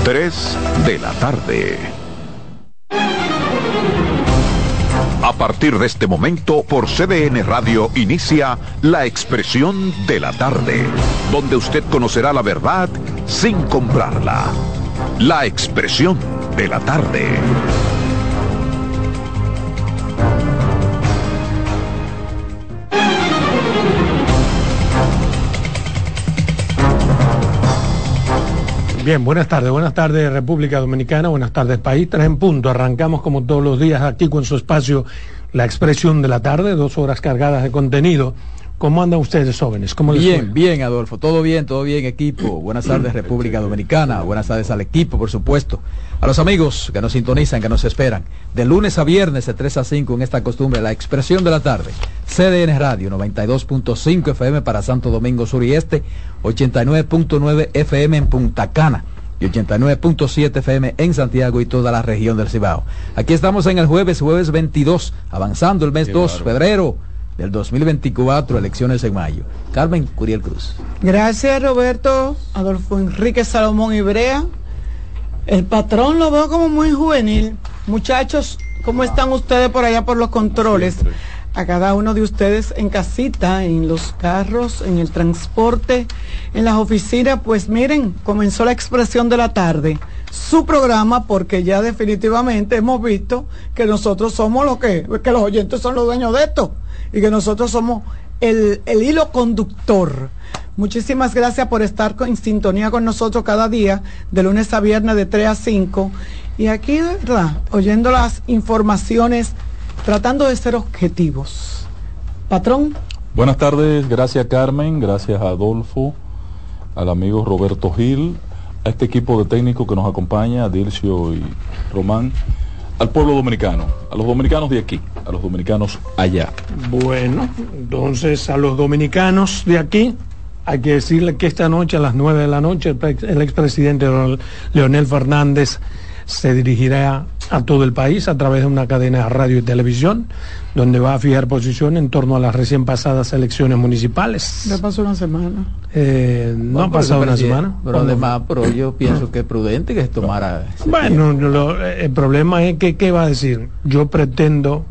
3 de la tarde. A partir de este momento, por CDN Radio inicia La Expresión de la Tarde, donde usted conocerá la verdad sin comprarla. La Expresión de la Tarde. Bien, buenas tardes República Dominicana, buenas tardes país, 3 en punto, arrancamos como todos los días aquí con su espacio La Expresión de la Tarde, 2 horas cargadas de contenido. ¿Cómo andan ustedes, jóvenes? ¿Cómo les fue? Bien, Adolfo, todo bien, equipo. Buenas tardes República Dominicana, buenas tardes al equipo, por supuesto, a los amigos que nos sintonizan, que nos esperan, de lunes a viernes de 3 a 5 en esta costumbre, La Expresión de la Tarde. CDN Radio, 92.5 FM para Santo Domingo Sur y Este, 89.9 FM en Punta Cana y 89.7 FM en Santiago y toda la región del Cibao. Aquí estamos en el jueves 22, avanzando el mes 2, febrero del 2024, elecciones en mayo. Carmen Curiel Cruz. Gracias, Roberto. Adolfo Enrique Salomón Ibrea. El patrón lo veo como muy juvenil. Muchachos, ¿cómo están ustedes por allá por los controles? Siempre. A cada uno de ustedes en casita, en los carros, en el transporte, en las oficinas. Pues miren, comenzó La Expresión de la Tarde, su programa, porque ya definitivamente hemos visto que nosotros somos que los oyentes son los dueños de esto y que nosotros somos el hilo conductor. Muchísimas gracias por estar en sintonía con nosotros cada día, de lunes a viernes de 3 a 5. Y aquí, ¿verdad?, oyendo las informaciones, tratando de ser objetivos. Patrón. Buenas tardes, gracias Carmen, gracias a Adolfo, al amigo Roberto Gil, a este equipo de técnicos que nos acompaña, a Dilcio y Román, al pueblo dominicano, a los dominicanos de aquí, a los dominicanos allá. Bueno, entonces a los dominicanos de aquí hay que decirle que esta noche a las 9 de la noche el expresidente Leonel Fernández se dirigirá a todo el país a través de una cadena de radio y televisión, donde va a fijar posición en torno a las recién pasadas elecciones municipales. Ya pasó una semana. No ha pasado una semana. Pero además, yo pienso que es prudente que se tomara... Bueno, el problema es que, ¿qué va a decir? Yo pretendo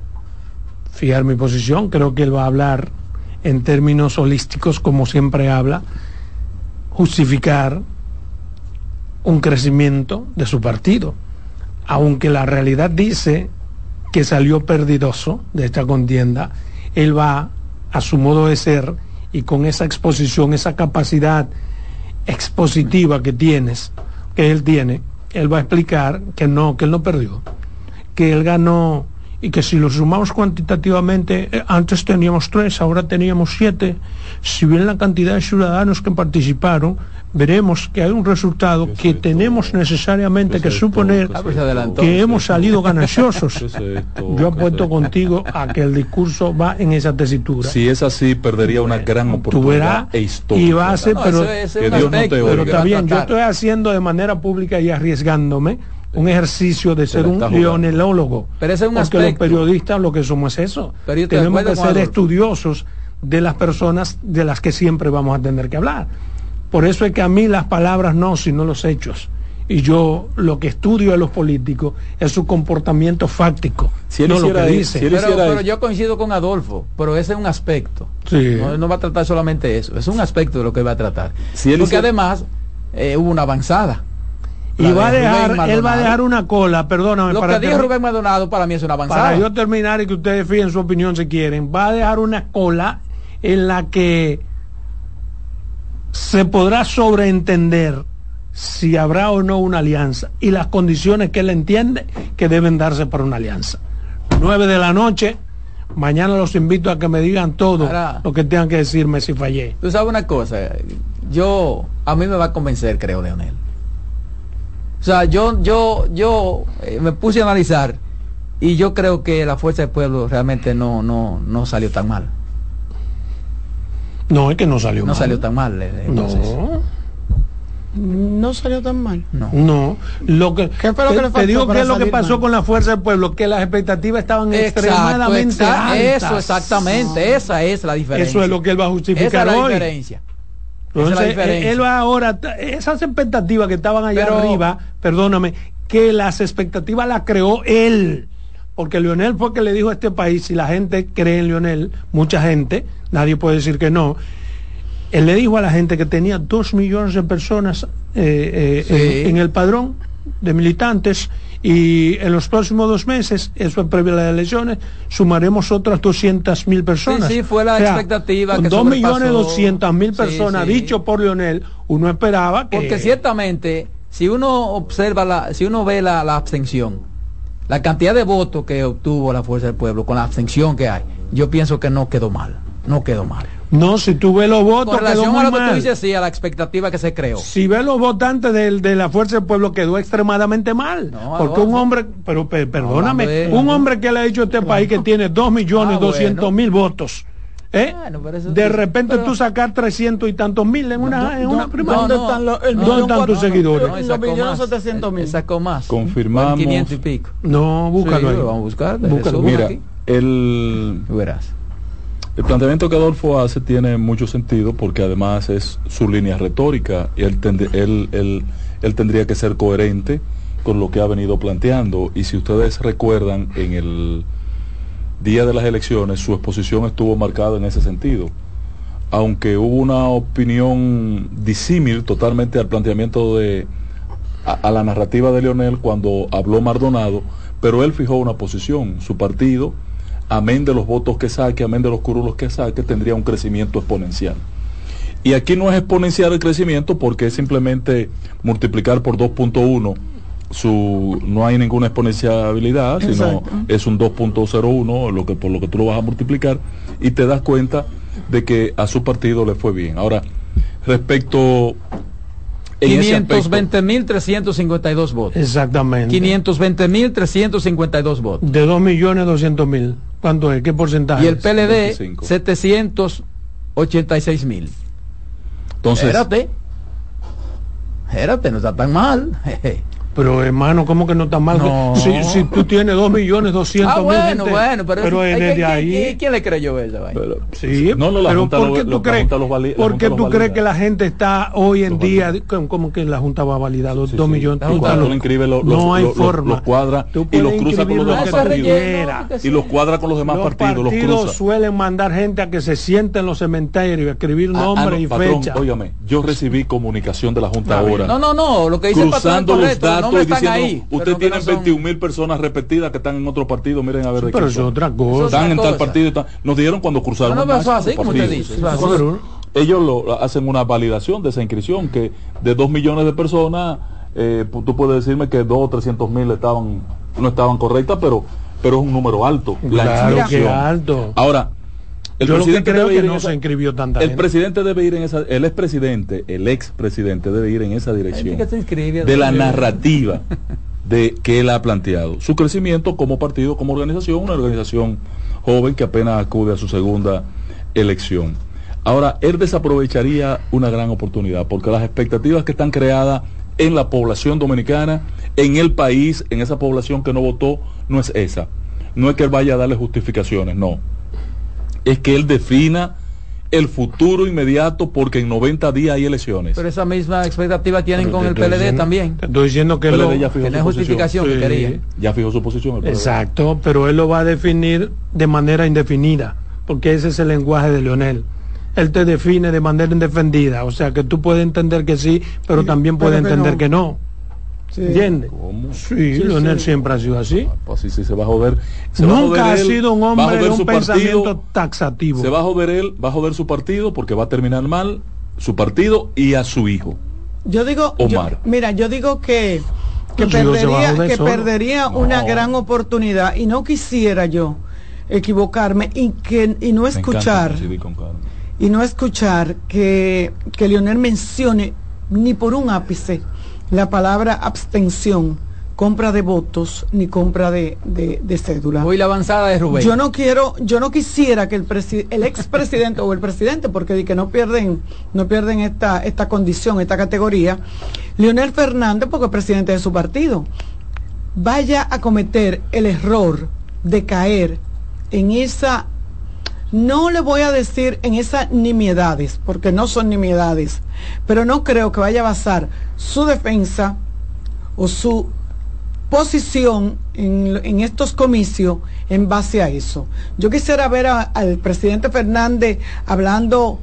fijar mi posición, creo que él va a hablar en términos holísticos, como siempre habla, justificar un crecimiento de su partido, aunque la realidad dice que salió perdidoso de esta contienda. Él va a su modo de ser y con esa exposición, esa capacidad expositiva que él tiene, él va a explicar que él no perdió, que él ganó, y que si lo sumamos cuantitativamente, antes teníamos 3, ahora teníamos 7. Si bien la cantidad de ciudadanos que participaron, veremos que hay un resultado que tenemos necesariamente que suponer que hemos salido gananciosos. Yo apuesto contigo a que el discurso va en esa tesitura. Si es así, perdería una gran oportunidad histórica. Y va a ser, pero está bien, yo estoy haciendo de manera pública y arriesgándome un ejercicio de ser un leonelólogo, pero ese es un porque aspecto. Los periodistas lo que somos es eso, tenemos que ser estudiosos de las personas de las que siempre vamos a tener que hablar. Por eso es que a mí las palabras no, sino los hechos, y yo lo que estudio de los políticos es su comportamiento fáctico, si no lo que dice. Pero yo coincido con Adolfo, pero ese es un aspecto, sí. No va a tratar solamente eso, es un aspecto de lo que va a tratar, porque además hubo una avanzada. Y él va a dejar una cola, perdóname. Lo que dijo Rubén Maldonado para mí es una avanzada. Para yo terminar y que ustedes fijen su opinión si quieren, va a dejar una cola en la que se podrá sobreentender si habrá o no una alianza y las condiciones que él entiende que deben darse para una alianza. 9 de la noche, mañana los invito a que me digan todo lo que tengan que decirme si fallé. Tú sabes una cosa, a mí me va a convencer, creo, Leonel. O sea, yo me puse a analizar y yo creo que la Fuerza del Pueblo realmente no salió tan mal. No, es que no salió mal. No salió tan mal. No salió tan mal. No. ¿Qué fue lo que le faltó? Te digo qué es lo que pasó mal con la Fuerza del Pueblo, que las expectativas estaban extremadamente altas. Eso, exactamente, esa es la diferencia. Eso es lo que él va a justificar esa es la hoy. Diferencia. Entonces, él va ahora, esas expectativas que estaban allá arriba, perdóname, que las expectativas las creó él. Porque Lionel fue que le dijo a este país, si la gente cree en Lionel, mucha gente, nadie puede decir que no, él le dijo a la gente que tenía 2 millones de personas en el padrón de militantes, y en los próximos 2 meses, eso es previo a las elecciones, sumaremos otras 200.000 personas. Sí, fue la expectativa que 2.200.000 personas, dicho por Lionel, uno esperaba que... Porque ciertamente, si uno observa, si uno ve la abstención, la cantidad de votos que obtuvo la Fuerza del Pueblo con la abstención que hay, yo pienso que no quedó mal. No, si tú ves los votos, con relación a lo que tú dices, sí, a la expectativa que se creó. Si ves los votantes de la Fuerza del Pueblo, quedó extremadamente mal. Porque un hombre, pero perdóname, un hombre que le ha dicho a este país que tiene 2.200.000 votos, de repente tú sacar 300 y tantos mil en una primaria. ¿Dónde están tus seguidores? Los 1.700.000. Sacó más. Confirmamos. 500 y pico. No, búscalo ahí. Vamos a buscar. Mira, verás. El planteamiento que Adolfo hace tiene mucho sentido porque además es su línea retórica y él tendría que ser coherente con lo que ha venido planteando. Y si ustedes recuerdan, en el día de las elecciones su exposición estuvo marcada en ese sentido. Aunque hubo una opinión disímil totalmente al planteamiento a la narrativa de Lionel cuando habló Maldonado, pero él fijó una posición. Su partido, amén de los votos que saque, amén de los curulos que saque, tendría un crecimiento exponencial. Y aquí no es exponencial el crecimiento porque es simplemente multiplicar por 2.1, no hay ninguna exponencialidad, sino es un 2.01, por lo que tú lo vas a multiplicar, y te das cuenta de que a su partido le fue bien. Ahora, respecto... 520.352 votos. Exactamente. 520.352 votos. De 2.200.000. ¿Cuánto es? ¿Qué porcentaje? Y el PLD, 786.000. Entonces... Espérate, no está tan mal. Pero hermano, ¿cómo que no está mal? No. Si tú tienes 2.200.000 bueno, gente, pero desde ahí... ¿Quién le creyó eso? Sí, pero ¿por qué tú crees que la gente está hoy en día, como que la Junta va a validar los 2 millones? No hay forma. Los cuadra y los cruza con los demás partidos. Y los cuadra con los demás partidos. Los partidos suelen mandar gente a que se siente en los cementerios, a escribir nombres y fecha. Óigame, yo recibí comunicación de la Junta ahora. No, lo que dice el patrón es correcto. No me están ahí. Usted tiene 21.000 personas repetidas que están en otro partido. Miren a ver de pero eso es otra cosa. Están en tal partido. Nos dijeron cuando cruzaron. No, es así como usted dice. Ellos hacen una validación de esa inscripción que de 2 millones de personas, tú puedes decirme que 2 o 300.000 no estaban correctas, pero es un número alto. Claro que alto. Ahora, yo lo que creo que no se inscribió tanta gente. El presidente debe ir en esa, el expresidente debe ir en esa dirección de la narrativa que él ha planteado. Su crecimiento como partido, como organización, una organización joven que apenas acude a su segunda elección. Ahora, él desaprovecharía una gran oportunidad, porque las expectativas que están creadas en la población dominicana, en el país, en esa población que no votó, no es esa. No es que él vaya a darle justificaciones, no. Es que él defina el futuro inmediato, porque en 90 días hay elecciones. Pero esa misma expectativa tienen con el PLD también. Estoy diciendo que tiene justificación que quería. Ya fijó su posición. Exacto, pero él lo va a definir de manera indefinida, porque ese es el lenguaje de Lionel. Él te define de manera indefendida, o sea que tú puedes entender que sí, pero también puedes entender que no. Sí. ¿Entiendes? Sí, Lionel siempre ha sido así. Pues sí, se va a joder. Nunca ha sido un hombre de un pensamiento taxativo. Se va a joder él, va a joder su partido, porque va a terminar mal su partido y a su hijo. Yo digo, Omar. Yo digo que perdería una gran oportunidad, y no quisiera yo equivocarme y no escuchar que Lionel mencione ni por un ápice la palabra abstención, compra de votos, ni compra de cédula. Hoy la avanzada de Rubén. Yo no quisiera que el expresidente o el presidente, porque que no pierden esta condición, esta categoría, Leonel Fernández, porque es presidente de su partido, vaya a cometer el error de caer en esa no le voy a decir en esas nimiedades, porque no son nimiedades, pero no creo que vaya a basar su defensa o su posición en estos comicios en base a eso. Yo quisiera ver al presidente Fernández hablando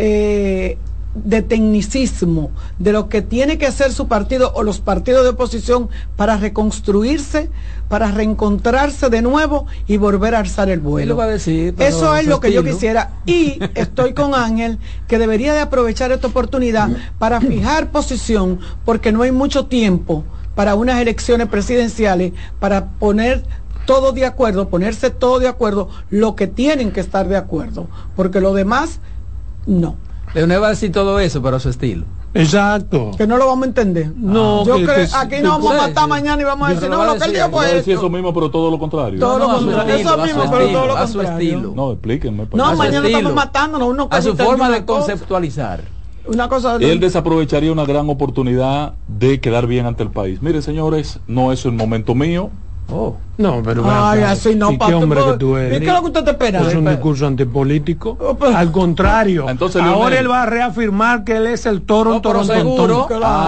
de tecnicismo, de lo que tiene que hacer su partido o los partidos de oposición para reconstruirse, para reencontrarse de nuevo y volver a alzar el vuelo. Lo va a decir, eso es lo que yo quisiera, y estoy con Ángel, que debería de aprovechar esta oportunidad para fijar posición, porque no hay mucho tiempo para unas elecciones presidenciales, para ponerse todo de acuerdo, lo que tienen que estar de acuerdo, porque lo demás, no. Leonel va a decir todo eso, pero a su estilo. Exacto. Que no lo vamos a entender. No, yo creo aquí nos vamos a matar mañana y vamos a decir, no, lo que él dijo fue esto. Eso mismo, pero todo lo contrario. Todo lo contrario. Eso mismo, pero todo lo contrario. A su estilo. No, explíquenme. No, mañana estamos matándonos. A su forma de conceptualizar. Una cosa. Él desaprovecharía una gran oportunidad de quedar bien ante el país. Mire, señores, no es el momento mío. No, pero así no, ¿qué hombre que tú eres? ¿Y qué es lo que usted te espera? Es un discurso antipolítico. Al contrario, entonces, ahora él va a reafirmar que él es el toro seguro.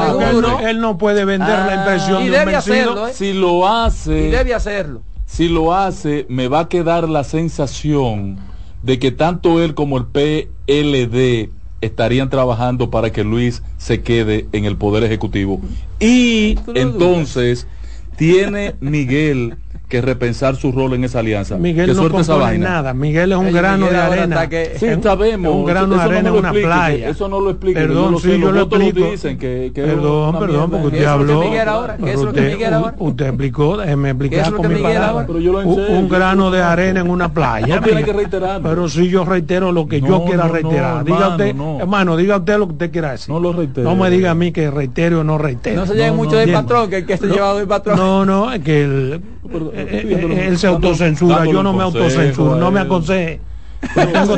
Él no puede vender la impresión y de un debe vencido. hacerlo, Si lo hace, y debe hacerlo. Si lo hace, me va a quedar la sensación de que tanto él como el PLD estarían trabajando para que Luis se quede en el Poder Ejecutivo. Y entonces tiene Miguel que repensar su rol en esa alianza. Miguel no compone nada. Miguel es un grano de arena. Sí, sabemos. Un grano de arena en una playa. Eso no lo explica. Perdón, sí, yo lo explico. Dicen que perdón, porque usted habló. ¿Qué es lo que Miguel ahora? Usted explicó, déjeme explicar con mi palabra. Un grano de arena en una playa. No tiene que reiterarlo. Pero si yo reitero lo que yo quiera reiterar. Diga usted, hermano, diga usted lo que usted quiera decir. No lo reitero. No me diga a mí que reitere o no reitere. No se lleve mucho del patrón, que el que esté llevado del patrón. No, es que él se autocensura, yo no me autocensuro, no me aconseje. Tengo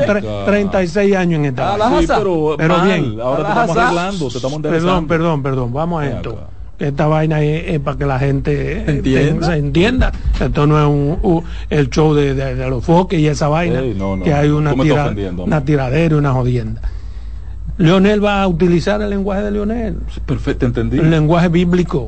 36 años en esta. Sí, pero bien, ahora te estamos arreglando, te estamos enderezando. Perdón, vamos a esto. Esta vaina es para que la gente se entienda. Esto no es el show de los foques y esa vaina, que hay una tiradera y una jodienda. Leonel va a utilizar el lenguaje de Leonel. Perfecto, entendí. El lenguaje bíblico.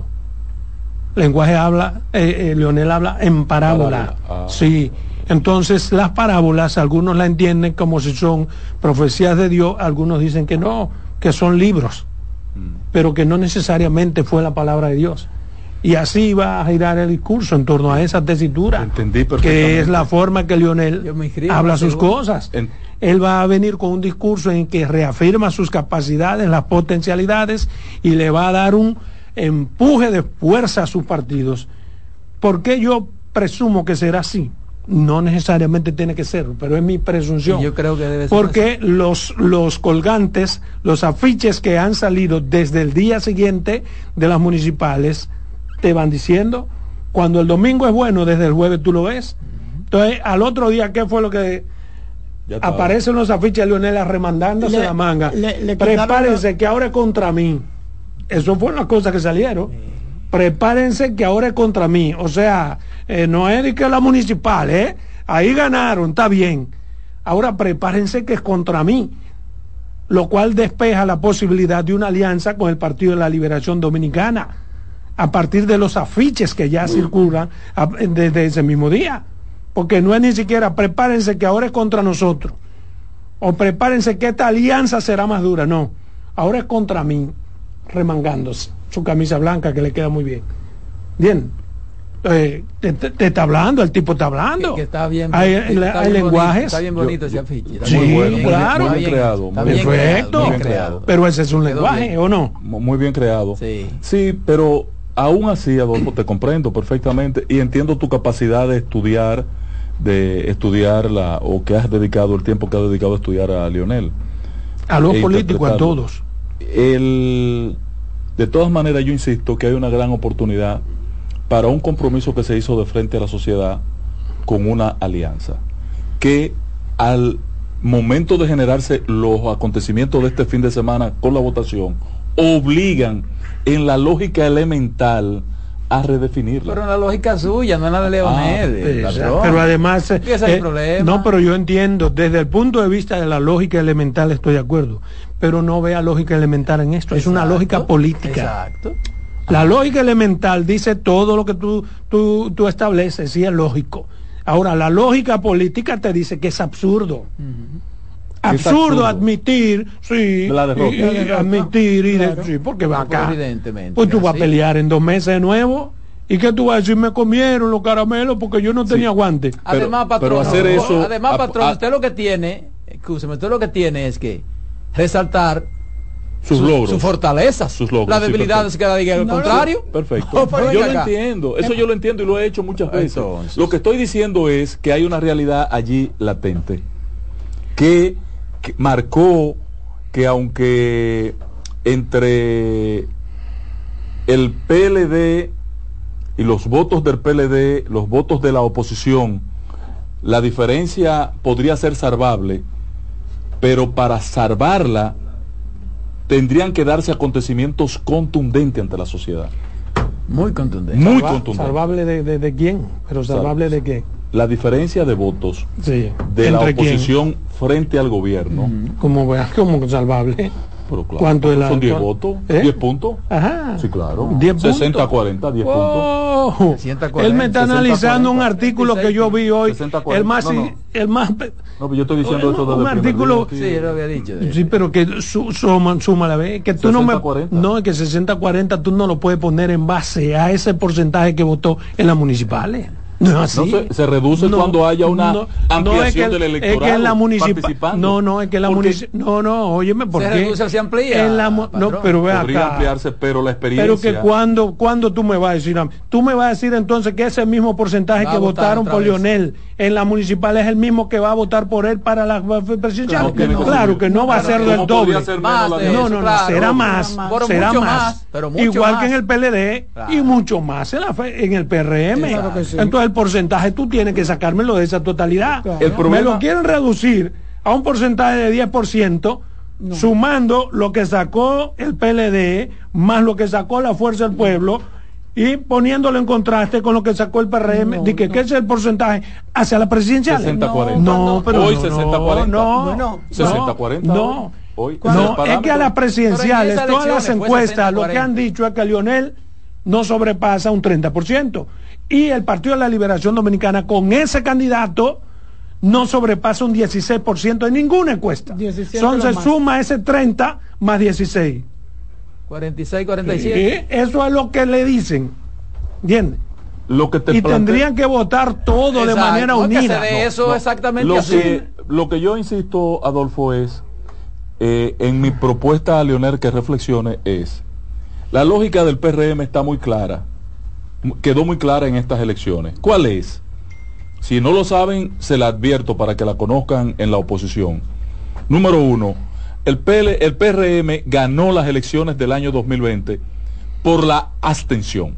Leonel habla en parábola. Sí. Entonces las parábolas algunos la entienden como si son profecías de Dios, algunos dicen que no, que son libros, pero que no necesariamente fue la palabra de Dios. Y así va a girar el discurso en torno a esa tesitura, que es la forma que Leonel habla sus cosas. Él va a venir con un discurso en que reafirma sus capacidades, las potencialidades, y le va a dar un empuje de fuerza a sus partidos. ¿Por qué yo presumo que será así? No necesariamente tiene que ser, pero es mi presunción. Yo creo que debe ser porque los colgantes, los afiches que han salido desde el día siguiente de las municipales, te van diciendo, cuando el domingo es bueno, desde el jueves tú lo ves. Entonces, al otro día, ¿qué fue lo que aparecen los afiches de Leonel arremandándose la manga? Prepárense que ahora es contra mí. Eso fue una cosa que salieron. Prepárense que ahora es contra mí. O sea, no es de que la municipal, ahí ganaron, está bien. Ahora prepárense que es contra mí. Lo cual despeja la posibilidad de una alianza con el Partido de la Liberación Dominicana, a partir de los afiches que ya circulan desde ese mismo día. Porque no es ni siquiera prepárense que ahora es contra nosotros, o prepárense que esta alianza será más dura. No, ahora es contra mí, remangándose su camisa blanca que le queda muy bien. Bien, te está hablando, el tipo está hablando. Que está bien, hay lenguajes. Está bien bonito ese afiche. Sí, muy bueno, claro. Muy bien creado. Perfecto. Muy bien creado. Pero ese es un lenguaje, bien. ¿O no? Muy bien creado. Sí, pero aún así, Adolfo, te comprendo perfectamente y entiendo tu capacidad de estudiarla, o que has dedicado el tiempo que has dedicado a estudiar a Leonel. A los políticos, a todos. De todas maneras, yo insisto que hay una gran oportunidad para un compromiso que se hizo de frente a la sociedad con una alianza, que al momento de generarse los acontecimientos de este fin de semana con la votación, obligan en la lógica elemental a redefinirla. Pero en la lógica suya, no en la de Leonel. Pero además, ese es el problema. No, pero yo entiendo, desde el punto de vista de la lógica elemental estoy de acuerdo, pero no vea lógica elemental en esto, es una lógica política. Exacto. La lógica elemental dice todo lo que tú estableces, sí es lógico. Ahora, la lógica política te dice que es absurdo. Absurdo admitir, sí, admitir, claro. sí, porque va acá. Evidentemente. Pues tú vas a pelear en 2 meses de nuevo. ¿Y qué tú vas a decir? Me comieron los caramelos porque yo no tenía guante. Además, patrón, pero hacer eso, además, patrón, usted lo que tiene, escúcheme, usted lo que tiene es que resaltar sus logros, sus fortalezas, sus logros, las debilidades que diga el contrario. Perfecto. Yo lo entiendo, eso yo lo entiendo y lo he hecho muchas veces. Entonces, lo que estoy diciendo es que hay una realidad allí latente que marcó que aunque entre el PLD y los votos del PLD, los votos de la oposición, la diferencia podría ser salvable, pero para salvarla tendrían que darse acontecimientos contundentes ante la sociedad. Muy contundente. Muy contundente. ¿Salvable de quién? ¿Pero salvable de qué? La diferencia de votos de la oposición frente al gobierno. ¿Cómo salvable? Pero claro, ¿cuánto es son 10 votos? 10 puntos. Ajá. Sí, claro. 10 puntos. 60-40, 10 puntos. 60-40, Él me está analizando 60-40, un artículo 66, que yo vi hoy. 60-40, el más... No, pero yo estoy diciendo eso desde un artículo. Sí, lo había dicho. Sí, pero que suma la vez. Que tú 60-40. No, es que 60-40 tú no lo puedes poner en base a ese porcentaje que votó en las municipales. No es así. No, se reduce cuando haya una ampliación del electorado. Es que en la municipal. No, es que la municipal. No, óyeme, ¿por qué? Se reduce, se amplía. No, pero ve podría acá. ampliarse, pero la experiencia. Pero que cuando tú me vas a decir, tú me vas a decir entonces que ese mismo porcentaje que votaron por Leonel en la municipal es el mismo que va a votar por él para la presidencial. Claro que no va a ser del doble. No, será más. Será más. Igual que en el PLD y mucho más en el PRM. Entonces el porcentaje tú tienes que sacármelo de esa totalidad. Me lo quieren reducir a un porcentaje de 10%, sumando lo que sacó el PLD más lo que sacó la Fuerza del Pueblo y poniéndolo en contraste con lo que sacó el PRM, que es el porcentaje hacia la presidencial. 60-40. No, pero hoy 60-40. No, 60-40. No. Hoy, es que a las presidenciales, todas las encuestas, lo que han dicho es que Leonel no sobrepasa un 30%. Y el Partido de la Liberación Dominicana con ese candidato no sobrepasa un 16% en ninguna encuesta. Entonces suma ese 30 más 16. 46, 47. Eso es lo que le dicen. ¿Entiendes? Y tendrían que votar todo de manera unida. Eso exactamente así. Lo que yo insisto, Adolfo, es en mi propuesta a Leonel que reflexione es la lógica del PRM está muy clara. Quedó muy clara en estas elecciones. ¿Cuál es? Si no lo saben, se la advierto para que la conozcan en la oposición. Número 1, el PRM ganó las elecciones del año 2020 por la abstención.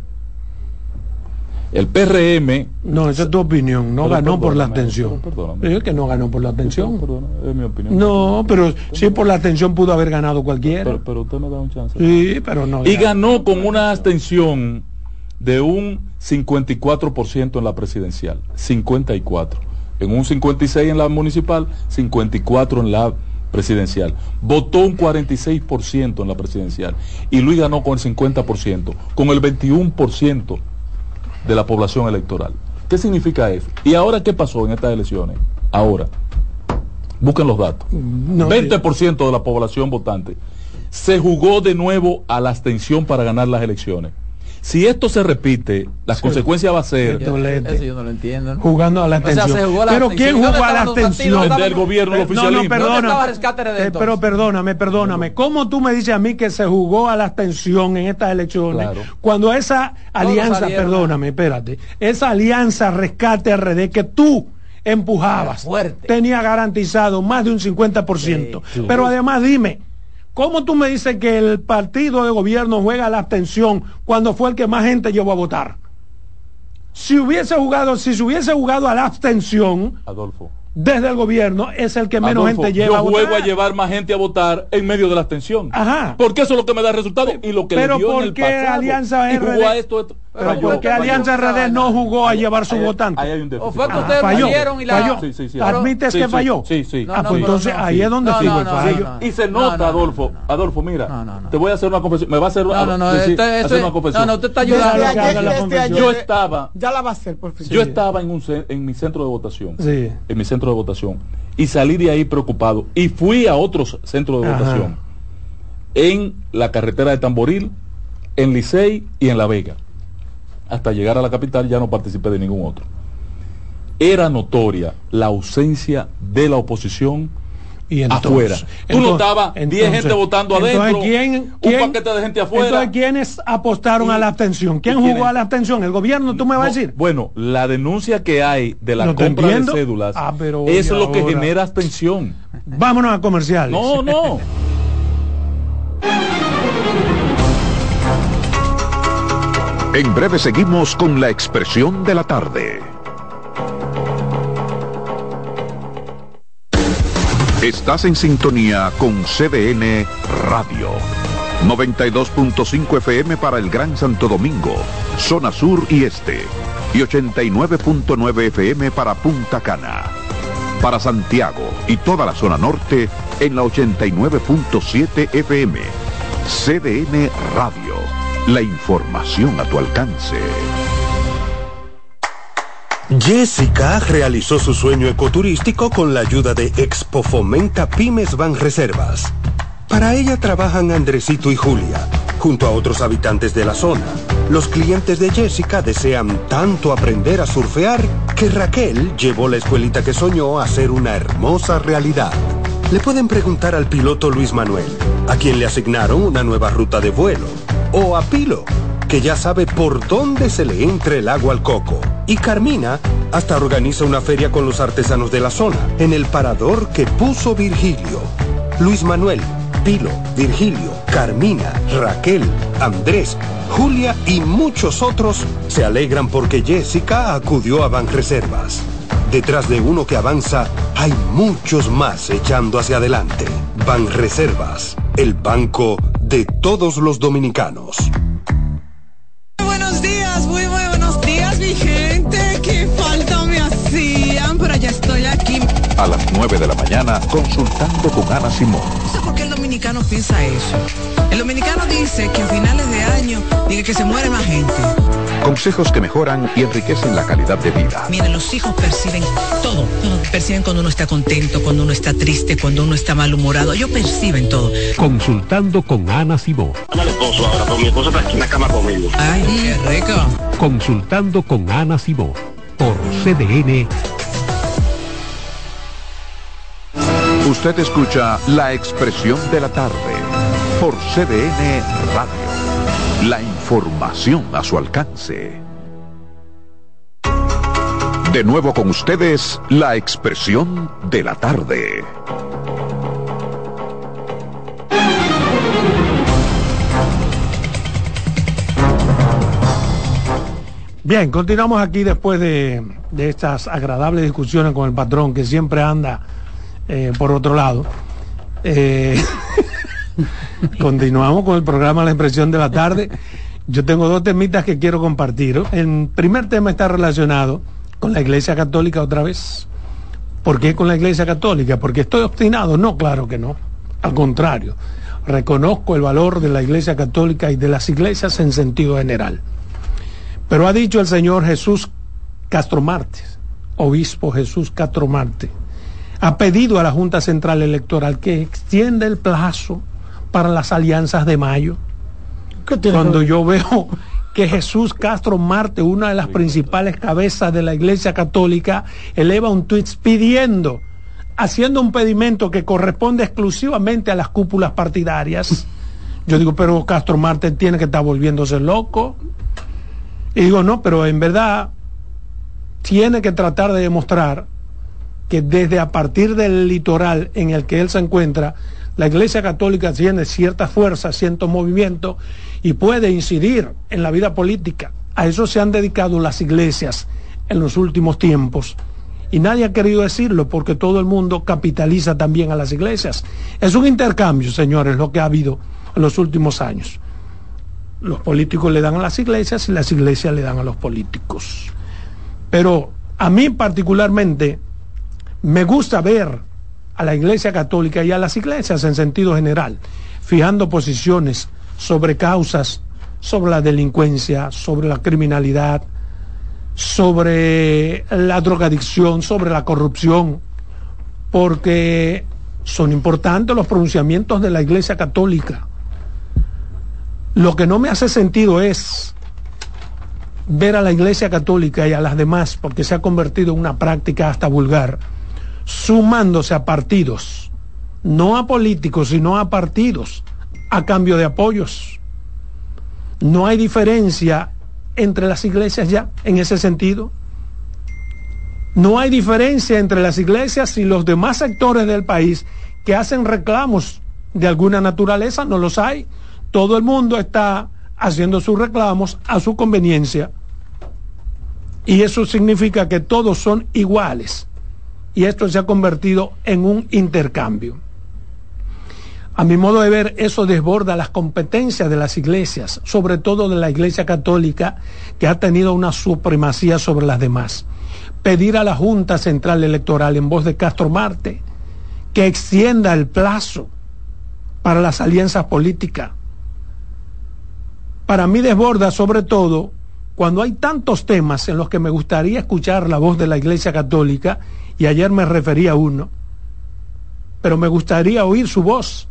El PRM... No, esa es tu opinión, no ganó por la abstención. Es que no ganó por la abstención. Es mi opinión. No, pero sí por la abstención pudo haber ganado cualquiera. Pero usted me da un chance. Sí, pero no. Y ganó con una abstención de un 54% en la presidencial, 54. En un 56 en la municipal, 54 en la presidencial. Votó un 46% en la presidencial. Y Luis ganó con el 50%, con el 21% de la población electoral. ¿Qué significa eso? ¿Y ahora qué pasó en estas elecciones? Ahora, busquen los datos. 20% de la población votante se jugó de nuevo a la abstención para ganar las elecciones. Si esto se repite, las consecuencias va a ser... Eso yo no lo entiendo, ¿no? Jugando a la abstención. Pero ¿quién jugó a la abstención? Del gobierno, el oficialismo. Pero perdóname. ¿Cómo tú me dices a mí que se jugó a la abstención en estas elecciones? Claro. Cuando esa alianza, esa alianza Rescate RD que tú empujabas, tenía garantizado más de un 50%. Sí. Pero además dime, ¿cómo tú me dices que el partido de gobierno juega a la abstención cuando fue el que más gente llevó a votar? Si se hubiese jugado a la abstención, Adolfo, desde el gobierno, es el que menos gente lleva a votar. Yo juego a llevar más gente a votar en medio de la abstención. Ajá. Porque eso es lo que me da resultado y lo que pero le dio ¿por en el qué pasado. Alianza y RD? jugó a esto. Pero ¿por qué Alianza RD no jugó a llevar su votante? Ahí hay un déficit. ¿O fue que ustedes fallaron y la... falló? Sí. ¿Admites que falló? Sí. Pues entonces ahí es donde estuvo el fallo. Y se nota, Adolfo, mira, te voy a hacer una confesión. Me va a hacer hacer una confesión. No, usted está ayudando. Yo estaba... Ya la va a hacer, por fin. Yo estaba en mi centro de votación. Sí. En mi centro de votación. Y salí de ahí preocupado. Y fui a otros centros de votación. En la carretera de Tamboril, en Licey y en La Vega. Hasta llegar a la capital ya no participé de ningún otro. Era notoria la ausencia de la oposición y entonces, afuera. Tú notabas 10 gente votando adentro, ¿quién, un paquete de gente afuera. Entonces, ¿quiénes apostaron a la abstención? ¿Quién jugó a la abstención? ¿El gobierno? ¿Tú me vas a decir? Bueno, la denuncia que hay de la compra de cédulas es lo que genera abstención. Vámonos a comerciales. No. En breve seguimos con la expresión de la tarde. Estás en sintonía con CDN Radio. 92.5 FM para el Gran Santo Domingo, zona sur y este. Y 89.9 FM para Punta Cana. Para Santiago y toda la zona norte en la 89.7 FM. CDN Radio. La información a tu alcance. Jessica realizó su sueño ecoturístico con la ayuda de Expo Fomenta Pymes Banreservas. Para ella trabajan Andresito y Julia, junto a otros habitantes de la zona. Los clientes de Jessica desean tanto aprender a surfear que Raquel llevó la escuelita que soñó a ser una hermosa realidad. Le pueden preguntar al piloto Luis Manuel, a quien le asignaron una nueva ruta de vuelo. O a Pilo, que ya sabe por dónde se le entra el agua al coco. Y Carmina hasta organiza una feria con los artesanos de la zona, en el parador que puso Virgilio. Luis Manuel, Pilo, Virgilio, Carmina, Raquel, Andrés, Julia y muchos otros se alegran porque Jessica acudió a Banreservas. Detrás de uno que avanza, hay muchos más echando hacia adelante. Banreservas, el banco de todos los dominicanos. Muy buenos días, mi gente. Qué falta me hacían, pero ya estoy aquí. A las 9 de la mañana, consultando con Ana Simón. No sé por qué el dominicano piensa eso. El dominicano dice que a finales de año dice que se muere más gente. Consejos que mejoran y enriquecen la calidad de vida. Miren, los hijos perciben todo. Perciben cuando uno está contento, cuando uno está triste, cuando uno está malhumorado. Ellos perciben todo. Consultando con Ana Simón. Ana el esposo ahora, pero mi esposo está aquí en la cama conmigo. Ay, qué rico. Consultando con Ana Simón por CDN. Usted escucha la expresión de la tarde por CDN Radio. La información a su alcance. De nuevo con ustedes, la expresión de la tarde. Bien, continuamos aquí después de estas agradables discusiones con el patrón que siempre anda por otro lado. Continuamos con el programa La Expresión de la Tarde. Yo tengo dos temitas que quiero compartir. El primer tema está relacionado con la Iglesia Católica otra vez. ¿Por qué con la Iglesia Católica? ¿Porque estoy obstinado? No, claro que no. Al contrario, reconozco el valor de la Iglesia Católica y de las iglesias en sentido general. Pero ha dicho el señor Jesús Castro Marte, obispo Jesús Castro Marte, ha pedido a la Junta Central Electoral que extienda el plazo para las alianzas de mayo. Cuando yo veo que Jesús Castro Marte, una de las principales cabezas de la Iglesia Católica, eleva un tuit pidiendo, haciendo un pedimento que corresponde exclusivamente a las cúpulas partidarias. Yo digo, pero Castro Marte tiene que estar volviéndose loco. Y digo, no, pero en verdad tiene que tratar de demostrar que desde a partir del litoral en el que él se encuentra, la Iglesia Católica tiene cierta fuerza, cierto movimiento y puede incidir en la vida política. A eso se han dedicado las iglesias en los últimos tiempos y nadie ha querido decirlo porque todo el mundo capitaliza también a las iglesias. Es un intercambio, señores, lo que ha habido en los últimos años. Los políticos le dan a las iglesias y las iglesias le dan a los políticos. Pero a mí particularmente me gusta ver a la Iglesia Católica y a las iglesias en sentido general fijando posiciones sobre causas, sobre la delincuencia, sobre la criminalidad, sobre la drogadicción, sobre la corrupción, porque son importantes los pronunciamientos de la Iglesia Católica. Lo que no me hace sentido es ver a la Iglesia Católica y a las demás, porque se ha convertido en una práctica hasta vulgar, sumándose a partidos, no a políticos, sino a partidos, a cambio de apoyos. No hay diferencia entre las iglesias ya, en ese sentido. No hay diferencia entre las iglesias y los demás sectores del país que hacen reclamos de alguna naturaleza, no los hay. Todo el mundo está haciendo sus reclamos a su conveniencia. Y eso significa que todos son iguales. Y esto se ha convertido en un intercambio. A mi modo de ver, eso desborda las competencias de las iglesias, sobre todo de la Iglesia Católica, que ha tenido una supremacía sobre las demás. Pedir a la Junta Central Electoral, en voz de Castro Marte, que extienda el plazo para las alianzas políticas. Para mí desborda sobre todo cuando hay tantos temas en los que me gustaría escuchar la voz de la Iglesia Católica, y ayer me referí a uno, pero me gustaría oír su voz,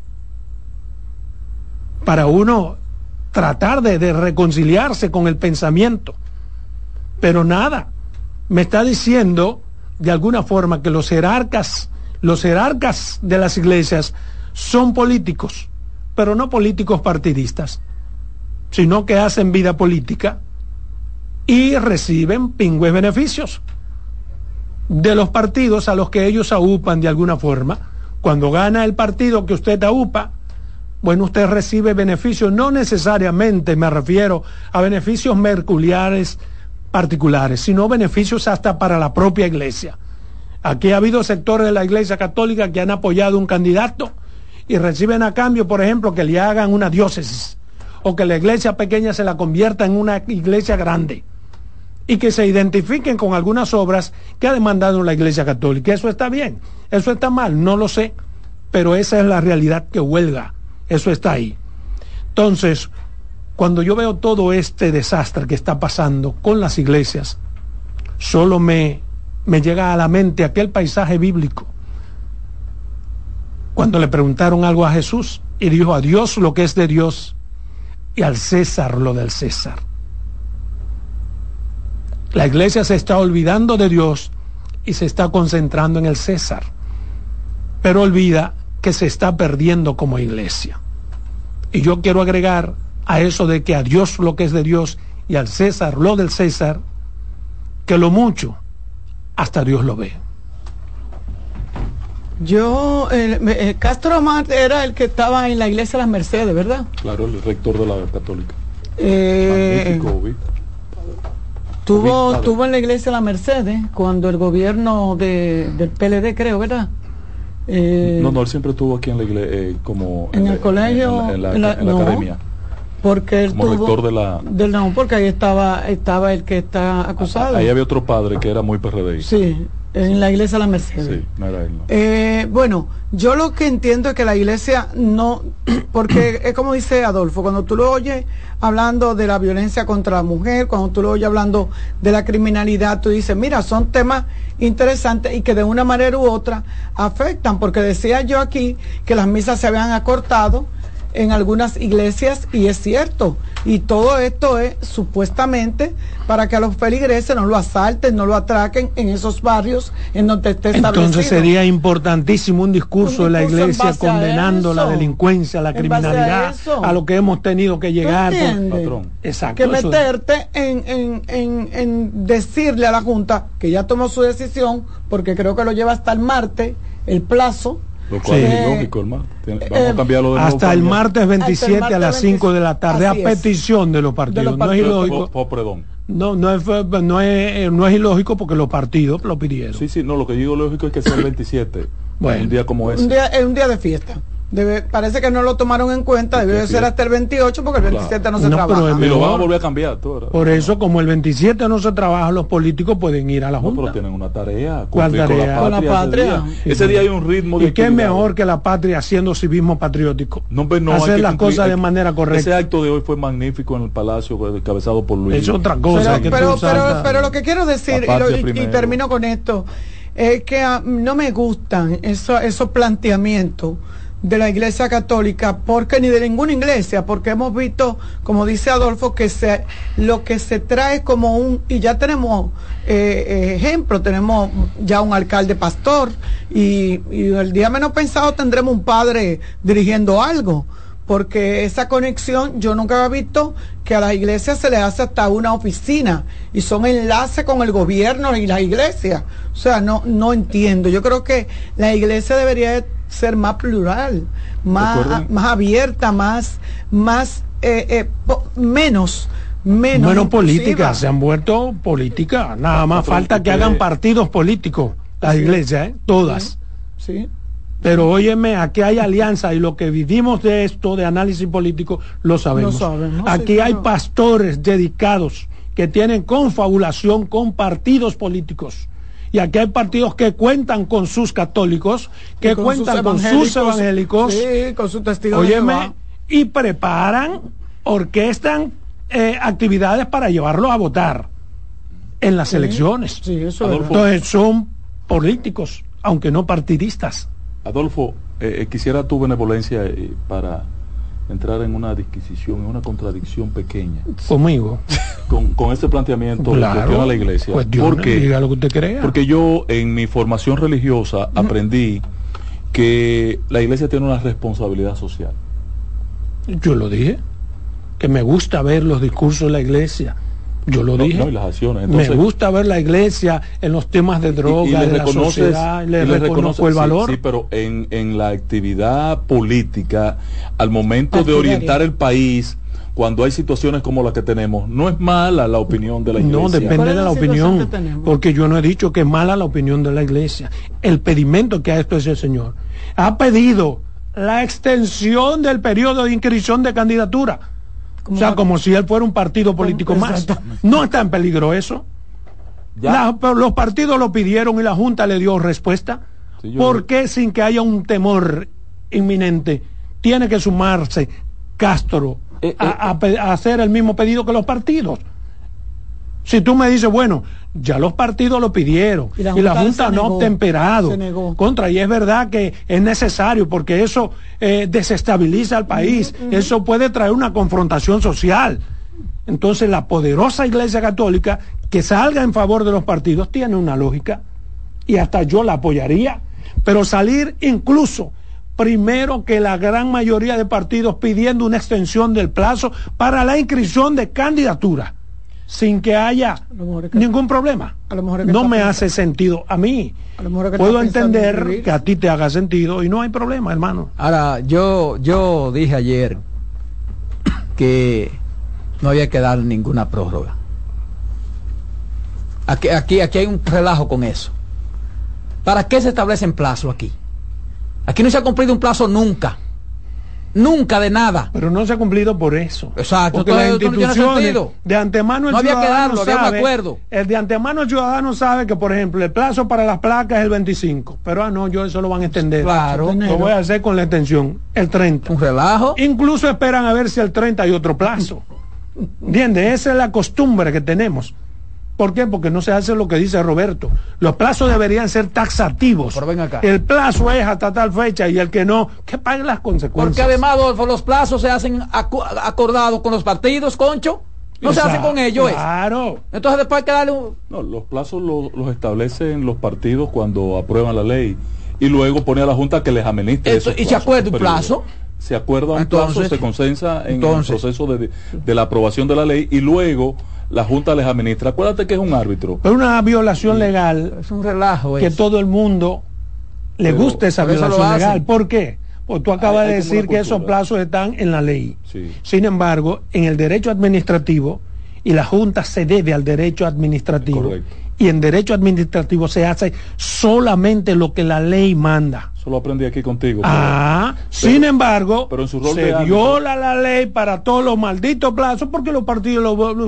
para uno tratar de reconciliarse con el pensamiento. Pero nada, me está diciendo de alguna forma que los jerarcas de las iglesias son políticos, pero no políticos partidistas, sino que hacen vida política y reciben pingües beneficios de los partidos a los que ellos aupan de alguna forma. Cuando gana el partido que usted aupa, bueno, usted recibe beneficios, no necesariamente me refiero a beneficios mercuriales particulares, sino beneficios hasta para la propia iglesia. Aquí ha habido sectores de la Iglesia Católica que han apoyado un candidato y reciben a cambio, por ejemplo, que le hagan una diócesis, o que la iglesia pequeña se la convierta en una iglesia grande, y que se identifiquen con algunas obras que ha demandado la Iglesia Católica. Eso está bien, eso está mal, no lo sé, pero esa es la realidad que huelga, eso está ahí. Entonces, cuando yo veo todo este desastre que está pasando con las iglesias, solo me llega a la mente aquel paisaje bíblico, cuando le preguntaron algo a Jesús, y dijo: a Dios lo que es de Dios, y al César lo del César. La iglesia se está olvidando de Dios y se está concentrando en el César, pero olvida que se está perdiendo como iglesia. Y yo quiero agregar a eso de que a Dios lo que es de Dios y al César lo del César, que lo mucho hasta Dios lo ve. Castro Marte era el que estaba en la iglesia de las Mercedes, ¿verdad? Claro, el rector de la Católica. Magnífico, Tuvo en la iglesia de la Mercedes cuando el gobierno del PLD, creo, ¿verdad? No, él siempre estuvo aquí en la iglesia, como en el colegio, en la academia. Porque él como tuvo rector no, porque ahí estaba el que está acusado. Ahí había otro padre que era muy PRD. Sí, en la iglesia de la Mercedes. Sí, no era él, no. Bueno, yo lo que entiendo es que la iglesia no, porque es como dice Adolfo, cuando tú lo oyes hablando de la violencia contra la mujer, cuando tú lo oyes hablando de la criminalidad, tú dices, mira, son temas interesantes y que de una manera u otra afectan, porque decía yo aquí que las misas se habían acortado en algunas iglesias, y es cierto, y todo esto es supuestamente para que a los feligreses no lo asalten, no lo atraquen en esos barrios en donde esté establecido. Entonces sería importantísimo un discurso de la iglesia condenando la delincuencia, la criminalidad, a lo que hemos tenido que llegar. Patrón. Exacto. Que meterte en decirle a la Junta que ya tomó su decisión, porque creo que lo lleva hasta el martes, el plazo. Lo cual es lógico, hermano. Vamos a cambiarlo de hasta el martes 27 a las 5 de la tarde, a petición de los partidos. No es ilógico. Perdón. No es ilógico porque los partidos lo pidieron. Sí, no, lo que digo lógico es que sea el 27. Bueno, un día como ese. Un día de fiesta. Parece que no lo tomaron en cuenta, debió de ser hasta el 28 porque el 27 no se trabaja. Y lo van a volver a cambiar todo. Por eso, como el 27 no se trabaja, los políticos pueden ir a la Junta. Pero tienen una tarea. ¿Cuál tarea? Con la patria. Ese día hay un ritmo de... ¿Y qué es mejor que la patria haciendo civismo patriótico? Hacer las cosas de manera correcta. Ese acto de hoy fue magnífico en el Palacio, encabezado por Luis. Es otra cosa. Pero lo que quiero decir, y termino con esto, es que no me gustan esos planteamientos de la Iglesia Católica, porque ni de ninguna iglesia, porque hemos visto, como dice Adolfo, que lo que se trae como y ya tenemos ejemplo, tenemos ya un alcalde pastor, y el día menos pensado tendremos un padre dirigiendo algo, porque esa conexión yo nunca había visto que a las iglesias se les hace hasta una oficina y son enlaces con el gobierno y las iglesias. O sea, no entiendo. Yo creo que la iglesia debería ser más plural, más abierta, menos política. Se han vuelto política. Nada más falta que hagan partidos políticos las iglesias, todas. Sí. Pero óyeme, aquí hay alianza y lo que vivimos de esto, de análisis político, lo sabemos. Aquí hay pastores dedicados que tienen confabulación con partidos políticos. Y aquí hay partidos que cuentan con sus católicos, que cuentan con sus evangélicos, con sus testigos. Óyeme, y preparan, orquestan actividades para llevarlos a votar en las elecciones. Sí, eso es. Entonces son políticos, aunque no partidistas. Adolfo, quisiera tu benevolencia para entrar en una disquisición, en una contradicción pequeña. Conmigo. Con este planteamiento de cuestión a la iglesia. Porque diga lo que usted crea. Porque yo en mi formación religiosa aprendí que la iglesia tiene una responsabilidad social. Yo lo dije, que me gusta ver los discursos de la iglesia. Yo lo dije. Y las acciones. Entonces, me gusta ver la iglesia en los temas de droga, de la sociedad, le reconozco el valor. Sí, pero en la actividad política, al momento de orientar el país, cuando hay situaciones como las que tenemos, no es mala la opinión de la iglesia. No, depende de la opinión, porque yo no he dicho que es mala la opinión de la iglesia. El pedimento que ha hecho ese señor ha pedido la extensión del periodo de inscripción de candidatura. O sea, como si él fuera un partido político más. No está en peligro eso. Los partidos lo pidieron y la Junta le dio respuesta. Sí, ¿por qué sin que haya un temor inminente tiene que sumarse Castro a hacer el mismo pedido que los partidos? Si tú me dices, bueno, ya los partidos lo pidieron y la Junta no ha obtemperado contra, y es verdad que es necesario porque eso desestabiliza al país, eso puede traer una confrontación social. Entonces la poderosa Iglesia Católica que salga en favor de los partidos tiene una lógica y hasta yo la apoyaría, pero salir incluso primero que la gran mayoría de partidos pidiendo una extensión del plazo para la inscripción de candidatura sin que haya ningún problema, no me hace sentido a mí. Puedo entender que a ti te haga sentido y no hay problema, hermano. Ahora, yo dije ayer que no había que dar ninguna prórroga. Aquí hay un relajo con eso. ¿Para qué se establecen plazos aquí? Aquí no se ha cumplido un plazo nunca. Nunca de nada. Pero no se ha cumplido por eso. Exacto. Porque las instituciones de antemano el ciudadano sabe, el de antemano el ciudadano sabe que, por ejemplo, el plazo para las placas es el 25. Pero yo eso lo van a extender. Claro. Lo voy a hacer con la extensión. El 30. Un relajo. Incluso esperan a ver si el 30 hay otro plazo. ¿Entiendes? Esa es la costumbre que tenemos. ¿Por qué? Porque no se hace lo que dice Roberto. Los plazos deberían ser taxativos. Pero ven acá. El plazo es hasta tal fecha y el que no, que pague las consecuencias. Porque además, Adolfo, los plazos se hacen acordados con los partidos, Concho. No se hace con ellos. Claro. Entonces después hay que darle un... No, los plazos los establecen los partidos cuando aprueban la ley y luego pone a la Junta que les administre esos plazos. ¿Y se acuerda un plazo? Se acuerda un plazo, se consensa en el proceso de la aprobación de la ley y luego la Junta les administra. Acuérdate que es un árbitro. Es una violación legal. Es un relajo. Que todo el mundo le guste esa violación legal. ¿Por qué? Pues tú acabas de decir que esos plazos están en la ley. Sí. Sin embargo, en el derecho administrativo, y la Junta se debe al derecho administrativo, y en derecho administrativo se hace solamente lo que la ley manda. Eso lo aprendí aquí contigo. Sin embargo, pero en su rol se viola la ley para todos los malditos plazos porque los partidos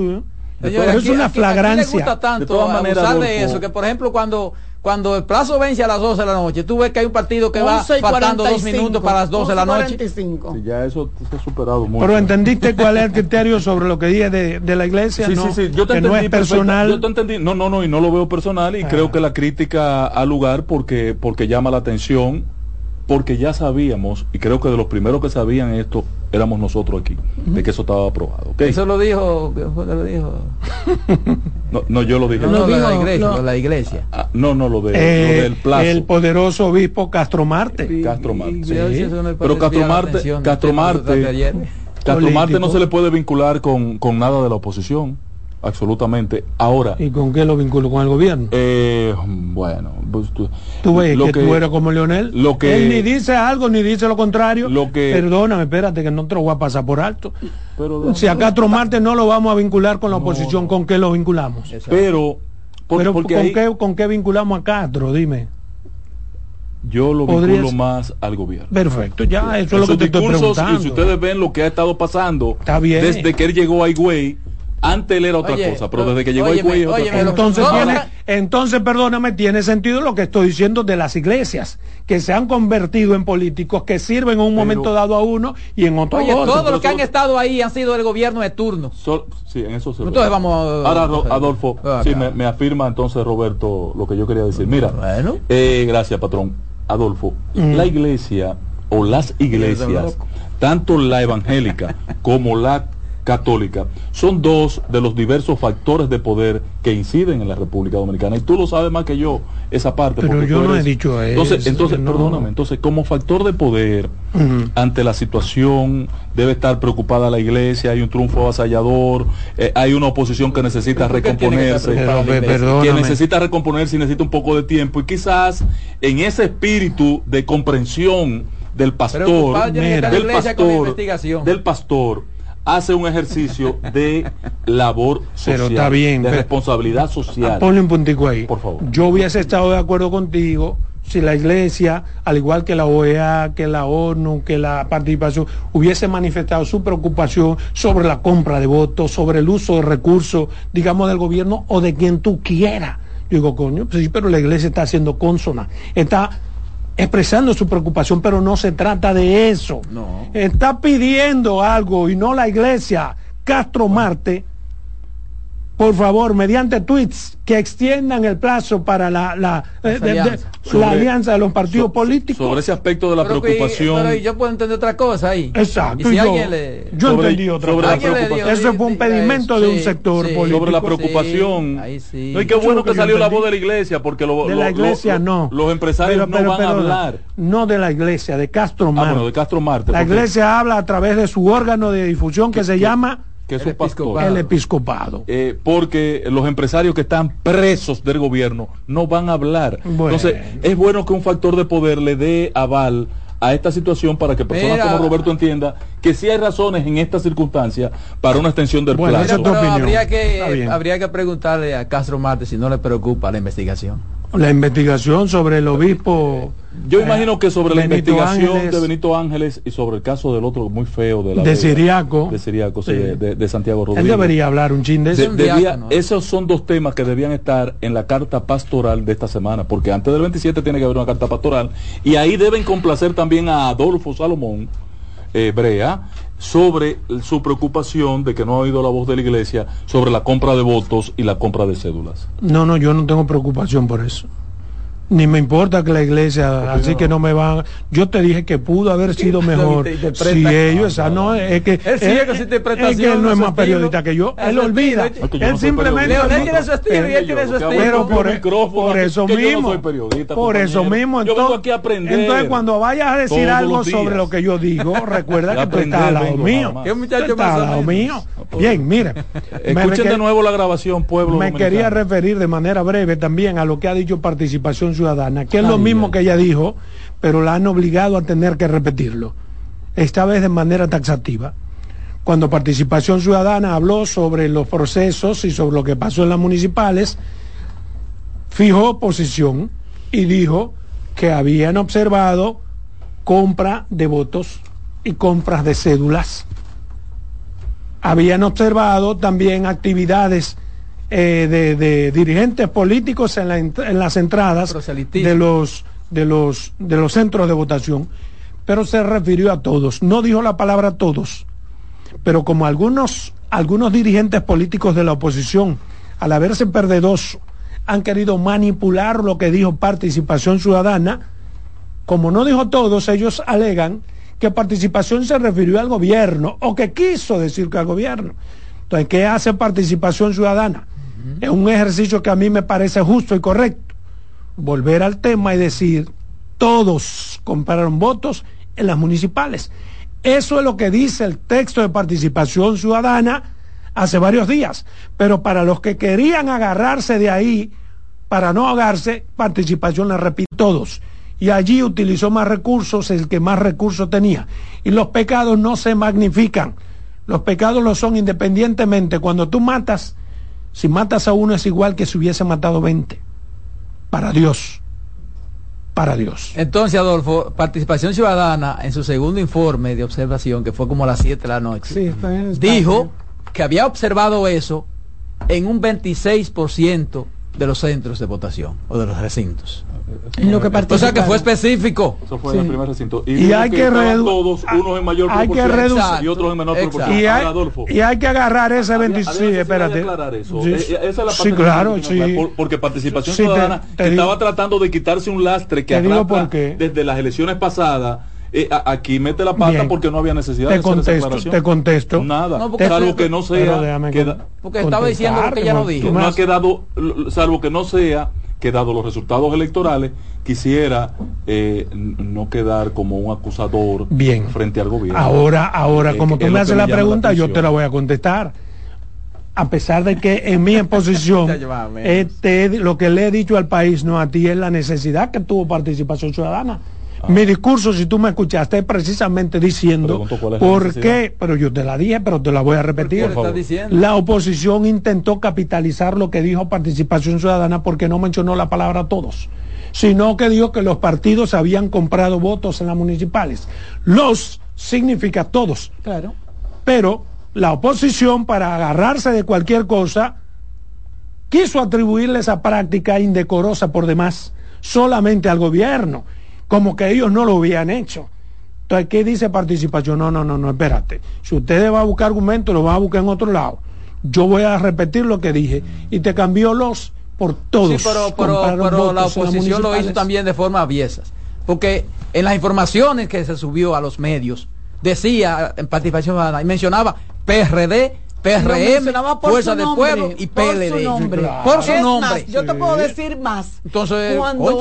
es una flagrancia. Aquí le gusta tanto de todas maneras, abusar de eso, que por ejemplo cuando el plazo vence a las 12 de la noche, tú ves que hay un partido que va faltando 2 minutos para las 12 de la noche. Sí, ya eso se ha superado mucho. Pero ¿entendiste cuál es el criterio sobre lo que dije de la iglesia? Sí, no, sí, yo te que entendí, no es personal. Yo te entendí. No, y no lo veo personal y creo que la crítica ha lugar porque llama la atención, porque ya sabíamos, y creo que de los primeros que sabían esto éramos nosotros aquí, de que eso estaba aprobado. ¿Okay? Eso lo dijo, ¿qué fue que lo dijo? No, yo lo dije. No, la iglesia. No, lo del plazo. El poderoso obispo Castro Marte. Sí. Pero Castro Marte no se le puede vincular con nada de la oposición. Absolutamente. Ahora. ¿Y con qué lo vinculo? ¿Con el gobierno? Bueno, pues tú ves que tú eres como Leonel. Él ni dice algo ni dice lo contrario. Perdóname, espérate que no te lo voy a pasar por alto. Pero, si a Castro Marte no lo vamos a vincular con la oposición, ¿con qué lo vinculamos? Pero ¿con qué vinculamos a Castro? Dime. Yo lo vinculo más al gobierno. Perfecto, ya eso es lo que te estoy preguntando. Y si ustedes ven lo que ha estado pasando desde que él llegó a Higüey, antes él era otra cosa, pero desde que llegó a Higüey es otra cosa. Entonces, perdóname, tiene sentido lo que estoy diciendo de las iglesias, que se han convertido en políticos que sirven en un momento dado a uno y en otro a otro. Todos los que han estado ahí han sido del gobierno de turno. Sí, en eso se Entonces vamos ahora, Adolfo, sí, me afirma entonces Roberto lo que yo quería decir. Mira, gracias, patrón. Adolfo, la iglesia o las iglesias, tanto la evangélica como la católica, son dos de los diversos factores de poder que inciden en la República Dominicana, y tú lo sabes más que yo esa parte. Pero yo no he dicho eso. Entonces, no. Perdóname, entonces como factor de poder ante la situación debe estar preocupada la iglesia, hay un triunfo avasallador, hay una oposición que necesita recomponerse, que necesita recomponerse y necesita un poco de tiempo, y quizás en ese espíritu de comprensión del pastor, del pastor hace un ejercicio de labor social, pero está bien, de responsabilidad social. Ponle un puntico ahí. Por favor. Yo hubiese estado de acuerdo contigo si la iglesia, al igual que la OEA, que la ONU, que la participación, hubiese manifestado su preocupación sobre la compra de votos, sobre el uso de recursos, digamos, del gobierno o de quien tú quieras. Yo digo, coño, pues sí, pero la iglesia está haciendo consona, está expresando su preocupación, pero no se trata de eso. No. Está pidiendo algo y no la iglesia. Castro Marte, por favor, mediante tweets que extiendan el plazo para la alianza de los partidos políticos. Sobre ese aspecto de la preocupación. Pero yo puedo entender otra cosa ahí. Exacto. Y si yo entendí otra cosa. Eso fue un pedimento de un sector político. Sobre la preocupación. Sí. No, y qué bueno que salió la voz de la iglesia, porque la iglesia no. Los empresarios no van a hablar. No de la iglesia, de Castro Marte. Bueno, de Castro Marte. La iglesia habla a través de su órgano de difusión que se llama el episcopado. Porque los empresarios que están presos del gobierno no van a hablar. Bueno. Entonces, es bueno que un factor de poder le dé aval a esta situación para que personas como Roberto entienda que sí hay razones en esta circunstancia para una extensión del plazo. Pero habría que preguntarle a Castro Marte si no le preocupa la investigación. La investigación sobre el obispo. Yo imagino que sobre la investigación Ángeles, de Benito Ángeles y sobre el caso del otro muy feo de Siriaco, de Santiago Rodríguez. Él debería hablar un chin de eso. Esos son dos temas que debían estar en la carta pastoral de esta semana, porque antes del 27 tiene que haber una carta pastoral, y ahí deben complacer también a Adolfo Salomón Brea sobre su preocupación de que no ha oído la voz de la iglesia sobre la compra de votos y la compra de cédulas. No, yo no tengo preocupación por eso. Ni me importa que la iglesia, así que no me van. Yo te dije que pudo haber sido mejor si ellos, es que él no es más periodista que yo. Él olvida. Él simplemente. Él tiene su estilo y él tiene su estilo. Pero por eso mismo. Por eso mismo. Entonces, cuando vayas a decir algo sobre lo que yo digo, recuerda que tú estás al lado mío. Estás al lado mío. Bien, mire. Escuchen de nuevo la grabación, pueblo. Me quería referir de manera breve también a lo que ha dicho Participación Ciudadana, que es lo mismo que ella dijo, pero la han obligado a tener que repetirlo, esta vez de manera taxativa. Cuando Participación Ciudadana habló sobre los procesos y sobre lo que pasó en las municipales, fijó posición y dijo que habían observado compra de votos y compras de cédulas. Habían observado también actividades de dirigentes políticos en las entradas de los centros de votación, pero se refirió a todos, no dijo la palabra todos, pero como algunos dirigentes políticos de la oposición, al haberse perdidos, han querido manipular lo que dijo Participación Ciudadana, como no dijo todos, ellos alegan que Participación se refirió al gobierno, o que quiso decir que al gobierno. Entonces, ¿qué hace Participación Ciudadana? Es un ejercicio que a mí me parece justo y correcto. Volver al tema y decir, todos compraron votos en las municipales. Eso es lo que dice el texto de Participación Ciudadana hace varios días. Pero para los que querían agarrarse de ahí, para no ahogarse, Participación la repite todos. Y allí utilizó más recursos el que más recursos tenía. Y los pecados no se magnifican. Los pecados lo son independientemente. Cuando tú matas, si matas a uno es igual que si hubiese matado 20. Para Dios. Para Dios. Entonces, Adolfo, Participación Ciudadana, en su segundo informe de observación, que fue como a las 7 de la noche, Sí, dijo que había observado eso en un 26% de los centros de votación o de los recintos. En lo que O sea que fue específico. Eso fue en el primer recinto. Y hay que todos, unos en mayor proporción y otros en menor proporción. Y hay que agarrar ese 26. Sí, espérate. Eso. Sí, Esa es la parte sí, claro, sí. Porque Participación Sí, Ciudadana te estaba tratando de quitarse un lastre que arrastra desde las elecciones pasadas. Aquí mete la pata. Bien. Porque no había necesidad de hacer esa declaración. Te contesto. Nada. No, salvo que no sea. Porque estaba diciendo lo que ella no dijo. No ha quedado, salvo que no sea que dado los resultados electorales, quisiera no quedar como un acusador bien frente al gobierno. Ahora, como tú me haces la pregunta, yo te la voy a contestar. A pesar de que en mi exposición, lo que le he dicho al país, no a ti, es la necesidad que tuvo Participación Ciudadana. Mi discurso, si tú me escuchaste, es precisamente diciendo por qué, pero yo te la dije, pero te la voy a repetir. La oposición intentó capitalizar lo que dijo Participación Ciudadana porque no mencionó la palabra todos, sino que dijo que los partidos habían comprado votos en las municipales. Los significa todos. Claro. Pero la oposición, para agarrarse de cualquier cosa, quiso atribuirle esa práctica indecorosa por demás solamente al gobierno, como que ellos no lo habían hecho. Entonces, ¿qué dice Participación? No, espérate. Si ustedes van a buscar argumentos, lo van a buscar en otro lado. Yo voy a repetir lo que dije. Y te cambió los por todos. Sí, pero la oposición lo hizo también de forma aviesas. Porque en las informaciones que se subió a los medios, decía en Participación Ciudadana, y mencionaba PRD, PRM, Fuerza del Pueblo y PLD. Por su nombre. Yo te puedo decir más. Entonces,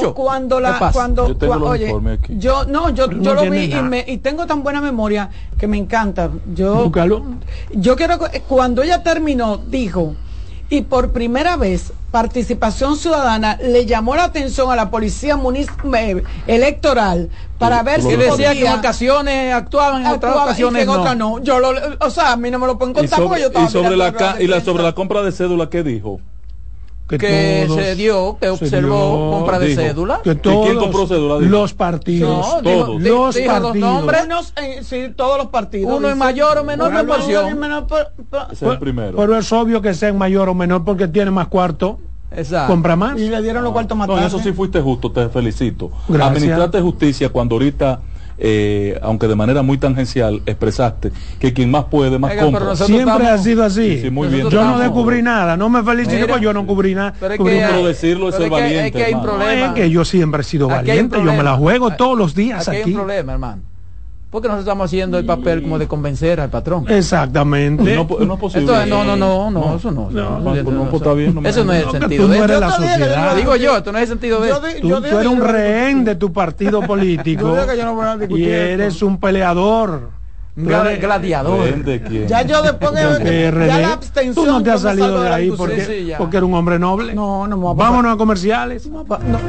oye, yo lo vi y tengo tan buena memoria que me encanta. Yo quiero, cuando ella terminó, dijo, y por primera vez Participación Ciudadana le llamó la atención a la policía electoral para ver si decía que en ocasiones actuaban, en otras ocasiones no. Otras no. O sea, a mí no me lo pueden contar porque yo estaba sobre la compra de cédula, ¿qué dijo? Que observó compra de cédula. ¿Y quién compró cédula? Los partidos. Todos. Los partidos. Todos los partidos. Uno en mayor o menor proporción. Ese es el primero. Pero es obvio que sea en mayor o menor porque tiene más cuarto. Exacto. Compra más. Y le dieron los cuartos más tarde. Eso sí fuiste justo, te felicito. Gracias. Administraste justicia cuando ahorita, aunque de manera muy tangencial, expresaste que quien más puede, más compra. Siempre ha sido así. Sí, muy bien. Yo no descubrí nada, no me felicito porque yo no cubrí nada. Pero decirlo es ser valiente. Es que hay un problema. Es que yo siempre he sido valiente, yo me la juego todos los días aquí. Hay un problema, hermano. Porque nosotros estamos haciendo el papel como de convencer al patrón. Exactamente. No es posible. Entonces, no, eso no. No está bien. Eso no es el sentido de esto. La sociedad. Digo yo, esto no es el sentido de esto. Tú eres un rehén de tu partido político y eres un peleador. Gladiador. ¿De quién? Ya yo después de ya la abstención. Tú no te has salido de ahí porque eres un hombre noble. No. Vámonos a comerciales. No.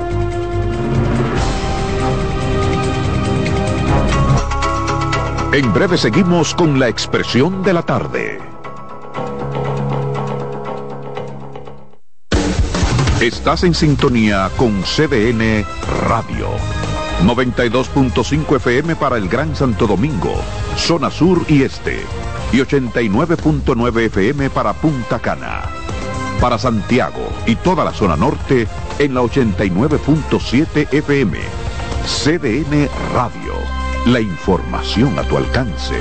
En breve seguimos con la expresión de la tarde. Estás en sintonía con CDN Radio. 92.5 FM para el Gran Santo Domingo, zona sur y este. Y 89.9 FM para Punta Cana. Para Santiago y toda la zona norte en la 89.7 FM. CDN Radio. La información a tu alcance.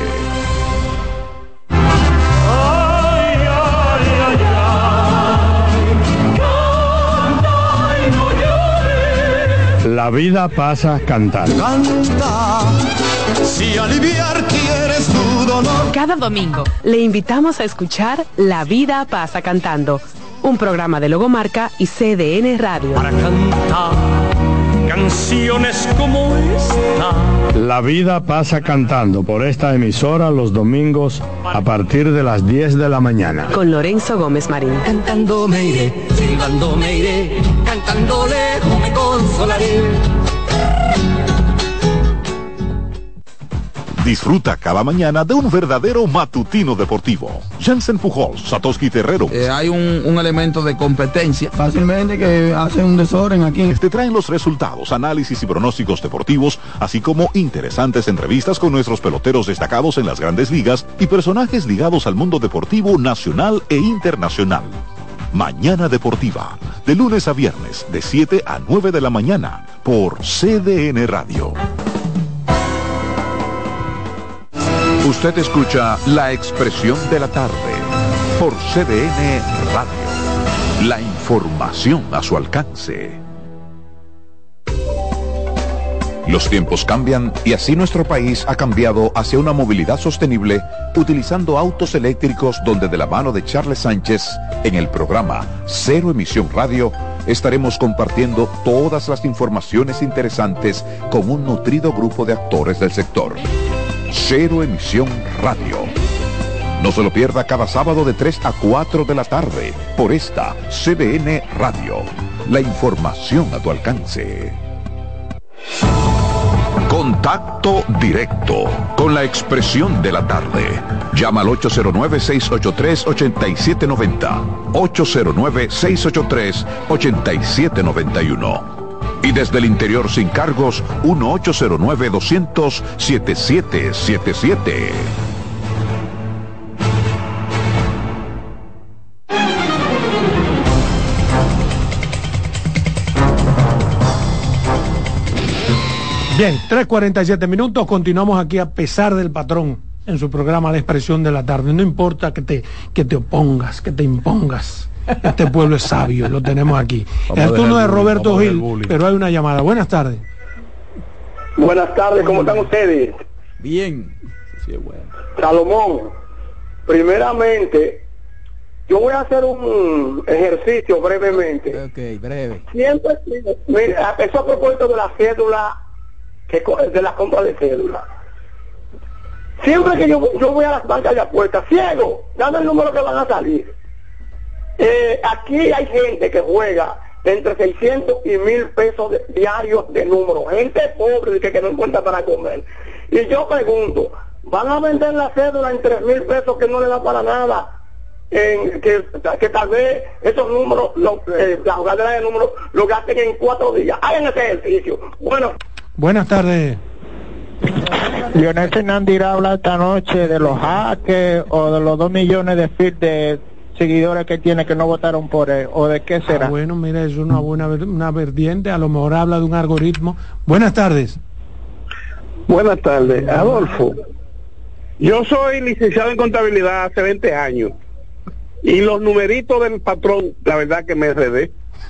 La vida pasa cantando. Canta, si aliviar quieres tu dolor. Cada domingo le invitamos a escuchar La Vida Pasa Cantando, un programa de Logomarca y CDN Radio. Para cantar canciones como esta. La vida pasa cantando por esta emisora los domingos a partir de las 10 de la mañana. Con Lorenzo Gómez Marín. Cantando me iré, silbando me iré, cantando lejos me consolaré. Disfruta cada mañana de un verdadero matutino deportivo. Jansen Pujols, Satoshi Terrero. Hay un elemento de competencia. Fácilmente que hace un desorden aquí. Te traen los resultados, análisis y pronósticos deportivos, así como interesantes entrevistas con nuestros peloteros destacados en las grandes ligas y personajes ligados al mundo deportivo nacional e internacional. Mañana Deportiva, de lunes a viernes, de 7 a 9 de la mañana, por CDN Radio. Usted escucha La Expresión de la Tarde por CDN Radio. La información a su alcance. Los tiempos cambian y así nuestro país ha cambiado hacia una movilidad sostenible utilizando autos eléctricos, donde de la mano de Charles Sánchez en el programa Cero Emisión Radio estaremos compartiendo todas las informaciones interesantes con un nutrido grupo de actores del sector. Cero Emisión Radio. No se lo pierda cada sábado de 3 a 4 de la tarde por esta CDN Radio. La información a tu alcance. Contacto directo con La Expresión de la Tarde. Llama al 809-683-8790. 809-683-8791. Y desde el interior sin cargos, 1-809-200-7777. Bien, 3:47 minutos, continuamos aquí a pesar del patrón en su programa La Expresión de la Tarde. No importa que te opongas, que te impongas. Este pueblo es sabio, lo tenemos aquí. Es el turno de Roberto Gil, pero hay una llamada. Buenas tardes. Buenas tardes, ¿cómo están ustedes? Bien. Sí, bueno. Salomón, primeramente, yo voy a hacer un ejercicio brevemente. Ok, breve. Siempre, mira, eso a propósito de la cédula, de la compra de cédula. Siempre que yo voy a las bancas de apuestas, ciego, dame el número que van a salir. Aquí hay gente que juega de entre 600 y 1,000 pesos diarios de número, gente pobre que no encuentra para comer. Y yo pregunto, ¿van a vender la cédula en 3,000 pesos que no le da para nada? Que tal vez esos números, la jugadera de números, lo gasten en 4 días. Hagan ese ejercicio. Bueno. Buenas tardes. Leonel Fernández habla esta noche de los hackers o de los 2 millones de seguidores que tiene que no votaron por él, o de qué será. Bueno, mira, es una vertiente, a lo mejor habla de un algoritmo. Buenas tardes. Buenas tardes, Adolfo. Yo soy licenciado en contabilidad hace 20 años y los numeritos del patrón, la verdad que me enredé.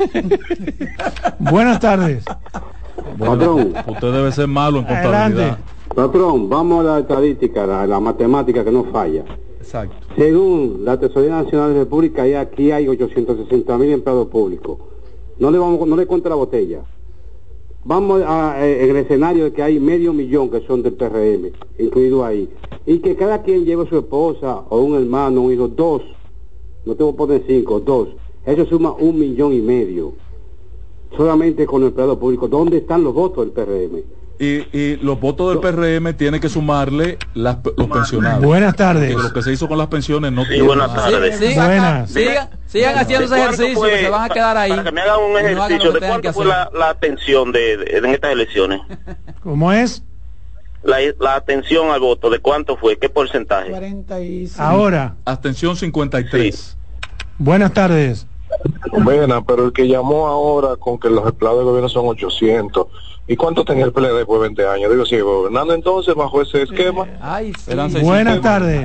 Buenas tardes. Bueno, patrón, usted debe ser malo en contabilidad. Adelante. Patrón, vamos a la estadística, la matemática que no falla. Exacto. Según la Tesorería Nacional de la República, aquí hay 860,000 empleados públicos. No le cuento la botella. Vamos en el escenario de que hay 500,000 que son del PRM, incluido ahí. Y que cada quien lleve a su esposa o un hermano, un hijo, 2. No tengo que poner 5, 2. Eso suma 1,5 millones. Solamente con el empleado público. ¿Dónde están los votos del PRM? Y los votos del PRM tienen que sumarle los pensionados. Buenas tardes. Porque lo que se hizo con las pensiones no. Sí, buenas tardes. Sigan haciendo ese ejercicio, que se van a quedar ahí. Para que me hagan un ejercicio, ¿de cuánto fue la atención en estas elecciones? ¿Cómo es? La atención al voto, ¿de cuánto fue? ¿Qué porcentaje? 45. Ahora. Abstención 53. Sí. Buenas tardes. Buena, pero el que llamó ahora con que los empleados del gobierno son 800. ¿Y cuánto tenía el PLD después de 20 años? Digo, sí, gobernando entonces bajo ese esquema. Ay, sí. Buenas tardes.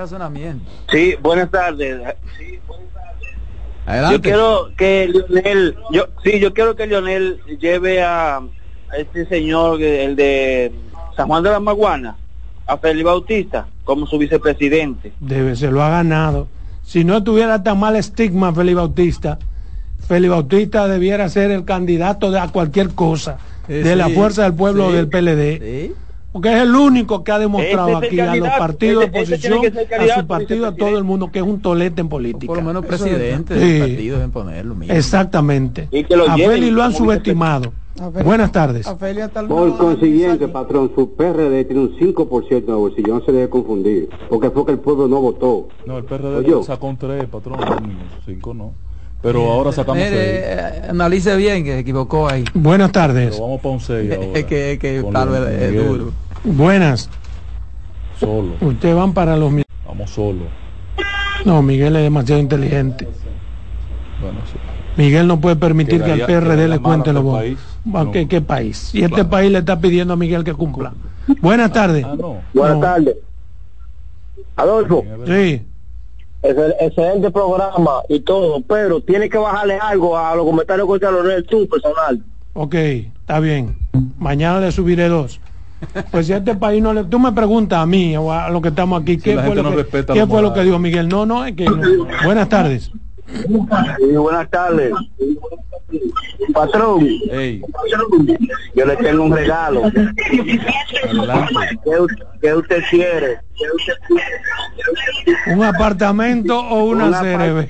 Sí, buenas tardes. Adelante. Yo quiero que Lionel, yo quiero que Lionel lleve a este señor, el de San Juan de la Maguana, a Félix Bautista como su vicepresidente. Se lo ha ganado. Si no tuviera tan mal estigma Félix Bautista debiera ser el candidato a cualquier cosa de la Fuerza del Pueblo del PLD. Porque es el único que ha demostrado aquí a los partidos de oposición, a su partido, a todo el mundo, que es un tolete en política. Por lo menos presidente del partido deben ponerlo. Exactamente. A Félix lo han subestimado. Buenas tardes. Por consiguiente, patrón, su PRD tiene un 5% de bolsillo, no se debe confundir, porque fue que el pueblo no votó. No, el PRD sacó un 3, patrón, 5 no. Pero ahora sacamos 6. Analice bien que se equivocó ahí. Buenas tardes. Pero vamos para un 6 ahora. Es que Pablo es duro. Buenas. Solo. Ustedes van para los... Vamos solo. No, Miguel es demasiado inteligente. Bueno, sí. Miguel no puede permitir que al PRD le cuente los votos. ¿Qué país? Y este país le está pidiendo a Miguel que cumpla. Buenas tardes. Buenas tardes. Adolfo. Sí. Excelente programa y todo, pero tiene que bajarle algo a los comentarios que te Leonel, tú personal. Ok, está bien. Mañana le subiré 2. Pues si a este país no le... Tú me preguntas a mí o a los que estamos aquí, ¿qué fue lo que dijo Miguel? No, es que... Buenas tardes. Sí, buenas tardes. Patrón, hey. Yo le tengo un regalo. ¿Qué usted quiere? ¿Un apartamento o una CRB?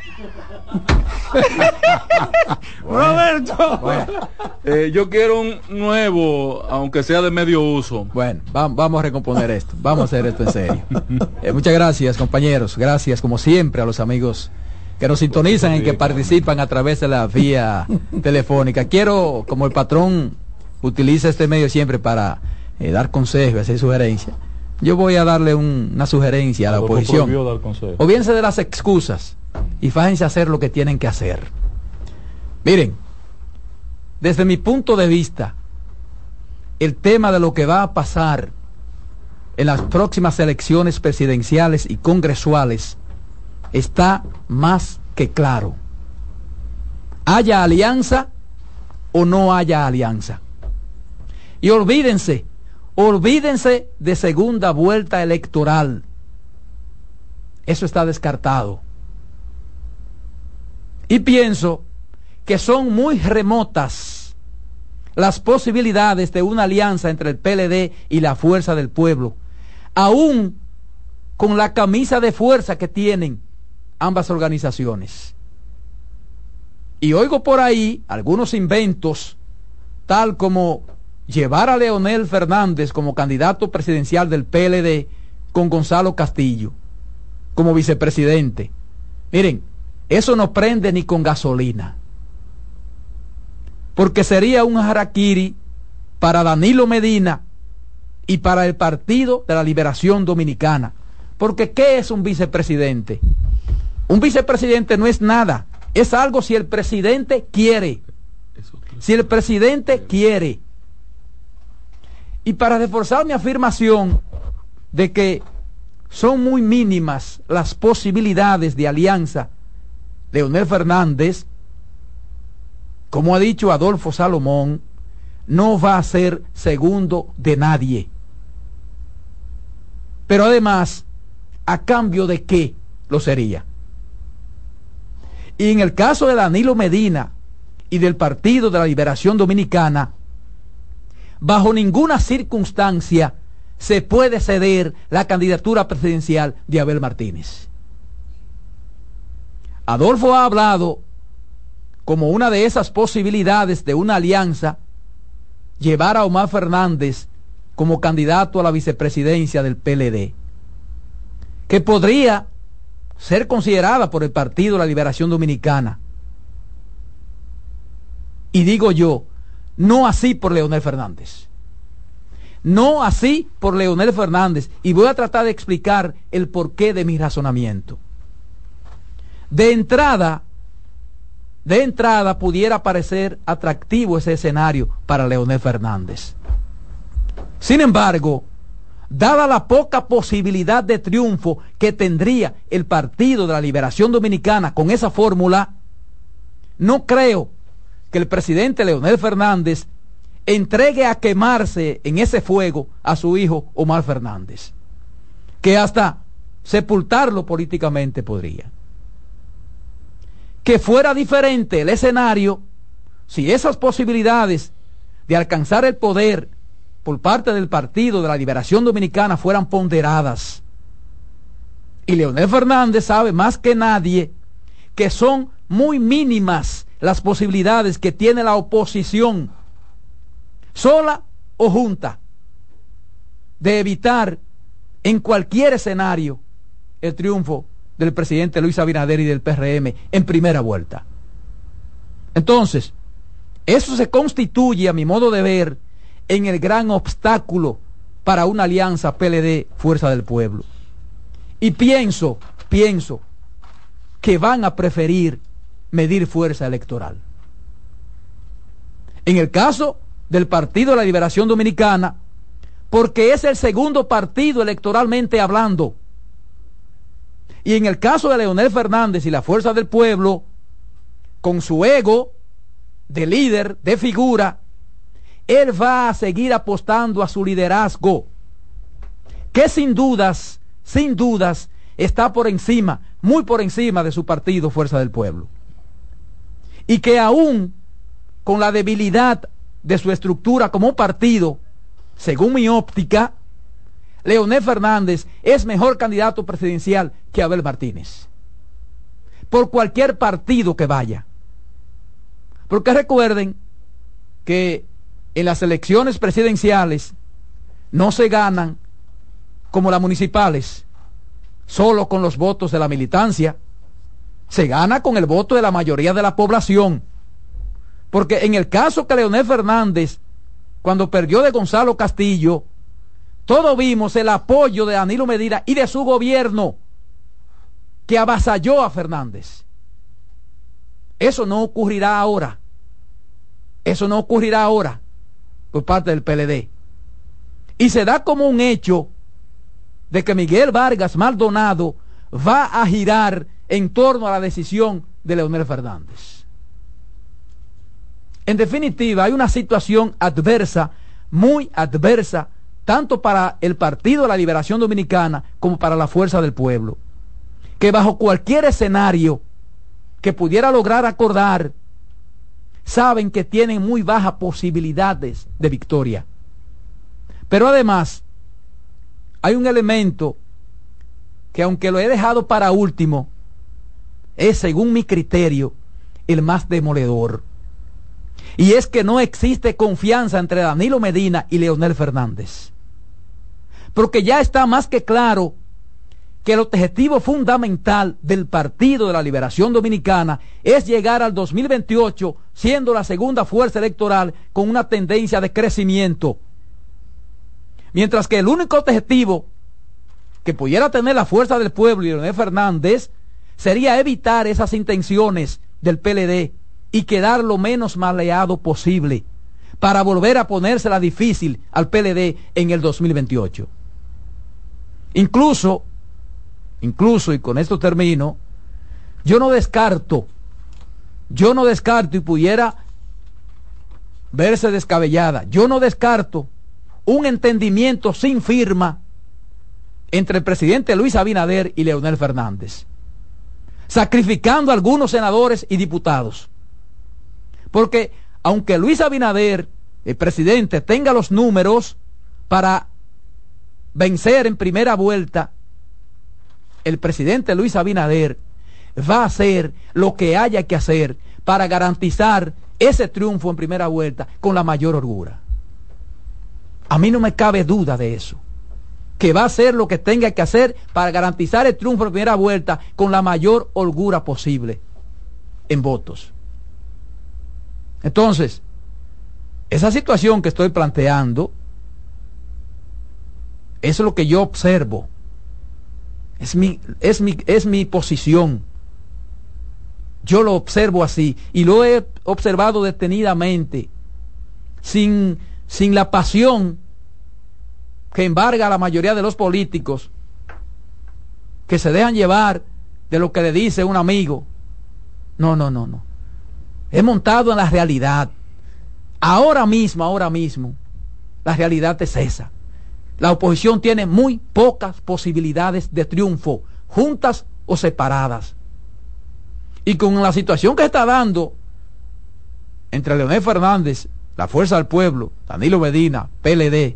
Roberto. Yo quiero un nuevo, aunque sea de medio uso. Bueno, vamos a recomponer esto. Vamos a hacer esto en serio. Muchas gracias, compañeros. Gracias, como siempre, a los amigos que nos sintonizan y que participan a través de la vía telefónica. Quiero, como el patrón utiliza este medio siempre para dar consejos, hacer sugerencias, yo voy a darle una sugerencia a la oposición. Olvídense de las excusas y fájense a hacer lo que tienen que hacer. Miren, desde mi punto de vista, el tema de lo que va a pasar en las próximas elecciones presidenciales y congresuales está más que claro. Haya alianza o no haya alianza. Y olvídense de segunda vuelta electoral. Eso está descartado. Y pienso que son muy remotas las posibilidades de una alianza entre el PLD y la Fuerza del Pueblo, aún con la camisa de fuerza que tienen ambas organizaciones. Y oigo por ahí algunos inventos, tal como llevar a Leonel Fernández como candidato presidencial del PLD con Gonzalo Castillo como vicepresidente. Miren, eso no prende ni con gasolina, porque sería un harakiri para Danilo Medina y para el Partido de la Liberación Dominicana. Porque ¿qué es un vicepresidente? Un vicepresidente no es nada, es algo si el presidente quiere. Si el presidente quiere. Y para reforzar mi afirmación de que son muy mínimas las posibilidades de alianza, Leonel Fernández, como ha dicho Adolfo Salomón, no va a ser segundo de nadie. Pero además, ¿a cambio de qué lo sería? Y en el caso de Danilo Medina y del Partido de la Liberación Dominicana, bajo ninguna circunstancia se puede ceder la candidatura presidencial de Abel Martínez. Adolfo ha hablado como una de esas posibilidades de una alianza, llevar a Omar Fernández como candidato a la vicepresidencia del PLD, que podría ser considerada por el Partido de la Liberación Dominicana. Y digo yo, no así por Leonel Fernández. No así por Leonel Fernández. Y voy a tratar de explicar el porqué de mi razonamiento. De entrada pudiera parecer atractivo ese escenario para Leonel Fernández. Sin embargo, dada la poca posibilidad de triunfo que tendría el Partido de la Liberación Dominicana con esa fórmula, no creo que el presidente Leonel Fernández entregue a quemarse en ese fuego a su hijo Omar Fernández, que hasta sepultarlo políticamente podría. Que fuera diferente el escenario si esas posibilidades de alcanzar el poder por parte del Partido de la Liberación Dominicana fueran ponderadas. Y Leonel Fernández sabe más que nadie que son muy mínimas las posibilidades que tiene la oposición, sola o junta, de evitar en cualquier escenario el triunfo del presidente Luis Abinader y del PRM en primera vuelta. Entonces, eso se constituye, a mi modo de ver, en el gran obstáculo para una alianza PLD Fuerza del Pueblo. Y pienso que van a preferir medir fuerza electoral. En el caso del Partido de la Liberación Dominicana, porque es el segundo partido electoralmente hablando. Y en el caso de Leonel Fernández y la Fuerza del Pueblo, con su ego de líder, de figura, él va a seguir apostando a su liderazgo, que sin dudas, está por encima, muy por encima de su partido Fuerza del Pueblo. Y que aún con la debilidad de su estructura como partido, según mi óptica, Leonel Fernández es mejor candidato presidencial que Abel Martínez, por cualquier partido que vaya. Porque recuerden que en las elecciones presidenciales no se ganan como las municipales, solo con los votos de la militancia. Se gana con el voto de la mayoría de la población. Porque en el caso que Leonel Fernández, cuando perdió de Gonzalo Castillo, todos vimos el apoyo de Danilo Medina y de su gobierno, que avasalló a Fernández. Eso no ocurrirá ahora. Eso no ocurrirá ahora por parte del PLD. Y se da como un hecho de que Miguel Vargas Maldonado va a girar en torno a la decisión de Leonel Fernández. En definitiva, hay una situación adversa, muy adversa, tanto para el Partido de la Liberación Dominicana como para la Fuerza del Pueblo, que bajo cualquier escenario que pudiera lograr acordar, saben que tienen muy bajas posibilidades de victoria. Pero además, hay un elemento que, aunque lo he dejado para último, es, según mi criterio, el más demoledor. Y es que no existe confianza entre Danilo Medina y Leonel Fernández. Porque ya está más que claro que el objetivo fundamental del Partido de la Liberación Dominicana es llegar al 2028 siendo la segunda fuerza electoral con una tendencia de crecimiento. Mientras que el único objetivo que pudiera tener la Fuerza del Pueblo y Leonel Fernández sería evitar esas intenciones del PLD y quedar lo menos maleado posible para volver a ponérsela difícil al PLD en el 2028. Incluso, y con esto termino, yo no descarto y pudiera verse descabellada, yo no descarto un entendimiento sin firma entre el presidente Luis Abinader y Leonel Fernández, sacrificando a algunos senadores y diputados. Porque aunque Luis Abinader, el presidente, tenga los números para vencer en primera vuelta, el presidente Luis Abinader va a hacer lo que haya que hacer para garantizar ese triunfo en primera vuelta con la mayor holgura. A mí no me cabe duda de eso, que va a hacer lo que tenga que hacer para garantizar el triunfo de primera vuelta con la mayor holgura posible en votos. Entonces, esa situación que estoy planteando, eso es lo que yo observo, es mi posición. Yo lo observo así y lo he observado detenidamente, sin la pasión que embarga a la mayoría de los políticos, que se dejan llevar de lo que le dice un amigo. No. He montado en la realidad. Ahora mismo, la realidad es esa. La oposición tiene muy pocas posibilidades de triunfo, juntas o separadas. Y con la situación que está dando entre Leonel Fernández, la Fuerza del Pueblo, Danilo Medina, PLD,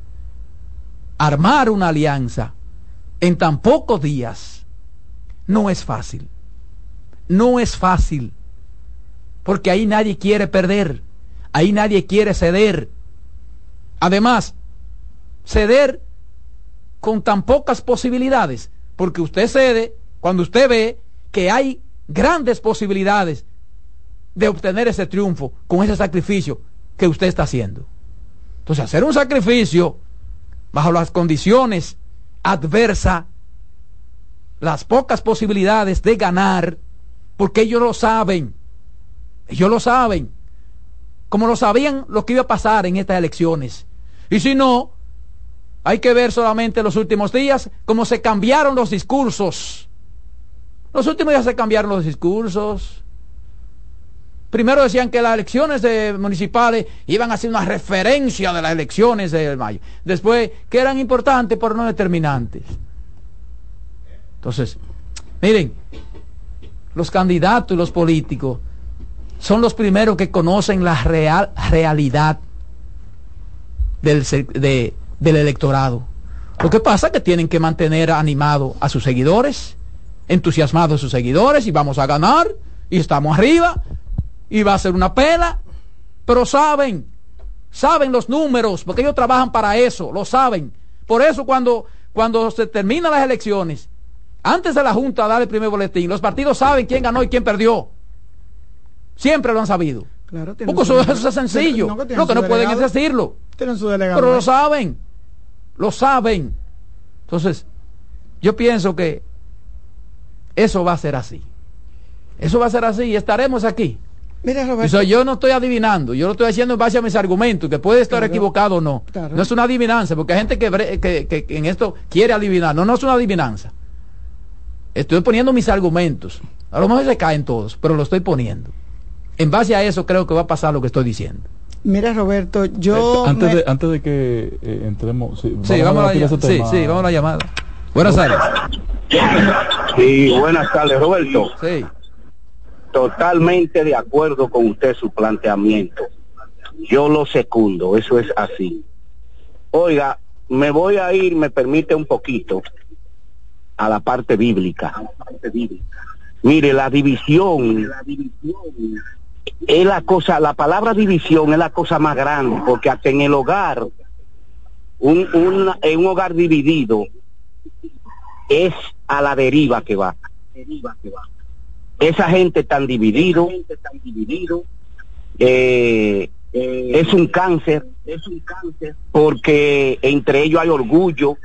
armar una alianza en tan pocos días no es fácil. No es fácil. Porque ahí nadie quiere perder. Ahí nadie quiere ceder. Además, ceder con tan pocas posibilidades, porque usted cede cuando usted ve que hay grandes posibilidades de obtener ese triunfo con ese sacrificio que usted está haciendo. Entonces, hacer un sacrificio bajo las condiciones adversas, las pocas posibilidades de ganar, porque ellos lo saben, como lo sabían lo que iba a pasar en estas elecciones. Y si no, hay que ver solamente los últimos días cómo se cambiaron los discursos. Los últimos días se cambiaron los discursos. Primero decían que las elecciones municipales iban a ser una referencia de las elecciones de mayo. Después que eran importantes pero no determinantes. Entonces, miren, los candidatos y los políticos son los primeros que conocen la realidad del electorado. Lo que pasa es que tienen que mantener animado a sus seguidores, entusiasmados a sus seguidores, y vamos a ganar, y estamos arriba, y va a ser una pela, pero saben los números, porque ellos trabajan para eso, lo saben. Por eso cuando se terminan las elecciones, antes de la Junta dar el primer boletín, los partidos saben quién ganó y quién perdió. Siempre lo han sabido. Claro, porque eso es sencillo. Lo que no pueden es decirlo. Tienen su delegado. Pero lo saben. Entonces, yo pienso que eso va a ser así. Eso va a ser así y estaremos aquí. Mira, Roberto, yo no estoy adivinando, yo lo estoy haciendo en base a mis argumentos, que puede estar equivocado o no. Claro. No es una adivinanza, porque hay gente que en esto quiere adivinar. No es una adivinanza. Estoy poniendo mis argumentos. A lo mejor se caen todos, pero lo estoy poniendo. En base a eso creo que va a pasar lo que estoy diciendo. Mira, Roberto, yo... Antes de que entremos... vamos a la llamada. Buenas tardes. Sí, buenas tardes, Roberto. Sí. Totalmente de acuerdo con usted su planteamiento. Yo lo secundo, eso es así. Oiga, me voy a ir, me permite un poquito, a la parte bíblica. Mire, la división es la cosa, la palabra división es la cosa más grande, porque hasta en el hogar, en un hogar dividido, es a la deriva que va. Esa gente tan dividido, es un cáncer, porque entre ellos hay orgullo,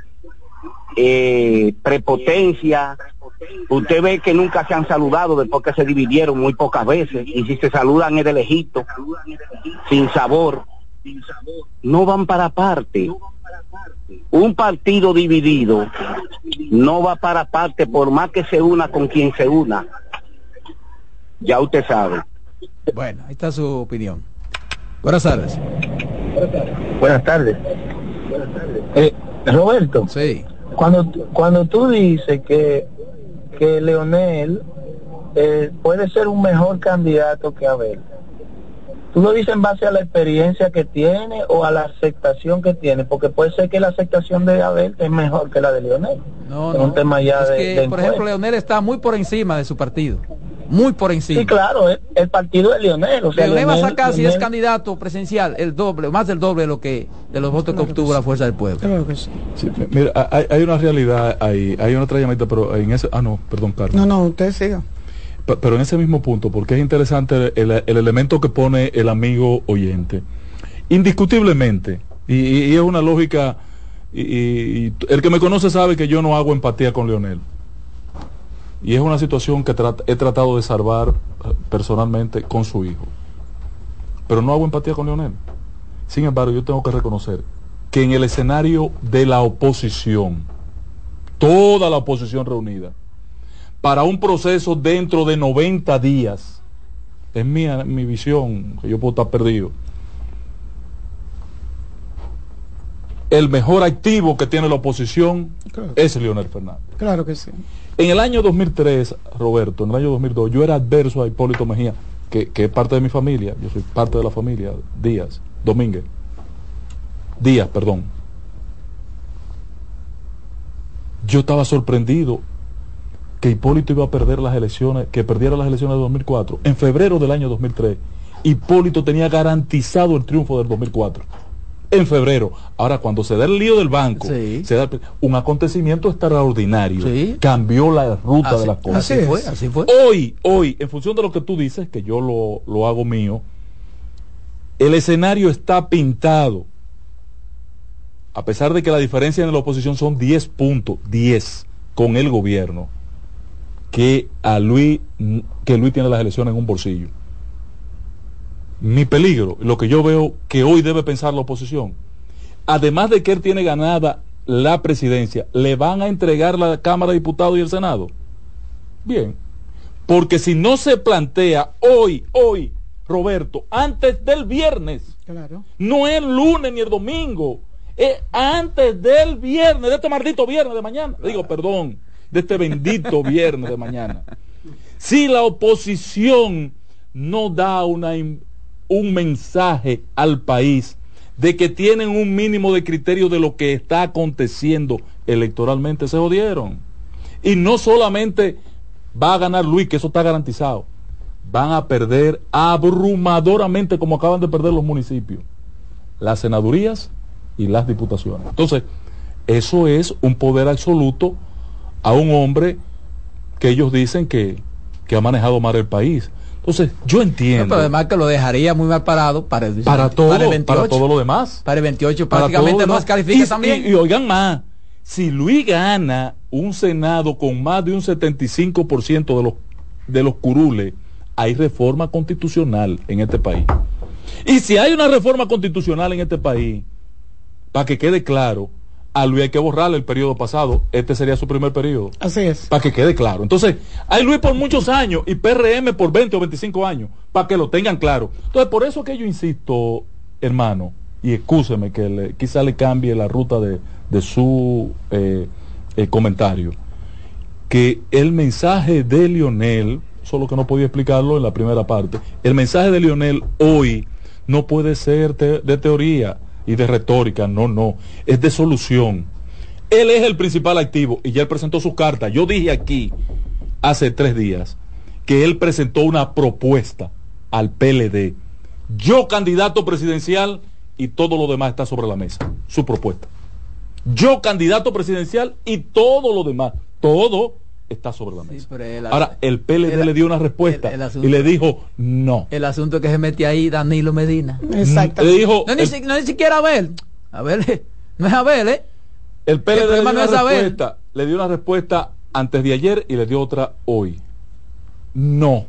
prepotencia. Usted ve que nunca se han saludado después que se dividieron muy pocas veces, y si se saludan es de lejito, sin sabor, no van para parte. Un partido dividido no va para parte por más que se una con quien se una. Ya usted sabe. Bueno, ahí está su opinión. Buenas tardes. Buenas tardes. Roberto. Sí. Cuando tú dices que Leonel puede ser un mejor candidato que Abel, ¿tú lo dices en base a la experiencia que tiene o a la aceptación que tiene? Porque puede ser que la aceptación de Abel es mejor que la de Leonel. No, un tema ya es que, por ejemplo, Leonel está muy por encima de su partido. muy por encima. Sí, claro, el partido de Leonel. O sea, Leonel va a sacar, Leonel, si es candidato presidencial, el doble, más del doble de los votos que obtuvo la Fuerza del Pueblo. Claro que sí. Sí, mira, hay una realidad ahí, hay una otra llamadita, pero en ese... no, perdón, Carlos. No, usted siga. Pero en ese mismo punto, porque es interesante el elemento que pone el amigo oyente. Indiscutiblemente, y es una lógica, y el que me conoce sabe que yo no hago empatía con Leonel. Y es una situación que he tratado de salvar personalmente con su hijo. Pero no hago empatía con Leonel. Sin embargo, yo tengo que reconocer que en el escenario de la oposición, toda la oposición reunida, para un proceso dentro de 90 días, es mi visión, que yo puedo estar perdido, el mejor activo que tiene la oposición es Leonel Fernández. Claro que sí. En el año 2003, Roberto, en el año 2002, yo era adverso a Hipólito Mejía, que es parte de mi familia, yo soy parte de la familia, Díaz. Yo estaba sorprendido que Hipólito iba a perder las elecciones, que perdiera las elecciones de 2004. En febrero del año 2003, Hipólito tenía garantizado el triunfo del 2004. En febrero. Ahora, cuando se da el lío del banco, se da un acontecimiento extraordinario. Cambió la ruta de las cosas. Así fue. Hoy, en función de lo que tú dices, que yo lo hago mío, el escenario está pintado. A pesar de que la diferencia en la oposición son 10 puntos, 10 con el gobierno, que Luis tiene las elecciones en un bolsillo. Mi peligro, lo que yo veo que hoy debe pensar la oposición, además de que él tiene ganada la presidencia, ¿le van a entregar la Cámara de Diputados y el Senado? Bien, porque si no se plantea hoy, Roberto, antes del viernes, no es el lunes ni el domingo, es antes del viernes, de este maldito viernes de mañana, de este bendito viernes de mañana. Si la oposición no da un mensaje al país de que tienen un mínimo de criterio de lo que está aconteciendo electoralmente, se jodieron. Y no solamente va a ganar Luis, que eso está garantizado, van a perder abrumadoramente, como acaban de perder los municipios, las senadurías y las diputaciones. Entonces, eso es un poder absoluto a un hombre que ellos dicen que ha manejado mal el país. Entonces, yo entiendo. Pero además que lo dejaría muy mal parado para el 28, para todo lo demás. Para el 28 prácticamente no descalifica también. Y oigan más, si Luis gana un Senado con más de un 75% de los curules, hay reforma constitucional en este país. Y si hay una reforma constitucional en este país, para que quede claro, a Luis hay que borrarle el periodo pasado. Este sería su primer periodo. Así es. Para que quede claro. Entonces, hay Luis por muchos años y PRM por 20 o 25 años, para que lo tengan claro. Entonces, por eso que yo insisto, hermano, y excúseme que quizá le cambie la ruta de su comentario, que el mensaje de Leonel, solo que no podía explicarlo en la primera parte, el mensaje de Leonel hoy no puede ser de teoría y de retórica, no, es de solución. Él es el principal activo y ya él presentó su carta. Yo dije aquí hace 3 días que él presentó una propuesta al PLD. Yo candidato presidencial y todo lo demás está sobre la mesa. Su propuesta. Yo candidato presidencial y todo lo demás, todo está sobre la mesa. Sí, ahora, el PLD le dio una respuesta y le dijo no. El asunto que se mete ahí Danilo Medina. Exacto. Le dijo, no ni siquiera Abel, no es Abel, El PLD le dio una respuesta antes de ayer y le dio otra hoy. No.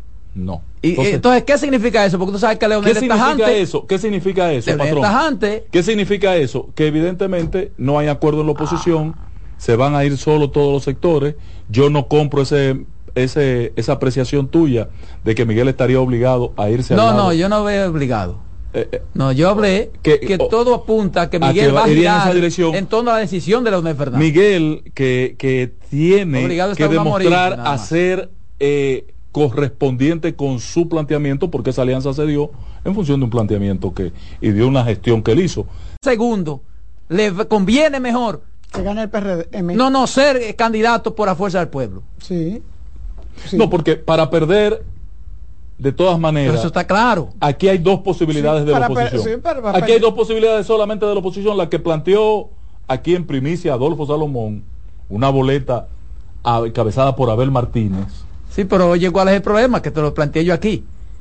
Y entonces, ¿qué significa eso? Porque tú sabes que Leonel es tajante. ¿Qué significa eso, patrón? ¿Qué significa eso? Que evidentemente no hay acuerdo en la oposición, se van a ir solo todos los sectores. Yo no compro esa apreciación tuya de que Miguel estaría obligado a irse al lado. No, yo no veo obligado. No, yo hablé que todo apunta a que Miguel va a girar en torno a la decisión de Leonel Fernández. Miguel que tiene que demostrar a ser correspondiente con su planteamiento, porque esa alianza se dio en función de un planteamiento y de una gestión que él hizo. Segundo, le conviene mejor que gane el PRD. No, ser candidato por la fuerza del pueblo. Sí. Sí. No, porque para perder, de todas maneras, pero eso está claro. Aquí hay dos posibilidades de la oposición. Aquí hay dos posibilidades solamente de la oposición, la que planteó aquí en primicia Adolfo Salomón, una boleta encabezada por Abel Martínez. Sí, pero oye, ¿cuál es el problema? Que te lo planteé yo aquí.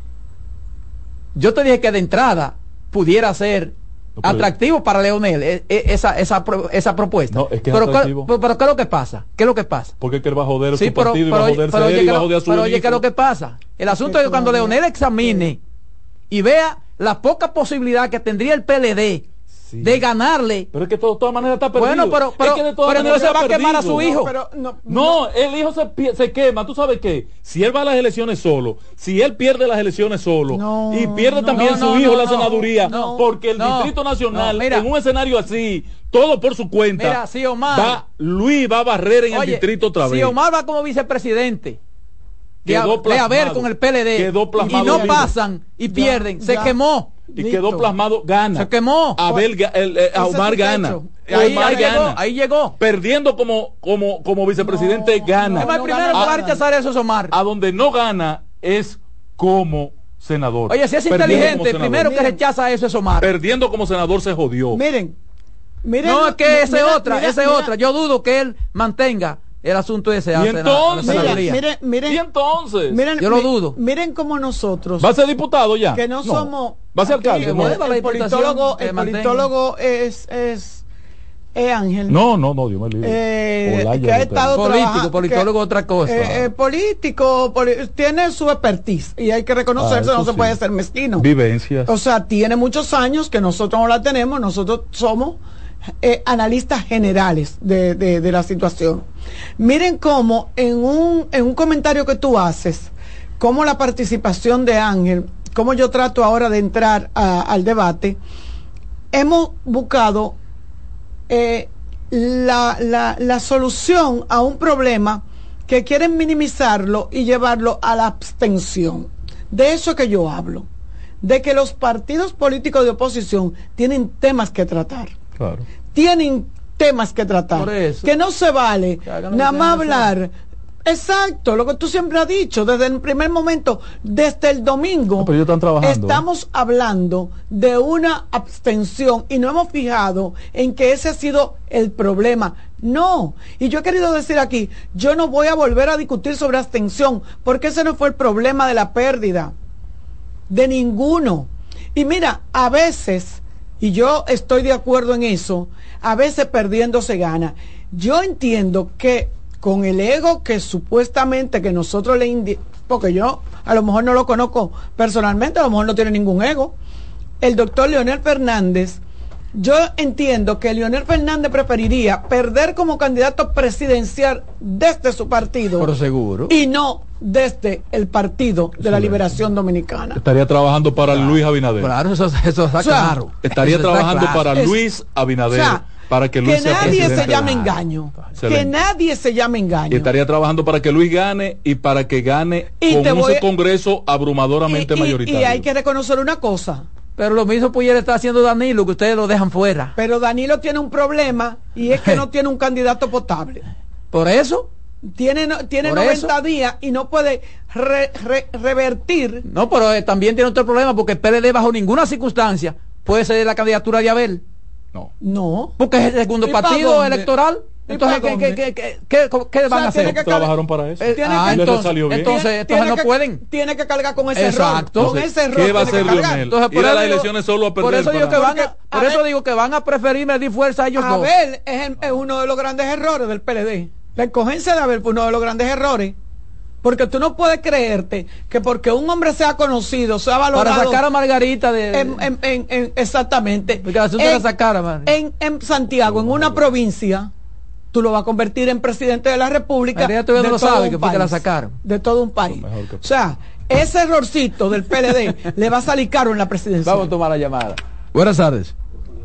Yo te dije que de entrada pudiera ser atractivo para Leonel esa propuesta. No, es que pero, es atractivo. Pero ¿qué es lo que pasa? ¿Qué es lo que pasa? Porque es que él va a joder sí, su partido y va a joderse él y va a joder a su Pero oye, ¿qué es lo que pasa? El asunto es que cuando Leonel examine y vea la poca posibilidad que tendría el PLD de ganarle. Pero es que de todas maneras está perdido. Bueno, pero es que de todas no se va a quemar perdido. a su hijo. No, el hijo se quema. ¿Tú sabes qué? Si él va a las elecciones solo, si él pierde las elecciones solo y pierde también su hijo la senaduría, porque el Distrito Nacional, en un escenario así, todo por su cuenta, mira, si Omar, Luis va a barrer en el distrito otra vez. Si Omar va como vicepresidente de haber con el PLD y no pasan y pierden, se quemó. Y quedó plasmado, gana. Se quemó. Omar gana. Ahí llegó. Perdiendo como vicepresidente, gana. El primero que va a rechazar eso es Omar. A donde no gana es como senador. Oye, si es inteligente, el primero que rechaza eso es Omar. Perdiendo como senador se jodió. Miren. No, es que esa es otra. Yo dudo que él mantenga el asunto ese. Y entonces, miren, y entonces, yo lo dudo. Miren como nosotros. ¿Va a ser diputado ya? Que no somos. ¿Va a ser alcalde? El politólogo es Ángel. No, Dios me libre. Que ha estado politólogo otra cosa. Político, tiene su expertise y hay que reconocerse, no se puede ser mezquino. Vivencias. O sea, tiene muchos años que nosotros no la tenemos, nosotros somos analistas generales de la situación. Miren cómo en un comentario que tú haces, cómo la participación de Ángel, cómo yo trato ahora de entrar al debate, hemos buscado la solución a un problema que quieren minimizarlo y llevarlo a la abstención. De eso es que yo hablo, de que los partidos políticos de oposición tienen temas que tratar. Claro. Tienen temas que tratar. Por eso. Que no se vale nada más hablar. Exacto, lo que tú siempre has dicho desde el primer momento, desde el domingo. Pero ellos están trabajando. Estamos hablando de una abstención y no hemos fijado en que ese ha sido el problema. No, y yo he querido decir aquí, yo no voy a volver a discutir sobre abstención, porque ese no fue el problema de la pérdida, de ninguno. Y mira, a veces, y yo estoy de acuerdo en eso, a veces perdiendo se gana. Yo entiendo que con el ego que supuestamente que nosotros porque yo a lo mejor no lo conozco personalmente, a lo mejor no tiene ningún ego, el doctor Leonel Fernández, yo entiendo que Leonel Fernández preferiría perder como candidato presidencial desde su partido, por seguro, y no desde el Partido de la Liberación Dominicana. Estaría trabajando para Luis Abinader. Claro, eso está claro. Estaría trabajando para Luis Abinader. Para que Luis sea nadie se llame engaño. Que nadie se llame engaño. Y estaría trabajando para que Luis gane y para que gane con un Congreso abrumadoramente mayoritario. Y hay que reconocer una cosa. Pero lo mismo pudiera estar haciendo Danilo, que ustedes lo dejan fuera. Pero Danilo tiene un problema y es que no tiene un candidato potable. ¿Por eso? Tiene 90 días y no puede revertir. No, pero también tiene otro problema, porque el PLD bajo ninguna circunstancia puede ser la candidatura de Abel. No. Porque es el segundo partido electoral. Entonces, ¿qué van a hacer? Trabajaron para eso. Entonces no pueden. Tiene que cargar con ese error. Con ese error. ¿Qué va a hacer Leonel? Entonces, ir a las elecciones solo a perder. Por eso digo que van a preferir medir fuerza a ellos dos. Abel es uno de los grandes errores del PLD. La escogencia de Abel fue uno de los grandes errores. Porque tú no puedes creerte que porque un hombre sea conocido, sea valorado. Para sacar a Margarita exactamente. Porque el asunto era sacar a en Santiago, en una provincia, tú lo vas a convertir en presidente de la República. Margarita todavía no lo sabe, que fue que la sacaron. De todo un país. O sea, ese errorcito del PLD le va a salir caro en la presidencia. Vamos a tomar la llamada. Buenas tardes.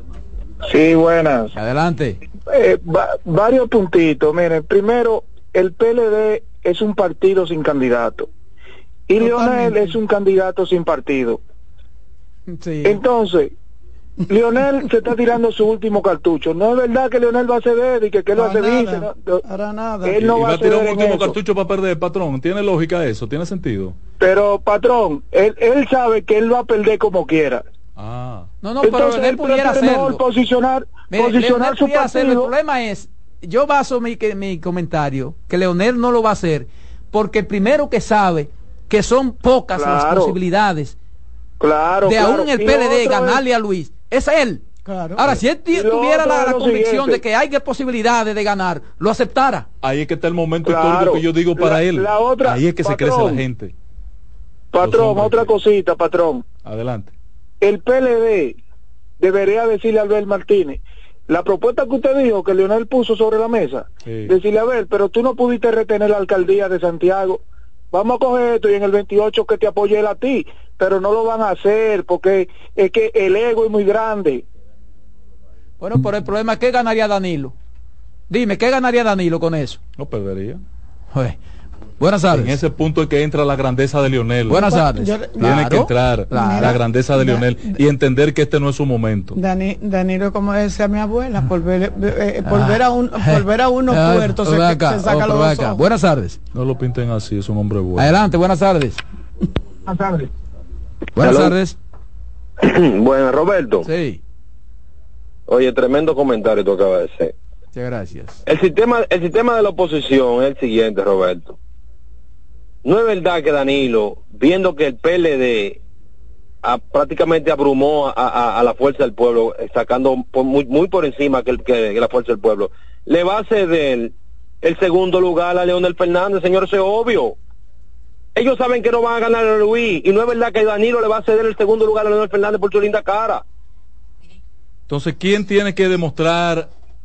Sí, buenas. Adelante. Varios puntitos. Miren, primero, el PLD es un partido sin candidato y Leonel es un candidato sin partido. Sí. Entonces, Leonel se está tirando su último cartucho. No es verdad que Leonel va a ceder y que él va a ceder. Para nada. Él no y va a tirar un ceder en último eso. cartucho para perder, patrón. ¿Tiene lógica eso? ¿Tiene sentido? Pero, patrón, él sabe que él va a perder como quiera. Ah. No, pero Entonces, Leonel pudiera hacerlo. Posicionar Leonel su pudiera hacerlo. El partido. problema es, yo baso mi comentario, que Leonel no lo va a hacer, porque el primero que sabe que son pocas las posibilidades de aún en el PLD ganarle a Luis, es él. Claro. Ahora, si él tuviera la convicción de que hay posibilidades de ganar, lo aceptara. Ahí es que está el momento histórico que yo digo para él. Ahí es que se crece la gente. Patrón, otra cosita, patrón. Adelante. El PLD debería decirle a Albert Martínez, la propuesta que usted dijo que Leonel puso sobre la mesa, decirle a ver, pero tú no pudiste retener la alcaldía de Santiago, vamos a coger esto y en el 28 que te apoye él a ti, pero no lo van a hacer porque es que el ego es muy grande. Bueno, pero el problema es que ganaría Danilo. Dime, ¿qué ganaría Danilo con eso? No perdería. Buenas tardes. En ese punto es que entra la grandeza de Leonel. Buenas tardes. Tiene que entrar la grandeza de Leonel y entender que este no es su momento. Danilo, como decía mi abuela, por ver a uno puerto se saca los ojos. Buenas tardes. No lo pinten así, es un hombre bueno. Adelante, buenas tardes. Buenas tardes. Buenas tardes. Bueno, Roberto. Sí. Oye, tremendo comentario tú acabas de hacer. Muchas gracias. El sistema de la oposición es el siguiente, Roberto. No es verdad que Danilo, viendo que el PLD prácticamente abrumó a la fuerza del pueblo, sacando muy por encima que la fuerza del pueblo, le va a ceder el segundo lugar a Leonel Fernández, señor, eso es obvio. Ellos saben que no van a ganar a Luis, y no es verdad que Danilo le va a ceder el segundo lugar a Leonel Fernández por su linda cara. Entonces, ¿quién tiene que demostrar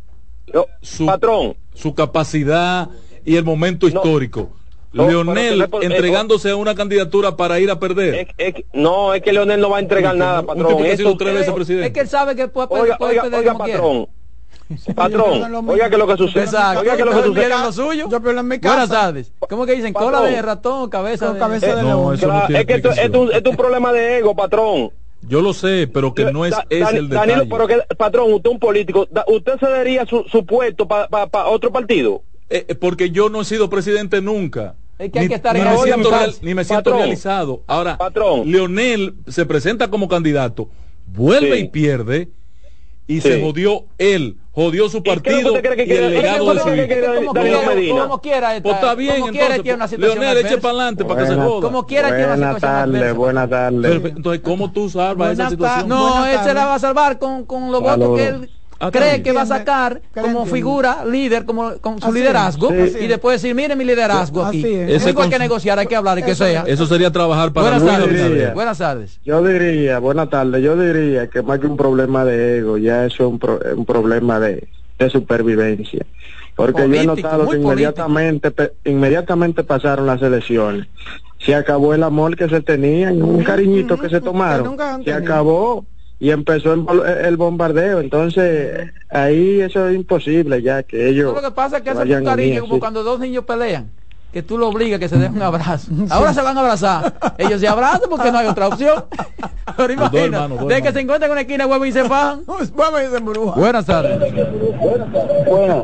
su capacidad y el momento histórico? Leonel entregándose a una candidatura para ir a perder. Es que Leonel no va a entregar nada, patrón. Un tipo que ha sido 3 veces presidente. Es que él sabe que puede oiga, patrón. Patrón, oiga que lo que sucede. Exacto. Oiga que lo que sucede. Lo suyo. Yo pierdo en mi casa. Buenas tardes. ¿Cómo que dicen? Patrón. Cola de ratón, cabeza de león. Es que esto es un problema de ego, patrón. Yo lo sé, pero que no es ese el detalle. Danilo, pero que, patrón, usted es un político. ¿Usted cedería su puesto para otro partido? Porque yo no he sido presidente nunca. Es que hay que estar en ni me siento realizado. Ahora, Leonel se presenta como candidato, vuelve y pierde, y se jodió él, jodió su partido y el legado de su hijo. Como quiera, pues está bien, entonces, Leonel, eche para adelante para que se joda. Como quiera, tiene una situación buenas tardes. Entonces, ¿cómo tú salvas esa situación? No, él se la va a salvar con los votos que él cree que va a sacar como figura líder, con su liderazgo, y después decir, mire mi liderazgo aquí. No hay que negociar, hay que hablar y que sea. Eso sería trabajar para Buenas tardes. Yo diría que más que un problema de ego, ya eso es un problema de supervivencia. Porque yo he notado que inmediatamente pasaron las elecciones. Se acabó el amor que se tenían, un cariñito que se tomaron. Se acabó. Y empezó el bombardeo, entonces ahí eso es imposible ya que ellos. Lo que pasa es que hace un cariño como cuando dos niños pelean, que tú lo obligas que se den un abrazo. Ahora se van a abrazar, ellos se abrazan porque no hay otra opción. Pero imagina, de que se encuentran en una esquina huevo y se fajan. Buenas tardes. Bueno,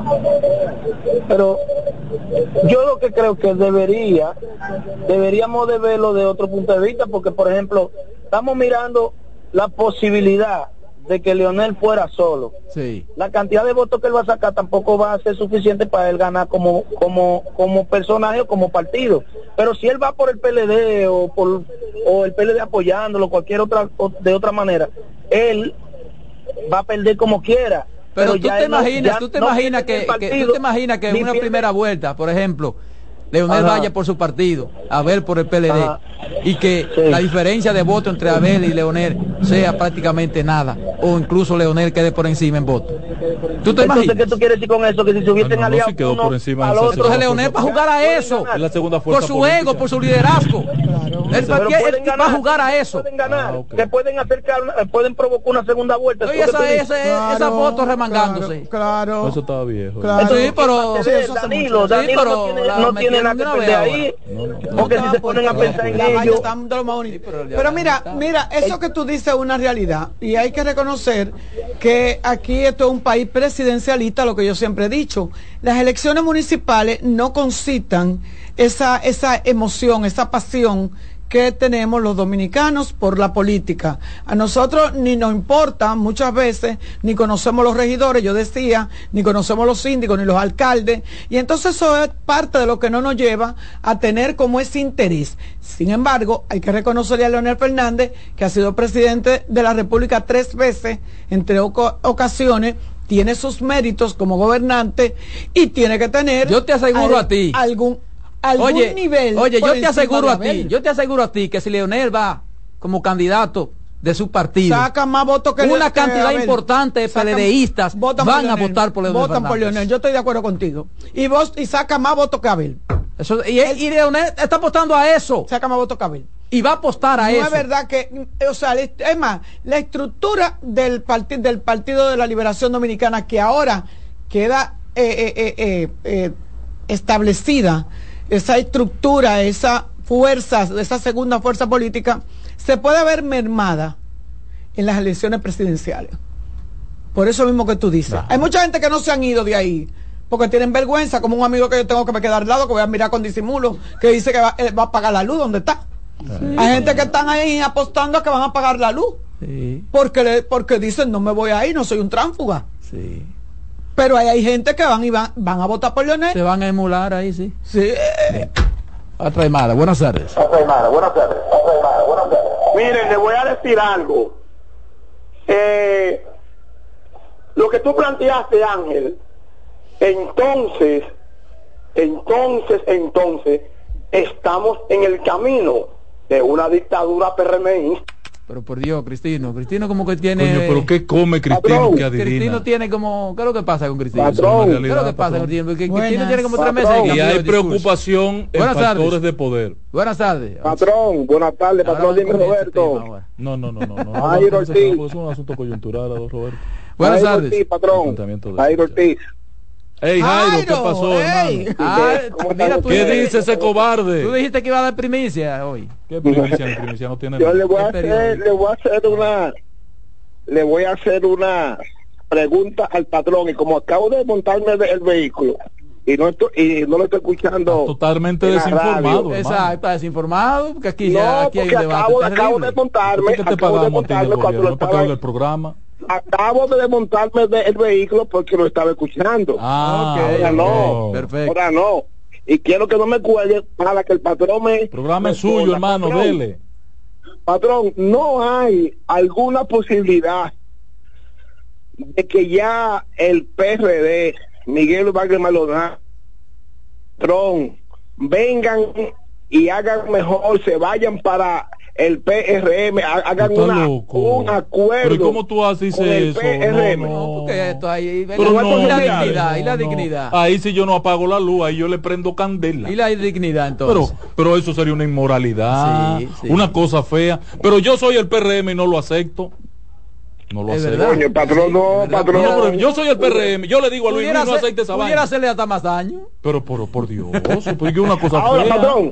pero yo lo que creo que deberíamos de verlo de otro punto de vista, porque por ejemplo estamos mirando la posibilidad de que Leonel fuera solo. Sí. La cantidad de votos que él va a sacar tampoco va a ser suficiente para él ganar como personaje o como partido. Pero si él va por el PLD o el PLD apoyándolo, de otra manera, él va a perder como quiera. Pero tú te imaginas que en una primera vuelta, por ejemplo, Leonel vaya por su partido, Abel por el PLD, y que la diferencia de voto entre Abel y Leonel sea prácticamente nada, o incluso Leonel quede por encima en voto. ¿Tú te imaginas? ¿Qué tú quieres decir con eso? Que si se hubiesen aliado uno al otro. Entonces Leonel para jugar a eso, es la segunda por su ego, por su liderazgo. va a jugar a eso. Pueden ganar, se pueden acercar, pueden provocar una segunda vuelta. Oye, esa foto remangándose. Claro. Eso estaba viejo. Claro. Sí, pero Danilo no tiene nada que perder ahí. Porque si se ponen a pensar en ello. Pero mira, eso que tú dices es una realidad. Y hay que reconocer que aquí esto es un país presidencialista, lo que yo siempre he dicho. Las elecciones municipales no concitan esa emoción, esa pasión que tenemos los dominicanos por la política. A nosotros ni nos importa muchas veces, ni conocemos los regidores, yo decía, ni conocemos los síndicos, ni los alcaldes, y entonces eso es parte de lo que no nos lleva a tener como ese interés. Sin embargo, hay que reconocerle a Leonel Fernández, que ha sido presidente de la República 3 veces, entre ocasiones, tiene sus méritos como gobernante y tiene que tener, yo te aseguro a ti, algún nivel. Oye, yo te aseguro a ti que si Leonel va como candidato de su partido, saca más votos que una cantidad importante de PLDistas van a votar por Leonel. Votan por Leonel, yo estoy de acuerdo contigo. Y saca más votos que Abel. Eso, y Leonel está apostando a eso. Saca más votos que Abel. Y va a apostar a eso. No es verdad que, o sea, es más, la estructura del Partido de la Liberación Dominicana, que ahora queda establecida, esa estructura, esa fuerza, esa segunda fuerza política, se puede ver mermada en las elecciones presidenciales. Por eso mismo que tú dices. Hay mucha gente que no se han ido de ahí, porque tienen vergüenza, como un amigo que yo tengo que me queda al lado, que voy a mirar con disimulo, que dice que va a pagar la luz donde está. Hay gente que están ahí apostando a que van a pagar la luz, porque dicen, no me voy a ir, no soy un tránsfuga. Pero hay gente que van a votar por Leonel. Se van a emular ahí, sí. Sí. Otra llamada, buenas tardes. Miren, le voy a decir algo. Lo que tú planteaste, Ángel, entonces, estamos en el camino de una dictadura PRMista. Pero por Dios, Cristino como que tiene... Coño, pero ¿qué come Cristino que adivina? Cristino tiene como... ¿Qué es lo que pasa con Cristino? ¿Qué es lo que pasa con Cristino? Porque Cristino tiene como 3 meses de y hay preocupación en factores de poder. Buenas tardes. Patrón, buenas tardes, patrón, dime Roberto. No. Jairo Ortiz. Es un asunto coyuntural, Roberto. Buenas tardes. Ortiz, patrón. Jairo Ortiz. Ey, Jairo, ¿qué pasó, hermano? ¿Qué dice ese cobarde? Tú dijiste que iba a dar primicia hoy. ¿Qué primicia? Mi primicia no tiene nada. Yo le voy a hacer una pregunta al patrón, y como acabo de montarme del vehículo y no lo estoy escuchando. Totalmente desinformado. Exacto, está desinformado, porque aquí hay un debate. Acabo de montarme. ¿Qué te pagamos cuando lo estaba en el programa? Acabo de desmontarme del vehículo porque lo estaba escuchando. Ahora no. Perfecto. Ahora no. Y quiero que no me cuelgue para que el patrón me... El programa es suyo, hermano, dele. Patrón, ¿no hay alguna posibilidad de que ya el PRD, Miguel Vargas Maldonado, patrón, vengan y hagan mejor, se vayan para el PRM, hagan un acuerdo? ¿Pero cómo tú haces eso? No, porque esto ahí... y la dignidad. Ahí si yo no apago la luz, ahí yo le prendo candela. Y la dignidad, entonces. Pero eso sería una inmoralidad, una cosa fea. Pero yo soy el PRM y no lo acepto. No lo acepto. Coño, patrón, patrón. Yo soy el PRM, yo le digo a Luis, no acepte esa vaina. Pudiera hacerle hasta más daño. Pero por Dios, porque una cosa ahora, fea.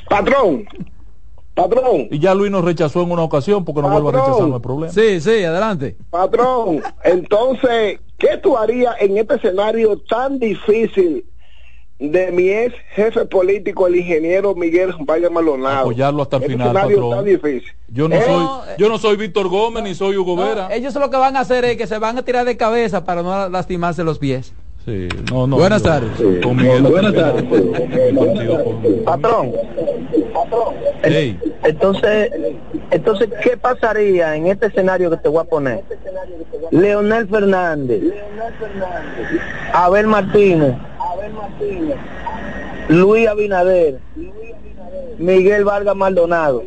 Patrón. Y ya Luis nos rechazó en una ocasión, porque no vuelve a rechazar, no hay problema. Sí, adelante. Patrón, entonces, ¿qué tú harías en este escenario tan difícil de mi ex jefe político, el ingeniero Miguel Vargas Maldonado? Apoyarlo hasta el final, patrón. Tan difícil. Yo no soy Víctor Gómez ni soy Hugo Vera. Ellos lo que van a hacer es que se van a tirar de cabeza para no lastimarse los pies. Sí, buenas tardes. Con Miguel, buenas tardes. Patrón. Hey. Entonces, ¿qué pasaría en este escenario que te voy a poner? Leonel Fernández, Abel Martínez, Luis Abinader, Miguel Vargas Maldonado.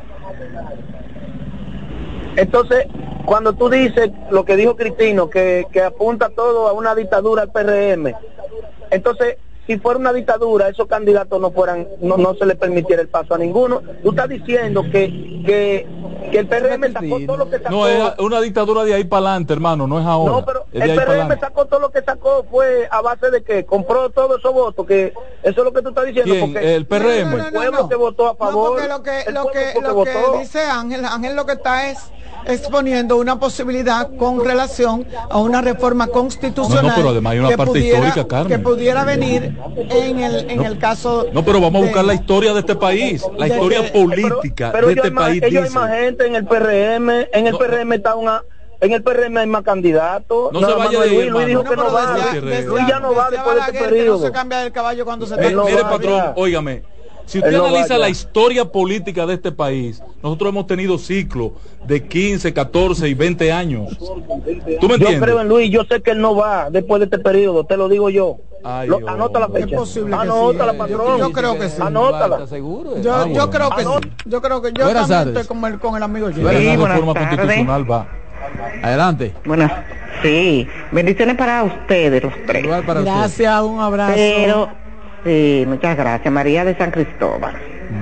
Entonces, cuando tú dices lo que dijo Cristino, que apunta todo a una dictadura al PRM, entonces si fuera una dictadura, esos candidatos no se les permitiera el paso a ninguno. Tú estás diciendo que el PRM sacó todo lo que sacó. No, es una dictadura de ahí para adelante, hermano, no es ahora. No, pero el PRM sacó todo lo que sacó, fue a base de que compró todos esos votos, que eso es lo que tú estás diciendo. ¿Quién? Porque El PRM. El pueblo que votó a favor. No, porque lo que dice Ángel lo que está es exponiendo una posibilidad con relación a una reforma constitucional. No, pero además hay una parte histórica, Carmen. Que pudiera venir en el caso. No, pero vamos a buscar la historia de este país, la historia política de este país. Hay más gente en el PRM, en el PRM está en el PRM hay más candidatos. No se vaya de ahí, Luis dijo que no va. Luis ya no va después de este periodo. No se cambia el caballo cuando se mire, patrón, óigame. Si usted analiza la historia política de este país, nosotros hemos tenido ciclos de 15, 14 y 20 años. ¿Tú me entiendes? Yo creo en Luis, yo sé que él no va después de este periodo, te lo digo yo. Anota la fecha. Anótala, patrón. Yo creo que sí. Anótala. Yo creo que sí. Yo creo que yo también estoy con el amigo Gil. Sí, buenas tardes. Adelante. Buenas. Sí, bendiciones para ustedes los tres. Gracias, un abrazo. Pero sí, muchas gracias. María de San Cristóbal.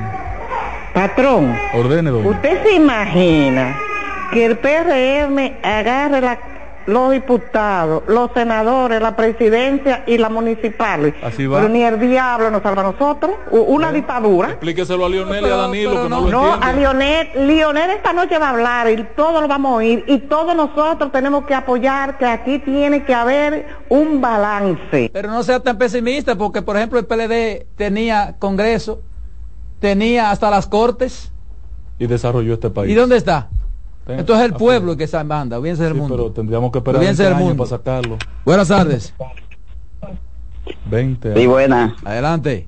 Patrón, ordene, ¿usted se imagina que el PRM agarre los diputados, los senadores, la presidencia y la municipal? Así va. Pero ni el diablo nos salva a nosotros. Una dictadura. Explíqueselo a Lionel y a Danilo, que no lo No, entienden. a Lionel esta noche va a hablar y todos lo vamos a oír y todos nosotros tenemos que apoyar que aquí tiene que haber un balance. Pero no sea tan pesimista, porque por ejemplo el PLD tenía Congreso, tenía hasta las Cortes. Y desarrolló este país. ¿Y dónde está? Entonces el pueblo que se manda, bien ser el mundo. Pero tendríamos que esperar 20 años para sacarlo. Buenas tardes. 20 años. Sí, buenas. Adelante.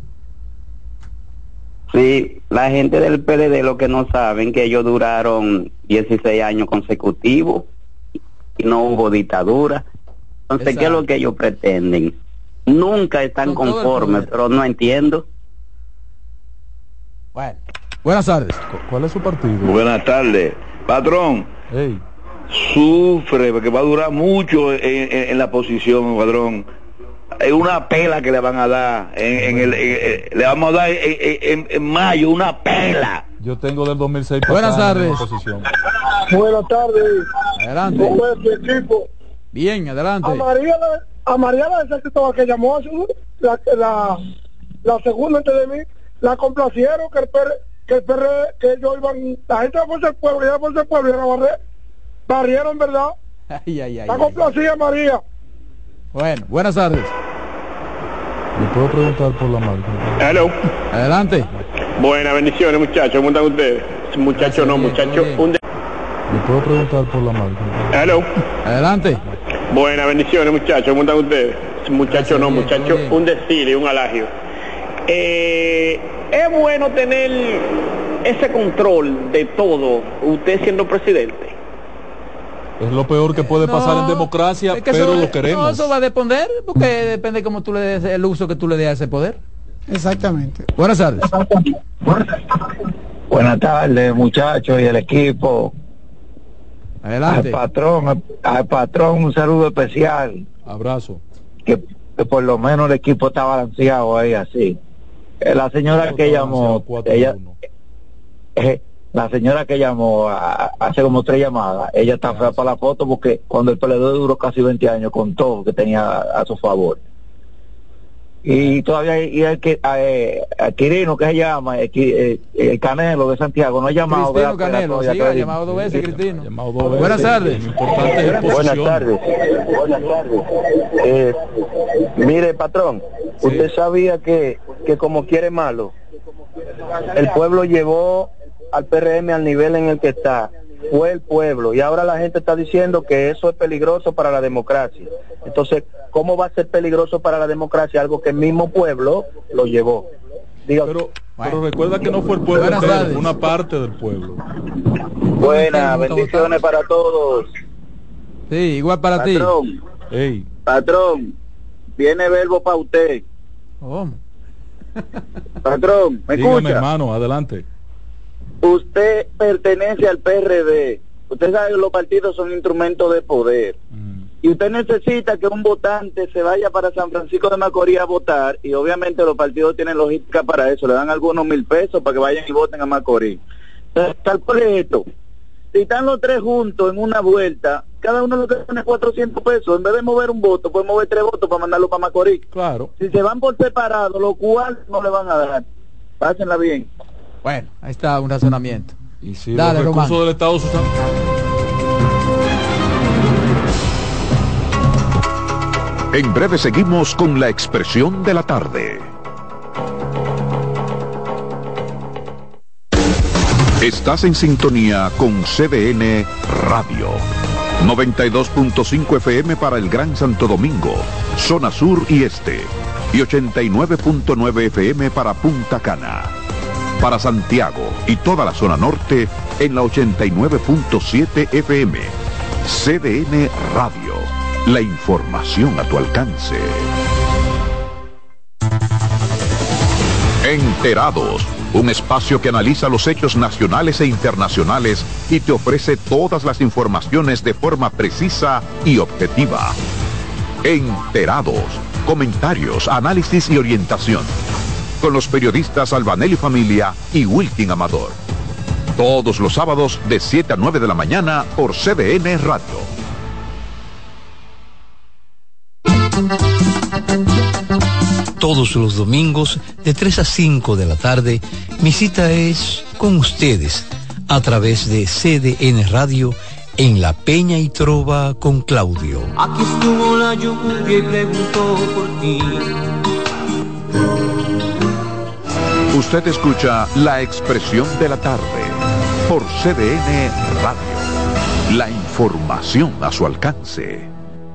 Sí, la gente del PLD lo que no saben que ellos duraron 16 años consecutivos y no hubo dictadura. Entonces, ¿qué es lo que ellos pretenden? Nunca están conformes, pero no entiendo. Bueno, buenas tardes. ¿Cuál es su partido? Buenas tardes. Patrón, sufre porque va a durar mucho en la posición, padrón. Es una pela que le van a dar le vamos a dar en mayo una pela. Yo tengo del 2006. Buenas tardes. Buenas tardes. Adelante. ¿Cómo es tu equipo? Bien, adelante. A María la de San Cristóbal que llamó la segunda antes de mí, la complacieron que ellos iban, la gente de Fuerza del Pueblo, ya de Fuerza del Pueblo, barrieron, ¿verdad? La complacía María. Bueno, buenas tardes. ¿Me puedo preguntar por la marca? Hello. Adelante. Buenas bendiciones, muchachos. ¿Cómo están ustedes? Muchachos no, muchachos. ¿Me puedo preguntar por la marca? Hello. Adelante. Buenas bendiciones, muchachos. ¿Cómo están ustedes? Muchachos no, muchachos. Un decir y un alagio. Es bueno tener ese control de todo, usted siendo presidente. Es lo peor que puede pasar en democracia, pero lo queremos. No, eso va a depender, porque depende cómo tú le des el uso que tú le des a ese poder. Exactamente. Buenas tardes. Buenas tardes, muchachos y el equipo. Adelante. Al patrón un saludo especial. Abrazo. Que por lo menos el equipo está balanceado ahí así. La señora que llamó, la señora que llamó hace como 3 llamadas, ella está fea para la foto porque cuando el PLD duró casi 20 años con todo que tenía a su favor. Y todavía el Quirino que se llama, el Canelo de Santiago, no ha llamado. Cristino Canelo, sí, ha llamado 2 veces, Cristino. Buenas tardes. Buenas tardes. Mire, patrón, usted sabía que como quiere malo, el pueblo llevó al PRM al nivel en el que está. Fue el pueblo y ahora la gente está diciendo que eso es peligroso para la democracia. Entonces, ¿cómo va a ser peligroso para la democracia algo que el mismo pueblo lo llevó? Pero recuerda que no fue el pueblo entero, fue una parte del pueblo. Buenas, bendiciones para todos. Sí, igual para patrón, ti. Patrón, viene verbo para usted. ¿Cómo? Patrón, ¿me Dígame, escucha? hermano, adelante. Usted pertenece al PRD. Usted sabe que los partidos son instrumentos de poder. y usted necesita que un votante se vaya para San Francisco de Macorís a votar, y obviamente los partidos tienen logística para eso, le dan algunos 1,000 pesos para que vayan y voten a Macorís. Entonces, tal por esto, si están los tres juntos en una vuelta, cada uno lo que pone 400 pesos, en vez de mover un voto, puede mover 3 votos para mandarlo para Macorís. Claro. Si se van por separado, lo cual no le van a dar. Pásenla bien. Bueno, ahí está un razonamiento. Y si dale, los recursos Román. del Estado se usan... En breve seguimos con la expresión de la tarde. Estás en sintonía con CDN Radio. 92.5 FM para el Gran Santo Domingo, zona sur y este. Y 89.9 FM para Punta Cana. Para Santiago y toda la zona norte en la 89.7 FM. CDN Radio. La información a tu alcance. Enterados, un espacio que analiza los hechos nacionales e internacionales y te ofrece todas las informaciones de forma precisa y objetiva. Enterados, comentarios, análisis y orientación. Con los periodistas Albanelli Familia y Wilkin Amador. Todos los sábados de 7 a 9 de la mañana por CDN Radio. Todos los domingos de 3 a 5 de la tarde, mi cita es con ustedes a través de CDN Radio en La Peña y Trova con Claudio. Aquí estuvo la lluvia y preguntó por ti. Usted escucha La Expresión de la Tarde por CDN Radio. La información a su alcance.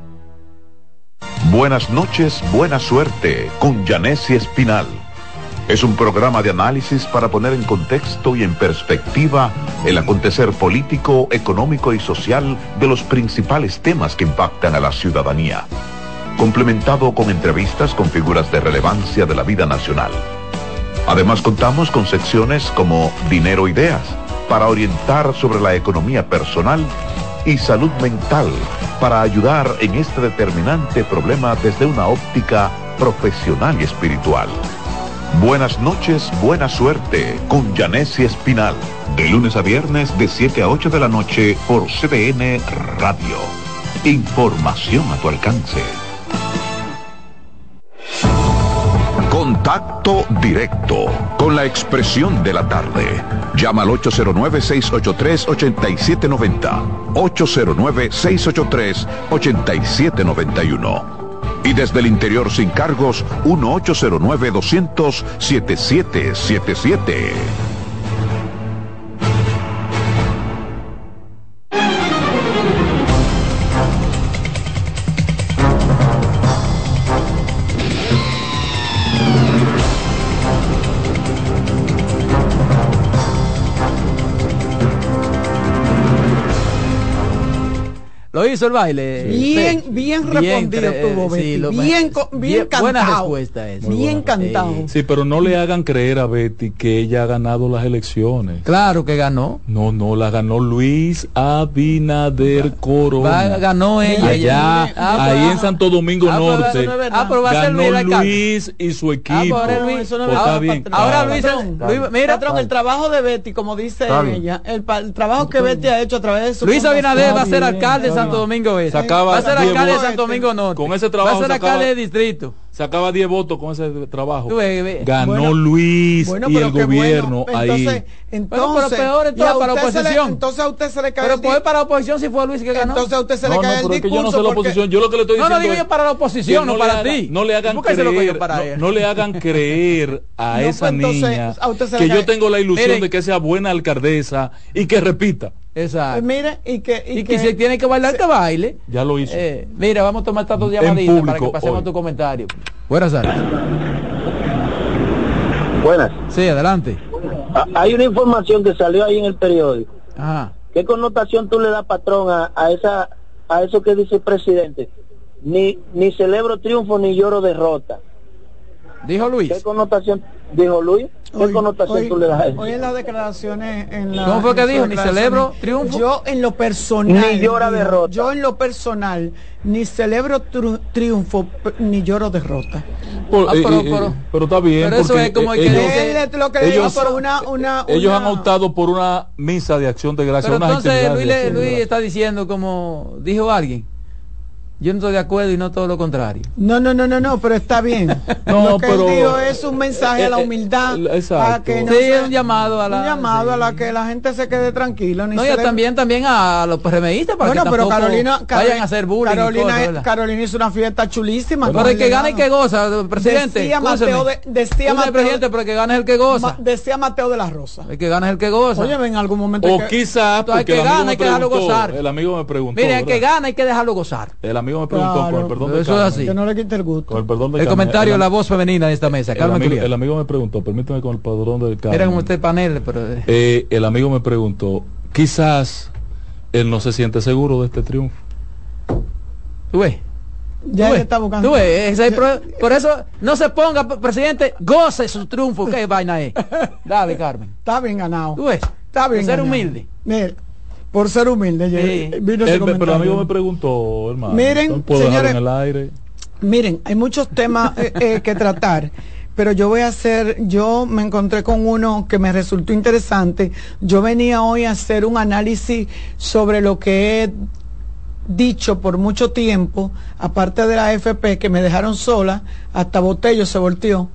Buenas noches, buena suerte con Yanessi Espinal. Es un programa de análisis para poner en contexto y en perspectiva el acontecer político, económico y social de los principales temas que impactan a la ciudadanía. Complementado con entrevistas con figuras de relevancia de la vida nacional. Además contamos con secciones como Dinero Ideas, para orientar sobre la economía personal, y Salud Mental, para ayudar en este determinante problema desde una óptica profesional y espiritual. Buenas noches, buena suerte con Yanessi Espinal, de lunes a viernes de 7 a 8 de la noche por CDN Radio. Información a tu alcance. Contacto directo con la expresión de la tarde. Llama al 809-683-8790, 809-683-8791. Y desde el interior sin cargos, 1-809-200-7777. Lo hizo el baile. Bien respondido tuvo Betty. Sí, bien cantado. Buena respuesta esa. Bien cantado. Sí, pero no le hagan creer a Betty que ella ha ganado las elecciones. Claro que ganó. No, la ganó Luis Abinader Corona. Ganó ella. Allá, ahí en Santo Domingo Norte. Pero va a ser ganó Luis y su equipo. Ahora Luis, mira, patrón, el trabajo de Betty, como dice ella, el trabajo que Betty ha hecho a través de su Luis Abinader va a ser alcalde de Santo Domingo Este. Va a ser alcalde de Santo Domingo Norte. Con ese trabajo va a ser alcalde de distrito. Sacaba 10 votos con ese trabajo. Ganó Luis y el gobierno ahí. Entonces, pero peor entonces para la oposición. Entonces a usted se le cae. Pero peor para la oposición si fue Luis que ganó. Entonces a usted se le cae el discurso. Yo no sé la oposición. Yo lo que le estoy diciendo. No digo yo para la oposición, no para ti. No le hagan creer. No le hagan creer a esa niña que yo tengo la ilusión de que sea buena alcaldesa y que repita. Exacto. Mire, y que si tiene que bailar, que baile. Ya lo hizo. Mira, vamos a tomar estas dos llamaditas para que pasemos tu comentario. Buenas tardes. Buenas. Sí, adelante. Hay una información que salió ahí en el periódico. Ajá. ¿Qué connotación tú le das, patrón, a eso que dice el presidente? Ni celebro triunfo ni lloro derrota. Dijo Luis. ¿Qué connotación dijo Luis? ¿Qué connotación tú le das a eso? Hoy en las declaraciones ¿Cómo fue que dijo? Ni celebro triunfo. Yo en lo personal. Ni llora derrota. Yo en lo personal ni celebro triunfo ni lloro derrota. Pero está bien. Pero eso es como el que dice, ellos han optado por una misa de acción de gracia. Pero entonces Luis está diciendo, como dijo alguien, yo no estoy de acuerdo y no todo lo contrario. No, pero está bien. Lo que él dijo es un mensaje a la humildad. Exacto. Que no un llamado a la que la gente se quede tranquila. No, y también a los PRMistas para que tampoco vayan a hacer bullying. Carolina hizo una fiesta chulísima. Pero el que gana y que goza, presidente. Decía Mateo presidente, pero el que gana es el que goza. Decía Mateo de la Rosa. El que gana es el que goza. Oye, en algún momento. O quizás porque hay que dejarlo gozar. El amigo me preguntó. Mire, el que gana hay que dejarlo gozar. El amigo me preguntó, con el perdón de Carmen, eso es así. Que no le quite el gusto. Con el perdón de el Carmen, comentario de la voz femenina de esta mesa, Carmen Culiar. El amigo me preguntó, permítame con el perdón de Carmen. Era como usted panel, pero... el amigo me preguntó, quizás él no se siente seguro de este triunfo. ¿Tú ves? Ya está buscando. ¿Tú ves? Por eso no se ponga, presidente, goce su triunfo. ¿Qué vaina es? Dale, Carmen. Está bien ganado. ¿Tú ves? Está bien ser ganado. Mire, por ser humilde. Sí. Pero el amigo me preguntó, hermano. Miren, ¿puedo señores, dejar en el aire? Miren, hay muchos temas que tratar, pero yo me encontré con uno que me resultó interesante. Yo venía hoy a hacer un análisis sobre lo que he dicho por mucho tiempo, aparte de la AFP, que me dejaron sola, hasta Botello se volteó.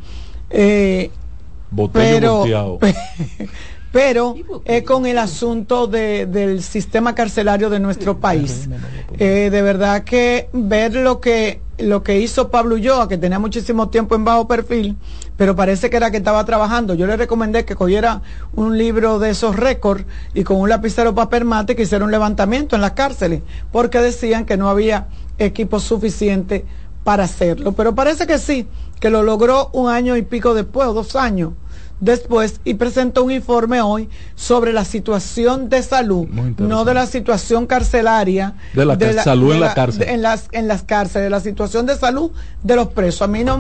Botello volteado. Pero es con el asunto del sistema carcelario de nuestro país. De verdad que ver lo que hizo Pablo Ulloa, que tenía muchísimo tiempo en bajo perfil, pero parece que era que estaba trabajando. Yo le recomendé que cogiera un libro de esos récords y con un lapicero papel mate que hiciera un levantamiento en las cárceles, porque decían que no había equipo suficiente para hacerlo. Pero parece que sí, que lo logró 1 año y pico después, o 2 años después, y presentó un informe hoy sobre la situación de salud, no de la situación carcelaria, de la salud en la cárcel, en las cárceles, de la situación de salud de los presos. A mí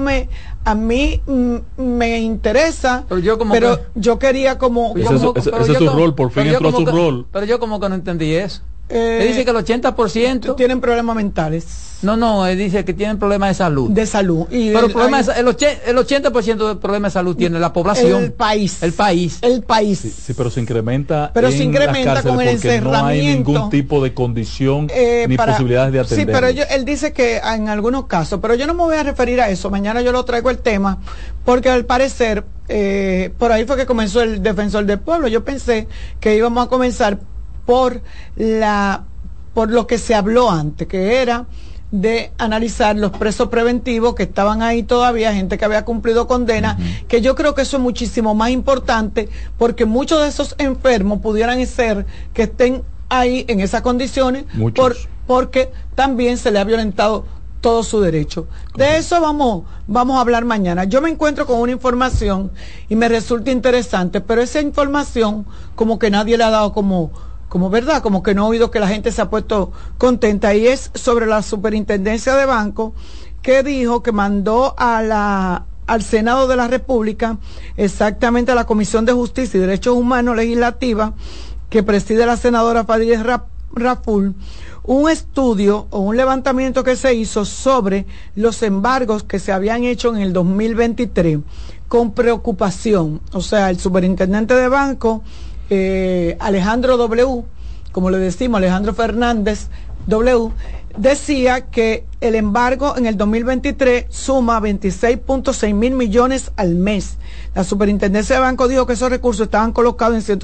me interesa, pero yo quería como ese es su rol, por fin entró a su rol. Pero yo como que no entendí eso. Él dice que el 80% tienen problemas mentales. No, él dice que tienen problemas de salud. De salud. Pero el 80% del problema de salud tiene la población. El país. Sí, pero se incrementa. Pero se incrementa con el encerramiento. No hay ningún tipo de condición ni posibilidades de atender. Sí, pero él dice que en algunos casos, pero yo no me voy a referir a eso. Mañana yo lo traigo el tema, porque al parecer, por ahí fue que comenzó el Defensor del Pueblo. Yo pensé que íbamos a comenzar por lo que se habló antes, que era de analizar los presos preventivos que estaban ahí todavía, gente que había cumplido condena, que yo creo que eso es muchísimo más importante, porque muchos de esos enfermos pudieran ser que estén ahí en esas condiciones, porque también se le ha violentado todo su derecho. De eso vamos a hablar mañana. Yo me encuentro con una información y me resulta interesante, pero esa información como que nadie le ha dado como verdad, como que no he oído que la gente se ha puesto contenta, y es sobre la Superintendencia de Banco, que dijo que mandó al Senado de la República, exactamente a la Comisión de Justicia y Derechos Humanos Legislativa, que preside la senadora Fadilles Raful, un estudio o un levantamiento que se hizo sobre los embargos que se habían hecho en el 2023 con preocupación. O sea, el superintendente de banco, Alejandro W., como le decimos, Alejandro Fernández W., decía que el embargo en el 2023 suma 26.6 mil millones al mes. La Superintendencia de Banco dijo que esos recursos estaban colocados en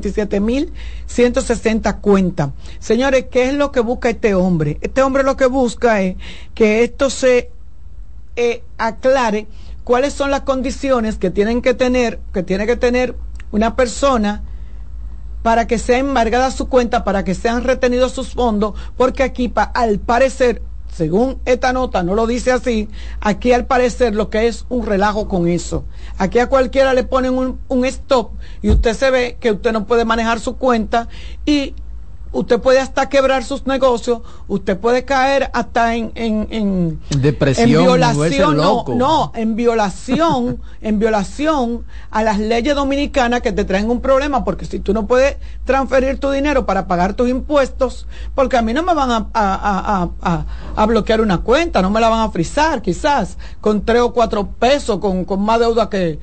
157.160 cuentas. Señores, ¿qué es lo que busca este hombre? Este hombre lo que busca es que esto se aclare cuáles son las condiciones que tiene que tener una persona para que sea embargada su cuenta, para que sean retenidos sus fondos, porque aquí al parecer, según esta nota, no lo dice así, aquí al parecer lo que es un relajo con eso. Aquí a cualquiera le ponen un stop y usted se ve que usted no puede manejar su cuenta, y usted puede hasta quebrar sus negocios, usted puede caer hasta en depresión, en violación, en violación a las leyes dominicanas que te traen un problema, porque si tú no puedes transferir tu dinero para pagar tus impuestos, porque a mí no me van a bloquear una cuenta, no me la van a frizar quizás con 3 o 4 pesos, con más deuda que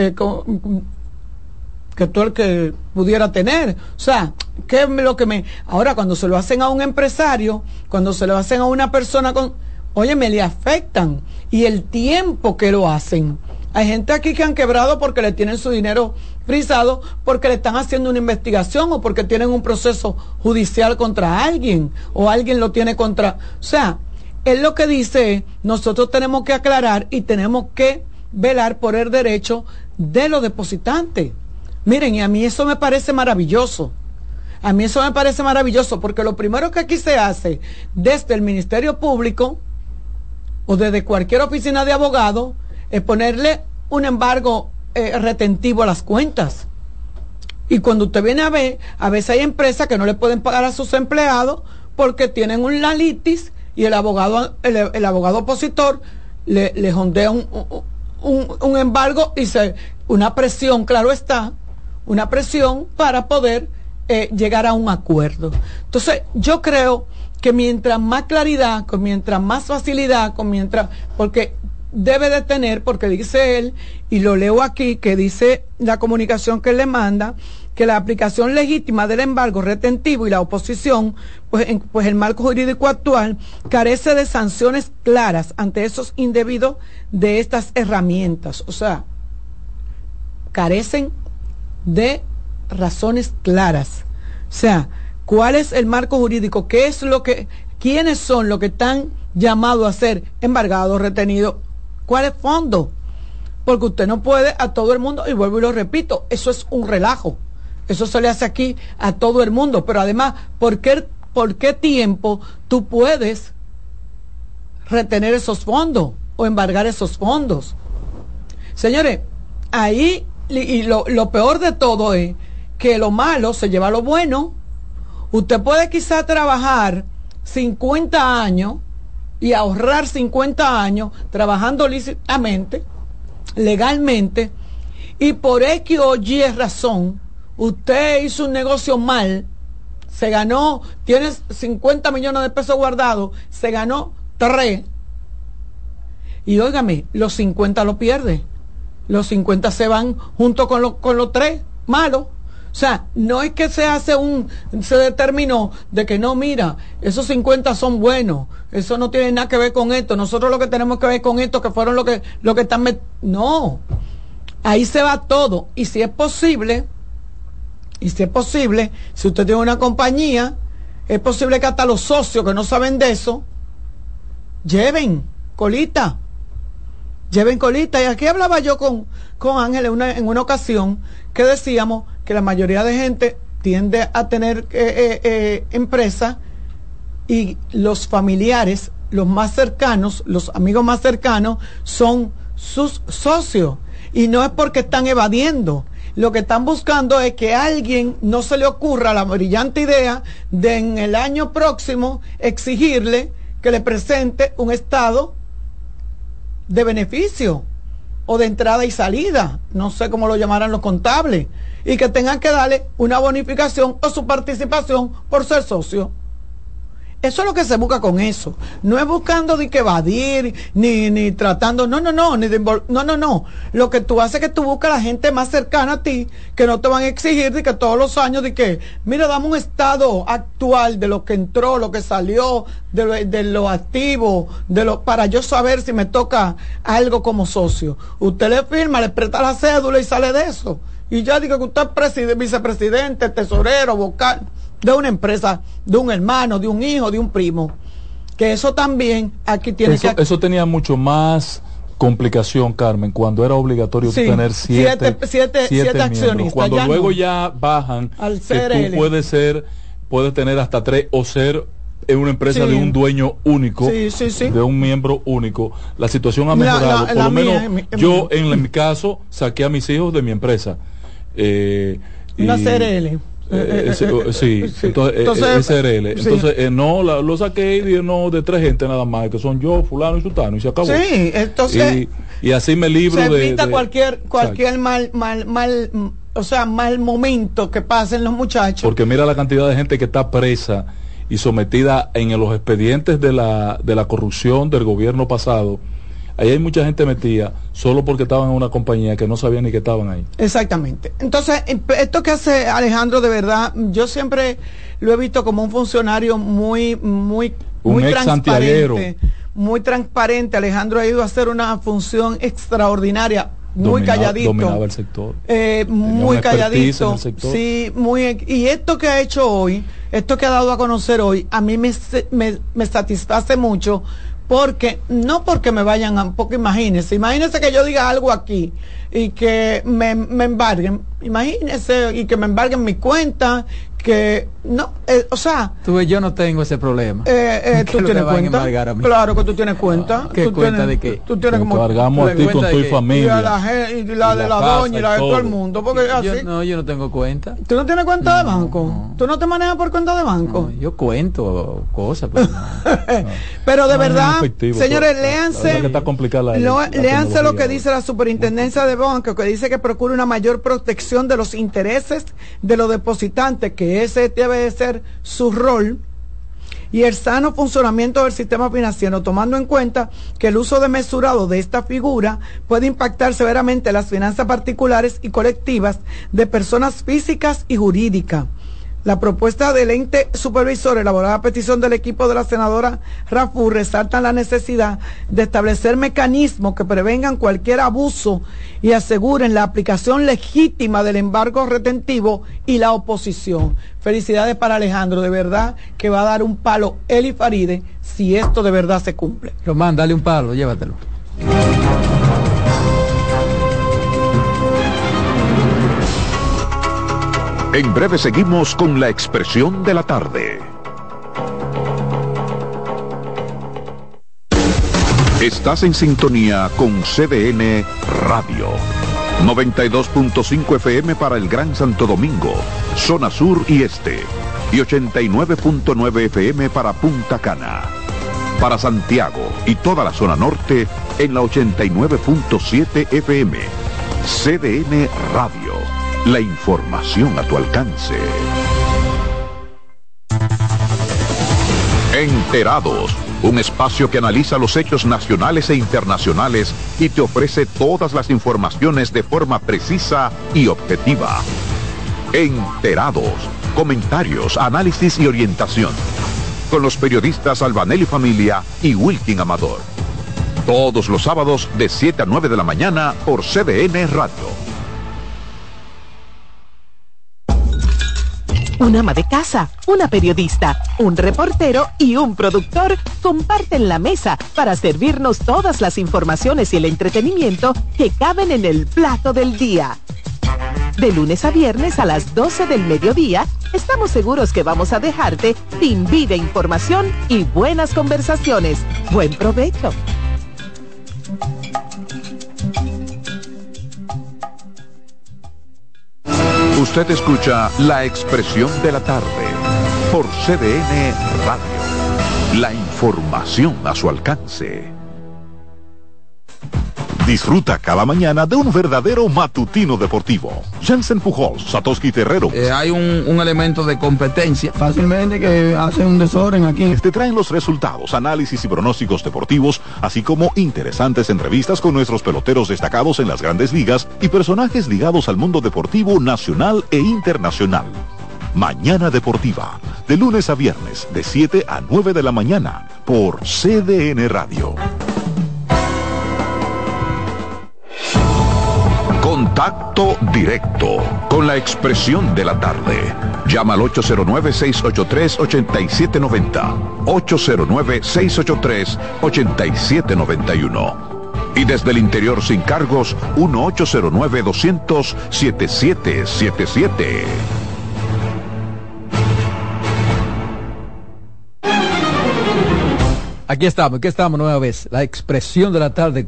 todo el que pudiera tener. O sea, ¿qué es lo que me... Ahora, cuando se lo hacen a un empresario, cuando se lo hacen a una persona oye, me le afectan. Y el tiempo que lo hacen. Hay gente aquí que han quebrado porque le tienen su dinero frisado, porque le están haciendo una investigación o porque tienen un proceso judicial contra alguien, o alguien lo tiene contra... O sea, él lo que dice, nosotros tenemos que aclarar y tenemos que velar por el derecho de los depositantes. Miren, y a mí eso me parece maravilloso. A mí eso me parece maravilloso, porque lo primero que aquí se hace desde el Ministerio Público o desde cualquier oficina de abogado es ponerle un embargo retentivo a las cuentas. Y cuando usted viene a ver, a veces hay empresas que no le pueden pagar a sus empleados porque tienen un litis y el abogado opositor le jondea un embargo y una presión, claro está, una presión para poder llegar a un acuerdo. Entonces, yo creo que mientras más claridad, mientras más facilidad, porque debe de tener, porque dice él, y lo leo aquí, que dice la comunicación que él le manda, que la aplicación legítima del embargo retentivo y la oposición, pues el marco jurídico actual carece de sanciones claras ante esos indebidos de estas herramientas. O sea, carecen de razones claras. O sea, ¿cuál es el marco jurídico? ¿Quiénes son los que están llamados a ser embargados, retenidos? ¿Cuál es fondo? Porque usted no puede a todo el mundo, y vuelvo y lo repito, eso es un relajo. Eso se le hace aquí a todo el mundo. Pero además, ¿por qué tiempo tú puedes retener esos fondos o embargar esos fondos? Señores, ahí, y lo peor de todo es que lo malo se lleva a lo bueno. Usted puede quizá trabajar 50 años y ahorrar 50 años trabajando lícitamente, legalmente, y por X o Y razón, usted hizo un negocio mal, se ganó, tienes 50 millones de pesos guardados, se ganó 3, y óigame, los 50 lo pierde. Los 50 se van junto con los 3 malos. O sea, no es que se determinó de que no, mira, esos 50 son buenos, eso no tiene nada que ver con esto, nosotros lo que tenemos que ver con esto, que fueron lo que están no, ahí se va todo. Y si es posible, si usted tiene una compañía, es posible que hasta los socios que no saben de eso, lleven colita. Y aquí hablaba yo con Ángel en una ocasión, que decíamos que la mayoría de gente tiende a tener empresas, y los familiares, los más cercanos, los amigos más cercanos, son sus socios. Y no es porque están evadiendo. Lo que están buscando es que a alguien no se le ocurra la brillante idea de en el año próximo exigirle que le presente un estado de beneficio o de entrada y salida, no sé cómo lo llamarán los contables, y que tengan que darle una bonificación o su participación por ser socio. Eso es lo que se busca con eso. No es buscando de que evadir, ni tratando, no. Lo que tú haces es que tú buscas a la gente más cercana a ti, que no te van a exigir de que todos los años de que, mira, dame un estado actual de lo que entró, lo que salió, de lo activo, para yo saber si me toca algo como socio. Usted le firma, le presta la cédula y sale de eso. Y ya digo que usted es vicepresidente, tesorero, vocal de una empresa, de un hermano, de un hijo, de un primo. Que eso también aquí tiene Eso tenía mucho más complicación, Carmen, cuando era obligatorio tener siete accionistas. Cuando ya luego ya bajan, al CRL, que tú puedes tener hasta 3 o ser en una empresa de un dueño único, de un miembro único. La situación ha mejorado. Por lo menos yo, en mi caso, saqué a mis hijos de mi empresa. Una CRL. Sí, entonces SRL. Entonces, no, lo saqué y dije, no, de 3 gente nada más, que son yo, fulano y sultano, y se acabó. Sí, entonces... Y así me libro se evita de cualquier mal, o sea, mal momento que pasen los muchachos. Porque mira la cantidad de gente que está presa y sometida en los expedientes de la corrupción del gobierno pasado. Ahí hay mucha gente metida solo porque estaban en una compañía que no sabían ni que estaban ahí. Exactamente. Entonces, esto que hace Alejandro, de verdad, yo siempre lo he visto como un funcionario muy transparente. Muy transparente. Alejandro ha ido a hacer una función extraordinaria. Muy calladito. Dominaba el sector. Muy calladito. Sí, y esto que ha hecho hoy, esto que ha dado a conocer hoy, a mí me satisface mucho. No porque me vayan porque imagínense que yo diga algo aquí y que me embarguen, imagínense, y que me embarguen mi cuenta, que no, o sea, yo no tengo ese problema. ¿Tú tienes cuenta? Claro que tú tienes cuenta. ¿Qué cuenta de qué? Tú tienes como cargamos a ti con tu familia. Y la de la doña y la de todo el mundo, porque yo no tengo cuenta. ¿Tú no tienes cuenta de banco? No. ¿Tú no te manejas por cuenta de banco? No, yo cuento cosas, pero pero de verdad, señores, léanse léanse lo que dice la Superintendencia de Banco, que dice que procura una mayor protección de los intereses de los depositantes, que ese debe ser su rol, y el sano funcionamiento del sistema financiero, tomando en cuenta que el uso desmesurado de esta figura puede impactar severamente las finanzas particulares y colectivas de personas físicas y jurídicas. La propuesta del ente supervisor, elaborada a petición del equipo de la senadora Raful, resalta la necesidad de establecer mecanismos que prevengan cualquier abuso y aseguren la aplicación legítima del embargo retentivo y la oposición. Felicidades para Alejandro, de verdad que va a dar un palo él y Faride si esto de verdad se cumple. Román, dale un palo, llévatelo. En breve seguimos con la expresión de la tarde. Estás en sintonía con CDN Radio. 92.5 FM para el Gran Santo Domingo, zona sur y este. Y 89.9 FM para Punta Cana. Para Santiago y toda la zona norte en la 89.7 FM. CDN Radio. La información a tu alcance. Enterados, un espacio que analiza los hechos nacionales e internacionales y te ofrece todas las informaciones de forma precisa y objetiva. Enterados, comentarios, análisis y orientación. Con los periodistas Albanelli Familia y Wilkin Amador. Todos los sábados de 7 a 9 de la mañana por CDN Radio. Una ama de casa, una periodista, un reportero y un productor comparten la mesa para servirnos todas las informaciones y el entretenimiento que caben en el plato del día. De lunes a viernes a las 12 del mediodía, estamos seguros que vamos a dejarte sin vida, información y buenas conversaciones. Buen provecho. Usted escucha La Expresión de la Tarde por CDN Radio. La información a su alcance. Disfruta cada mañana de un verdadero matutino deportivo. Jansen Pujols, Satoshi Terrero. Hay un elemento de competencia. Fácilmente que hacen un desorden aquí. Te traen los resultados, análisis y pronósticos deportivos, así como interesantes entrevistas con nuestros peloteros destacados en las grandes ligas y personajes ligados al mundo deportivo nacional e internacional. Mañana Deportiva, de lunes a viernes, de 7 a 9 de la mañana, por CDN Radio. Contacto directo con la expresión de la tarde. Llama al 809-683-8790. 809-683-8791. Y desde el interior sin cargos, 1-809-200-7777. Aquí estamos nueva vez. La expresión de la tarde,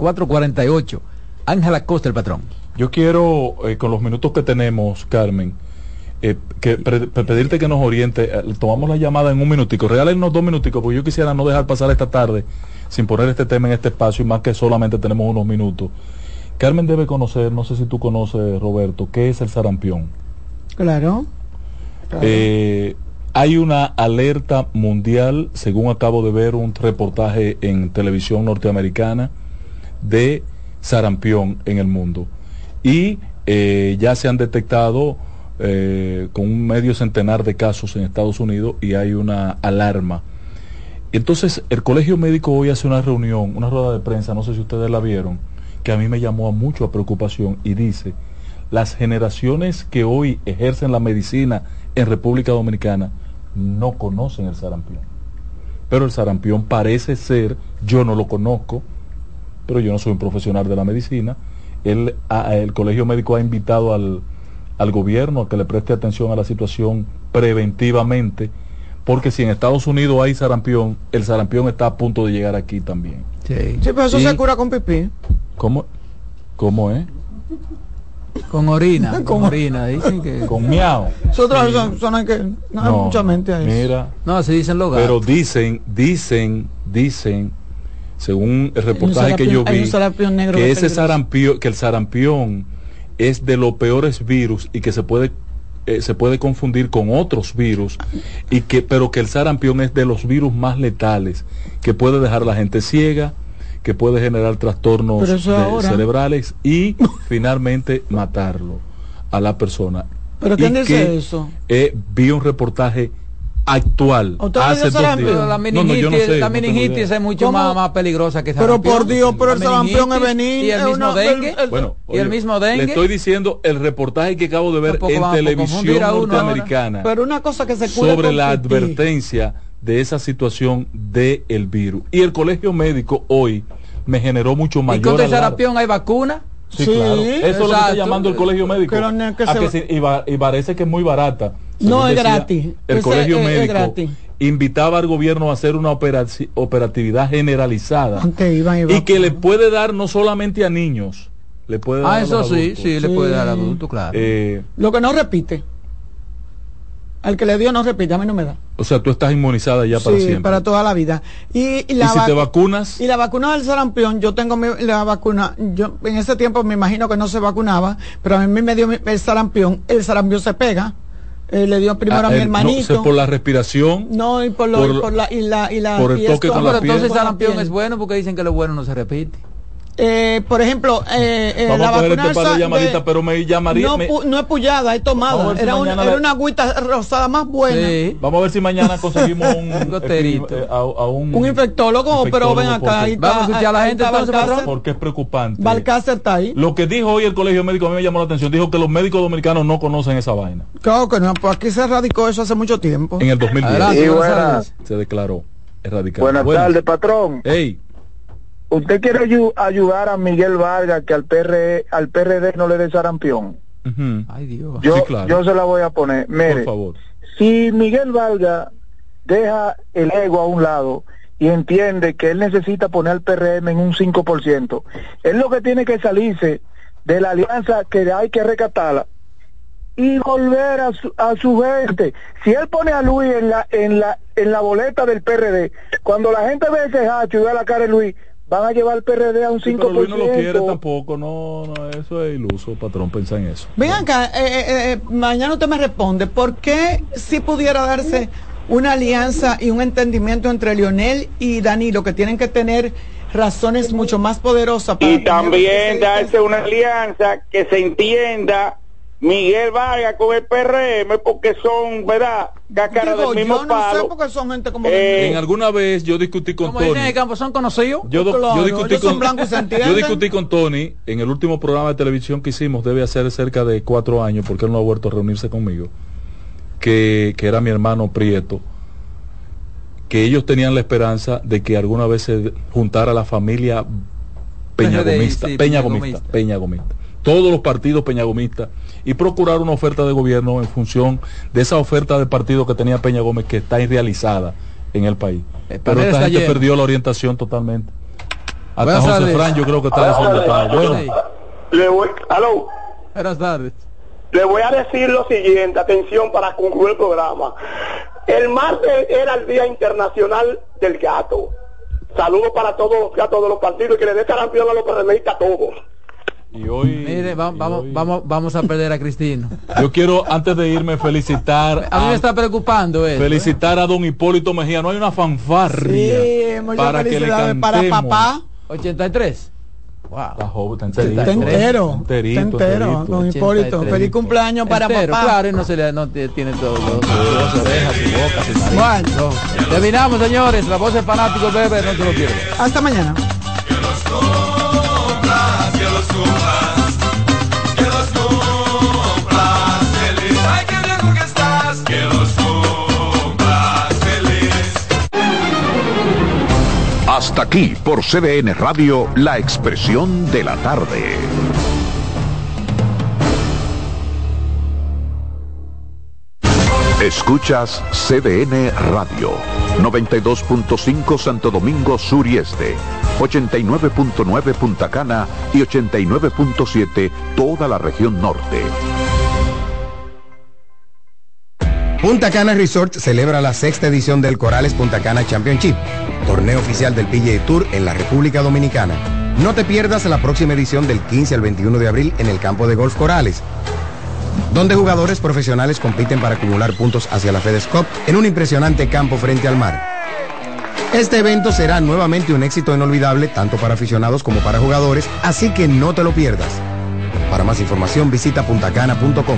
4:48. Ángela Costa, el patrón. Yo quiero, con los minutos que tenemos, Carmen, pedirte que nos oriente. Tomamos la llamada en un minutico, regálenos 2 minuticos, porque yo quisiera no dejar pasar esta tarde sin poner este tema en este espacio, y más que solamente tenemos unos minutos. Carmen debe conocer, no sé si tú conoces, Roberto, ¿qué es el sarampión? Claro. Hay una alerta mundial, según acabo de ver un reportaje en televisión norteamericana, de sarampión en el mundo. Y ya se han detectado con un medio centenar de casos en Estados Unidos, y hay una alarma. Entonces, el Colegio Médico hoy hace una reunión, una rueda de prensa, no sé si ustedes la vieron, que a mí me llamó a mucho a preocupación, y dice: las generaciones que hoy ejercen la medicina en República Dominicana no conocen el sarampión. Pero el sarampión parece ser, yo no lo conozco, pero yo no soy un profesional de la medicina. El Colegio Médico ha invitado al gobierno a que le preste atención a la situación preventivamente, porque si en Estados Unidos hay sarampión, el sarampión está a punto de llegar aquí también. Sí, pero eso se cura con pipí. ¿Cómo es? Con orina, con orina, dicen que... Con miau. Nosotros son que no hay mucha mente a eso. Mira, no, así dicen los gatos. Pero dicen, según el reportaje que yo vi, que el sarampión es de los peores virus, y que se puede confundir con otros virus, pero que el sarampión es de los virus más letales, que puede dejar a la gente ciega, que puede generar trastornos cerebrales y finalmente matarlo a la persona. ¿Pero quién dice eso? Vi un reportaje actual hace 2 días. La meningitis es mucho más peligrosa que el sarampión. Pero por Dios, pero el sarampión es benigno. Y el mismo dengue. El mismo dengue. Le estoy diciendo el reportaje que acabo de ver en televisión norteamericana. Pero una cosa que se sobre la advertencia de esa situación del virus. Y el Colegio Médico hoy me generó mucho mayor. ¿Y contra el sarampión hay vacuna? Sí, claro. Eso es lo que está llamando el Colegio Médico. Y parece que es muy barata. No, es gratis. El Colegio Médico invitaba al gobierno a hacer una operatividad generalizada, y que le puede dar no solamente a niños, le puede dar a los adultos. Sí, le puede dar a adultos, claro. Lo que no repite. Al que le dio no repite, a mí no me da. O sea, tú estás inmunizada ya para siempre. Para toda la vida. ¿Y si te vacunas? Y la vacuna del sarampión, yo tengo la vacuna, yo en ese tiempo me imagino que no se vacunaba, pero a mí me dio el sarampión se pega. Le dio primero a mi hermanito. No, por la respiración. No, y por el toque con la piel. Entonces el sarampión es bueno, porque dicen que lo bueno no se repite. Por ejemplo, vamos a coger este par de llamaditas, pero me llamaría. No es pullada, es tomada. Era una agüita rosada más buena. Sí. Vamos a ver si mañana conseguimos un infectólogo, pero ven acá. Vamos a escuchar a la gente entonces, porque es preocupante. Balcácer está ahí. Lo que dijo hoy el Colegio Médico a mí me llamó la atención. Dijo que los médicos dominicanos no conocen esa vaina. Claro que no, pues aquí se erradicó eso hace mucho tiempo. En el 2010 se declaró erradicado. Buenas tardes, patrón. Hey. ¿Usted quiere ayudar a Miguel Vargas que al PRD no le dé sarampión? Ay, Dios. Yo se la voy a poner. Mire, por favor. Si Miguel Vargas deja el ego a un lado y entiende que él necesita poner al PRM en un 5%, él lo que tiene que salirse de la alianza, que hay que rescatarla, y volver a su gente. Si él pone a Luis en la boleta del PRD, cuando la gente ve ese hacho y ve la cara de Luis, van a llevar el PRD a un 5%. Pero Luis no lo quiere tampoco, no, eso es iluso, patrón, pensar en eso. Ven acá, mañana usted me responde, ¿por qué si pudiera darse una alianza y un entendimiento entre Leonel y Danilo, que tienen que tener razones mucho más poderosas para... Y también darse una alianza que se entienda Miguel Vargas con el PRM, porque son, ¿verdad?, cáscaras del mismo palo. Sé porque son gente como en alguna vez yo discutí con Tony. En el campo son conocidos. Yo discutí con Tony en el último programa de televisión que hicimos, debe hacer cerca de 4 años, porque él no ha vuelto a reunirse conmigo, que era mi hermano Prieto, que ellos tenían la esperanza de que alguna vez se juntara la familia peñagomista, todos los partidos peñagomistas, y procurar una oferta de gobierno en función de esa oferta de partido que tenía Peña Gómez, que está irrealizada en el país. Pero esta gente perdió la orientación totalmente. Hasta José Fran yo creo que está desorientado. Bueno. ¿Aló? Buenas tardes. Le voy a decir lo siguiente, atención para concluir el programa. El martes era el Día Internacional del Gato. Saludos para todos los gatos de los partidos y que le dé campeón a los PRMistas a todos. Y hoy... Mire, vamos a perder a Cristino. Yo quiero, antes de irme, felicitar... A mí me está preocupando eso. Felicitar a don Hipólito Mejía. No hay una fanfarria para que le cantemos. Para papá. 83. Wow. Está joven, está entero. Don Hipólito, feliz cumpleaños para papá. Claro, y no tiene todo, sus orejas, su boca, su nariz. Bueno, terminamos, señores. La voz del fanático bebé, no se lo pierdan. Hasta mañana. Hasta aquí por CDN Radio, la expresión de la tarde. Escuchas CDN Radio, 92.5 Santo Domingo Sur y Este, 89.9 Punta Cana y 89.7 toda la región norte. Punta Cana Resort celebra la 6ª edición del Corales Punta Cana Championship, torneo oficial del PGA Tour en la República Dominicana. No te pierdas la próxima edición del 15 al 21 de abril en el campo de golf Corales, donde jugadores profesionales compiten para acumular puntos hacia la FedEx Cup en un impresionante campo frente al mar. Este evento será nuevamente un éxito inolvidable tanto para aficionados como para jugadores, así que no te lo pierdas. Para más información visita puntacana.com.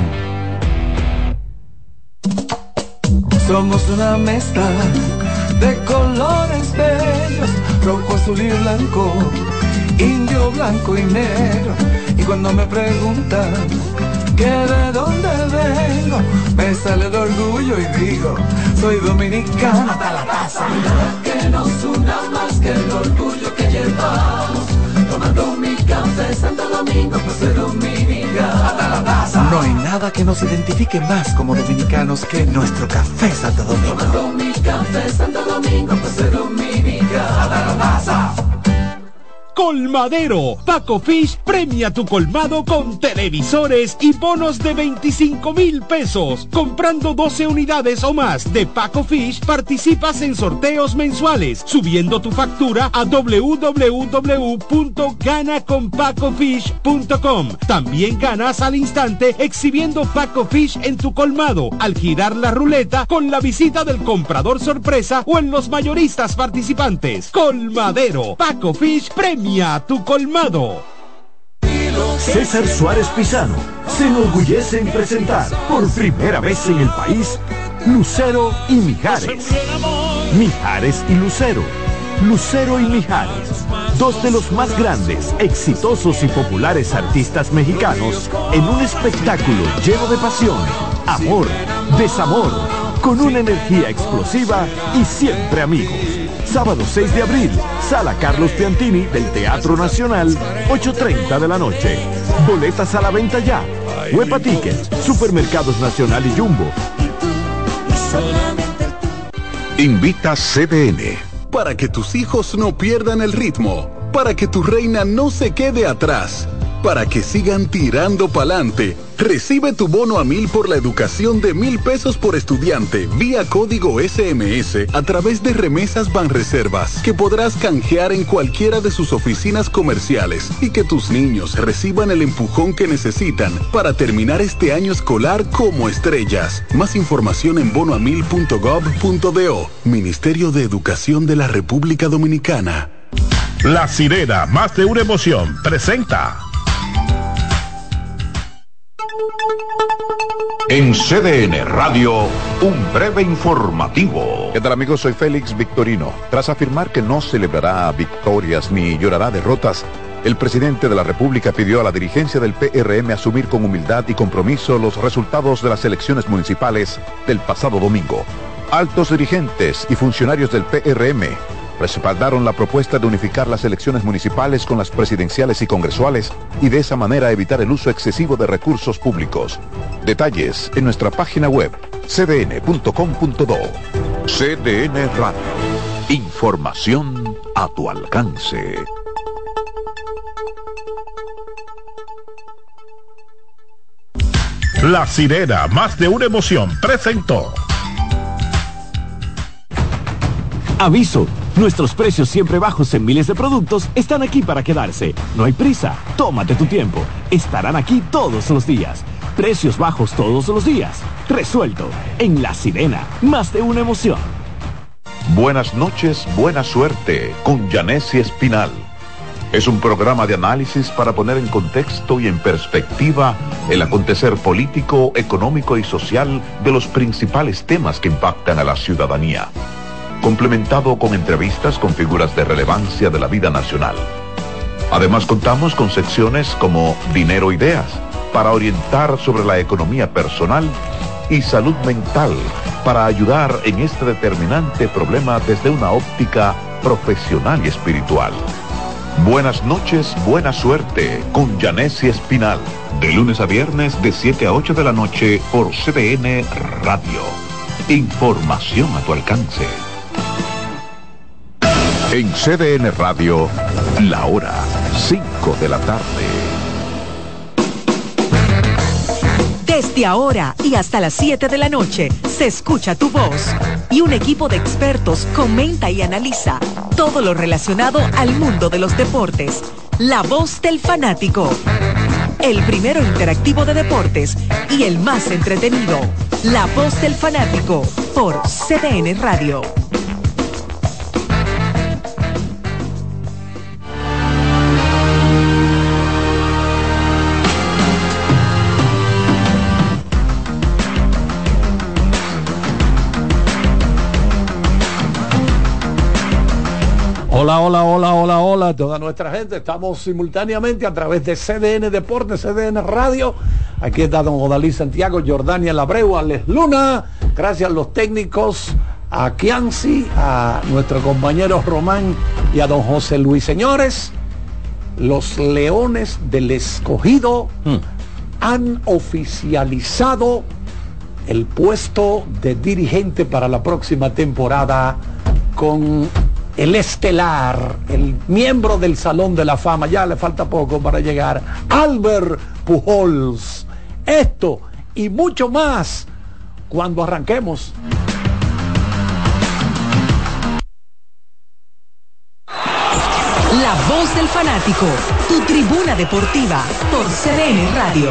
Somos una mezcla de colores bellos, rojo, azul y blanco, indio, blanco y negro. Y cuando me preguntan que de dónde vengo, me sale el orgullo y digo, soy dominicano hasta la taza. Que nos una más que el orgullo que llevamos, tomando mi café Santo Domingo, pues soy dominicano hasta la taza. No hay nada que nos identifique más como dominicanos que nuestro café Santo Domingo. Tomando mi café Santo Domingo, pues soy dominicano hasta la taza. Colmadero. Paco Fish premia tu colmado con televisores y bonos de 25,000 pesos. Comprando 12 unidades o más de Paco Fish, participas en sorteos mensuales, subiendo tu factura a www.ganaconpacofish.com. También ganas al instante exhibiendo Paco Fish en tu colmado, al girar la ruleta con la visita del comprador sorpresa o en los mayoristas participantes. Colmadero. Paco Fish premia a tu colmado. César Suárez Pisano se enorgullece en presentar por primera vez en el país Lucero y Mijares. Mijares y Lucero. Lucero y Mijares, dos de los más grandes, exitosos y populares artistas mexicanos, en un espectáculo lleno de pasión, amor, desamor, con una energía explosiva y siempre amigos. Sábado 6 de abril, Sala Carlos Piantini del Teatro Nacional, 8:30 de la noche. Boletas a la venta ya. Huepa Tickets, Supermercados Nacional y Jumbo. Invita CDN. Para que tus hijos no pierdan el ritmo, para que tu reina no se quede atrás, para que sigan tirando pa'lante. Recibe tu bono a 1,000 por la educación de 1,000 pesos por estudiante vía código SMS a través de Remesas Banreservas, que podrás canjear en cualquiera de sus oficinas comerciales y que tus niños reciban el empujón que necesitan para terminar este año escolar como estrellas. Más información en bonoamil.gov.do. Ministerio de Educación de la República Dominicana. La Sirena, más de una emoción, presenta. En CDN Radio, un breve informativo. ¿Qué tal, amigos? Soy Félix Victorino. Tras afirmar que no celebrará victorias ni llorará derrotas, el presidente de la República pidió a la dirigencia del PRM asumir con humildad y compromiso los resultados de las elecciones municipales del pasado domingo. Altos dirigentes y funcionarios del PRM respaldaron la propuesta de unificar las elecciones municipales con las presidenciales y congresuales y de esa manera evitar el uso excesivo de recursos públicos. Detalles en nuestra página web cdn.com.do. CDN Radio. Información a tu alcance. La Sirena, más de una emoción, presentó. Aviso, nuestros precios siempre bajos en miles de productos están aquí para quedarse. No hay prisa, tómate tu tiempo. Estarán aquí todos los días. Precios bajos todos los días. Resuelto. En La Sirena, más de una emoción. Buenas noches, buena suerte, con Yanessi Espinal. Es un programa de análisis para poner en contexto y en perspectiva el acontecer político, económico y social de los principales temas que impactan a la ciudadanía, complementado con entrevistas con figuras de relevancia de la vida nacional. Además, contamos con secciones como Dinero Ideas, para orientar sobre la economía personal, y Salud Mental, para ayudar en este determinante problema desde una óptica profesional y espiritual. Buenas noches, buena suerte, con Yanessi Espinal, de lunes a viernes de 7 a 8 de la noche por CDN Radio. Información a tu alcance. En CDN Radio, la hora 5 de la tarde. Desde ahora y hasta las 7 de la noche se escucha tu voz y un equipo de expertos comenta y analiza todo lo relacionado al mundo de los deportes. La Voz del Fanático, el primero interactivo de deportes y el más entretenido. La Voz del Fanático por CDN Radio. Hola, toda nuestra gente. Estamos simultáneamente a través de CDN Deportes, CDN Radio. Aquí está don Odalí Santiago, Jordania Labreu, Alex Luna. Gracias a los técnicos, a Kianci, a nuestro compañero Román y a don José Luis. Señores, los Leones del Escogido han oficializado el puesto de dirigente para la próxima temporada con el estelar, el miembro del Salón de la Fama, ya le falta poco para llegar, Albert Pujols. Esto y mucho más cuando arranquemos. La Voz del Fanático, tu tribuna deportiva por CDN Radio.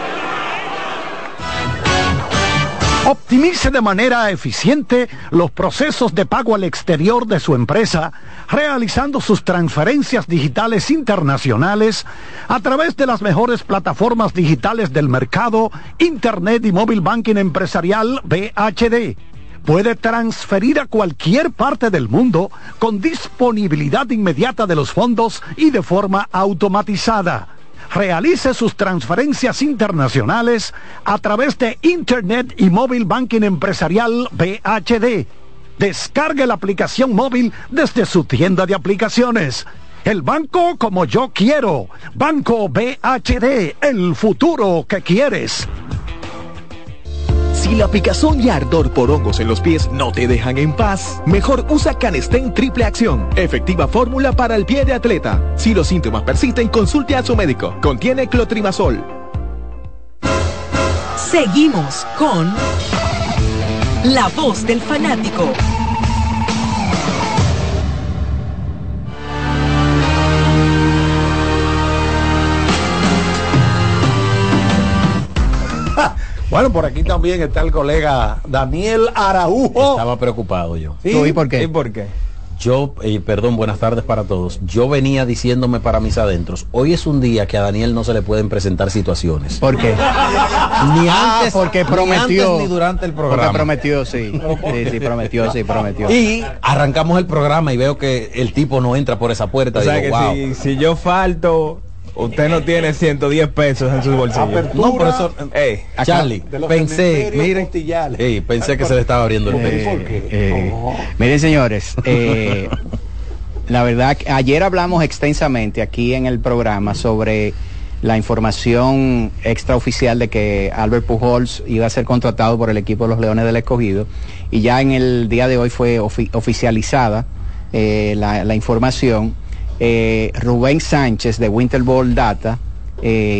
Optimice de manera eficiente los procesos de pago al exterior de su empresa, realizando sus transferencias digitales internacionales a través de las mejores plataformas digitales del mercado, Internet y Mobile Banking Empresarial BHD. Puede transferir a cualquier parte del mundo con disponibilidad inmediata de los fondos y de forma automatizada. Realice sus transferencias internacionales a través de Internet y Mobile Banking Empresarial BHD. Descargue la aplicación móvil desde su tienda de aplicaciones. El banco como yo quiero. Banco BHD, el futuro que quieres. Si la picazón y ardor por hongos en los pies no te dejan en paz, mejor usa Canestén Triple Acción, efectiva fórmula para el pie de atleta. Si los síntomas persisten, consulte a su médico. Contiene clotrimazol. Seguimos con La Voz del Fanático. Bueno, por aquí también está el colega Daniel Araujo. Estaba preocupado yo. ¿Sí? ¿Y por qué? ¿Y por qué? Yo, perdón, buenas tardes para todos. Yo venía diciéndome para mis adentros, hoy es un día que a Daniel no se le pueden presentar situaciones. ¿Por qué? Ni antes, porque prometió. Ni antes ni durante el programa. Porque prometió, sí. Sí, prometió. Y arrancamos el programa y veo que el tipo no entra por esa puerta. O sea, digo, que wow. si yo falto, usted no tiene 110 pesos en sus bolsillos. No, por eso, Charlie, pensé, miren, pensé que se le estaba abriendo el pecho. Miren, señores, la verdad, ayer hablamos extensamente aquí en el programa sobre la información extraoficial de que Albert Pujols iba a ser contratado por el equipo de los Leones del Escogido, y ya en el día de hoy fue oficializada la información. Rubén Sánchez de Winter Ball Data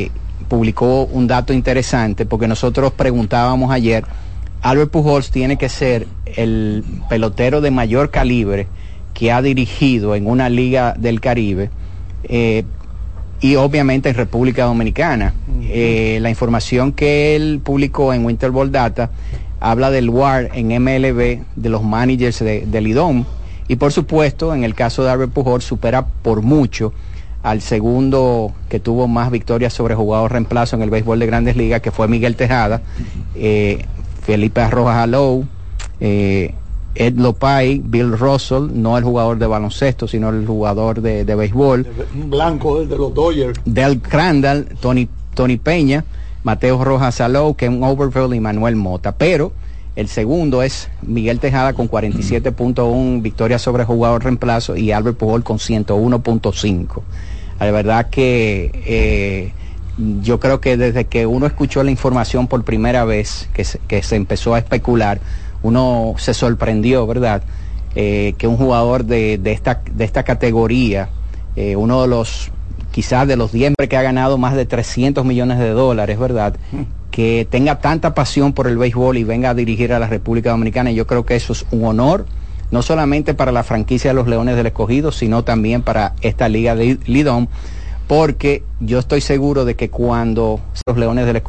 publicó un dato interesante, porque nosotros preguntábamos ayer, Albert Pujols tiene que ser el pelotero de mayor calibre que ha dirigido en una liga del Caribe, y obviamente en República Dominicana. La información que él publicó en Winter Ball Data habla del WAR en MLB de los managers de Lidom, y por supuesto en el caso de Albert Pujols supera por mucho al segundo que tuvo más victorias sobre jugador reemplazo en el béisbol de Grandes Ligas, que fue Miguel Tejada, Felipe Rojas Alou, Ed Lopay, Bill Russell, no el jugador de baloncesto, sino el jugador de béisbol. Un blanco, el de los Dodgers. Del Crandall, Tony Peña, Mateo Rojas Alou, Ken Overfield y Manuel Mota. Pero el segundo es Miguel Tejada con 47.1 victorias sobre jugador reemplazo y Albert Pujols con 101.5. La verdad que yo creo que desde que uno escuchó la información por primera vez, que se empezó a especular, uno se sorprendió, ¿verdad? Que un jugador de esta categoría, uno de los, quizás de los 10 que ha ganado más de 300 millones de dólares, ¿verdad? Que tenga tanta pasión por el béisbol y venga a dirigir a la República Dominicana. Y yo creo que eso es un honor, no solamente para la franquicia de los Leones del Escogido, sino también para esta liga de Lidom, porque yo estoy seguro de que cuando los Leones del Escogido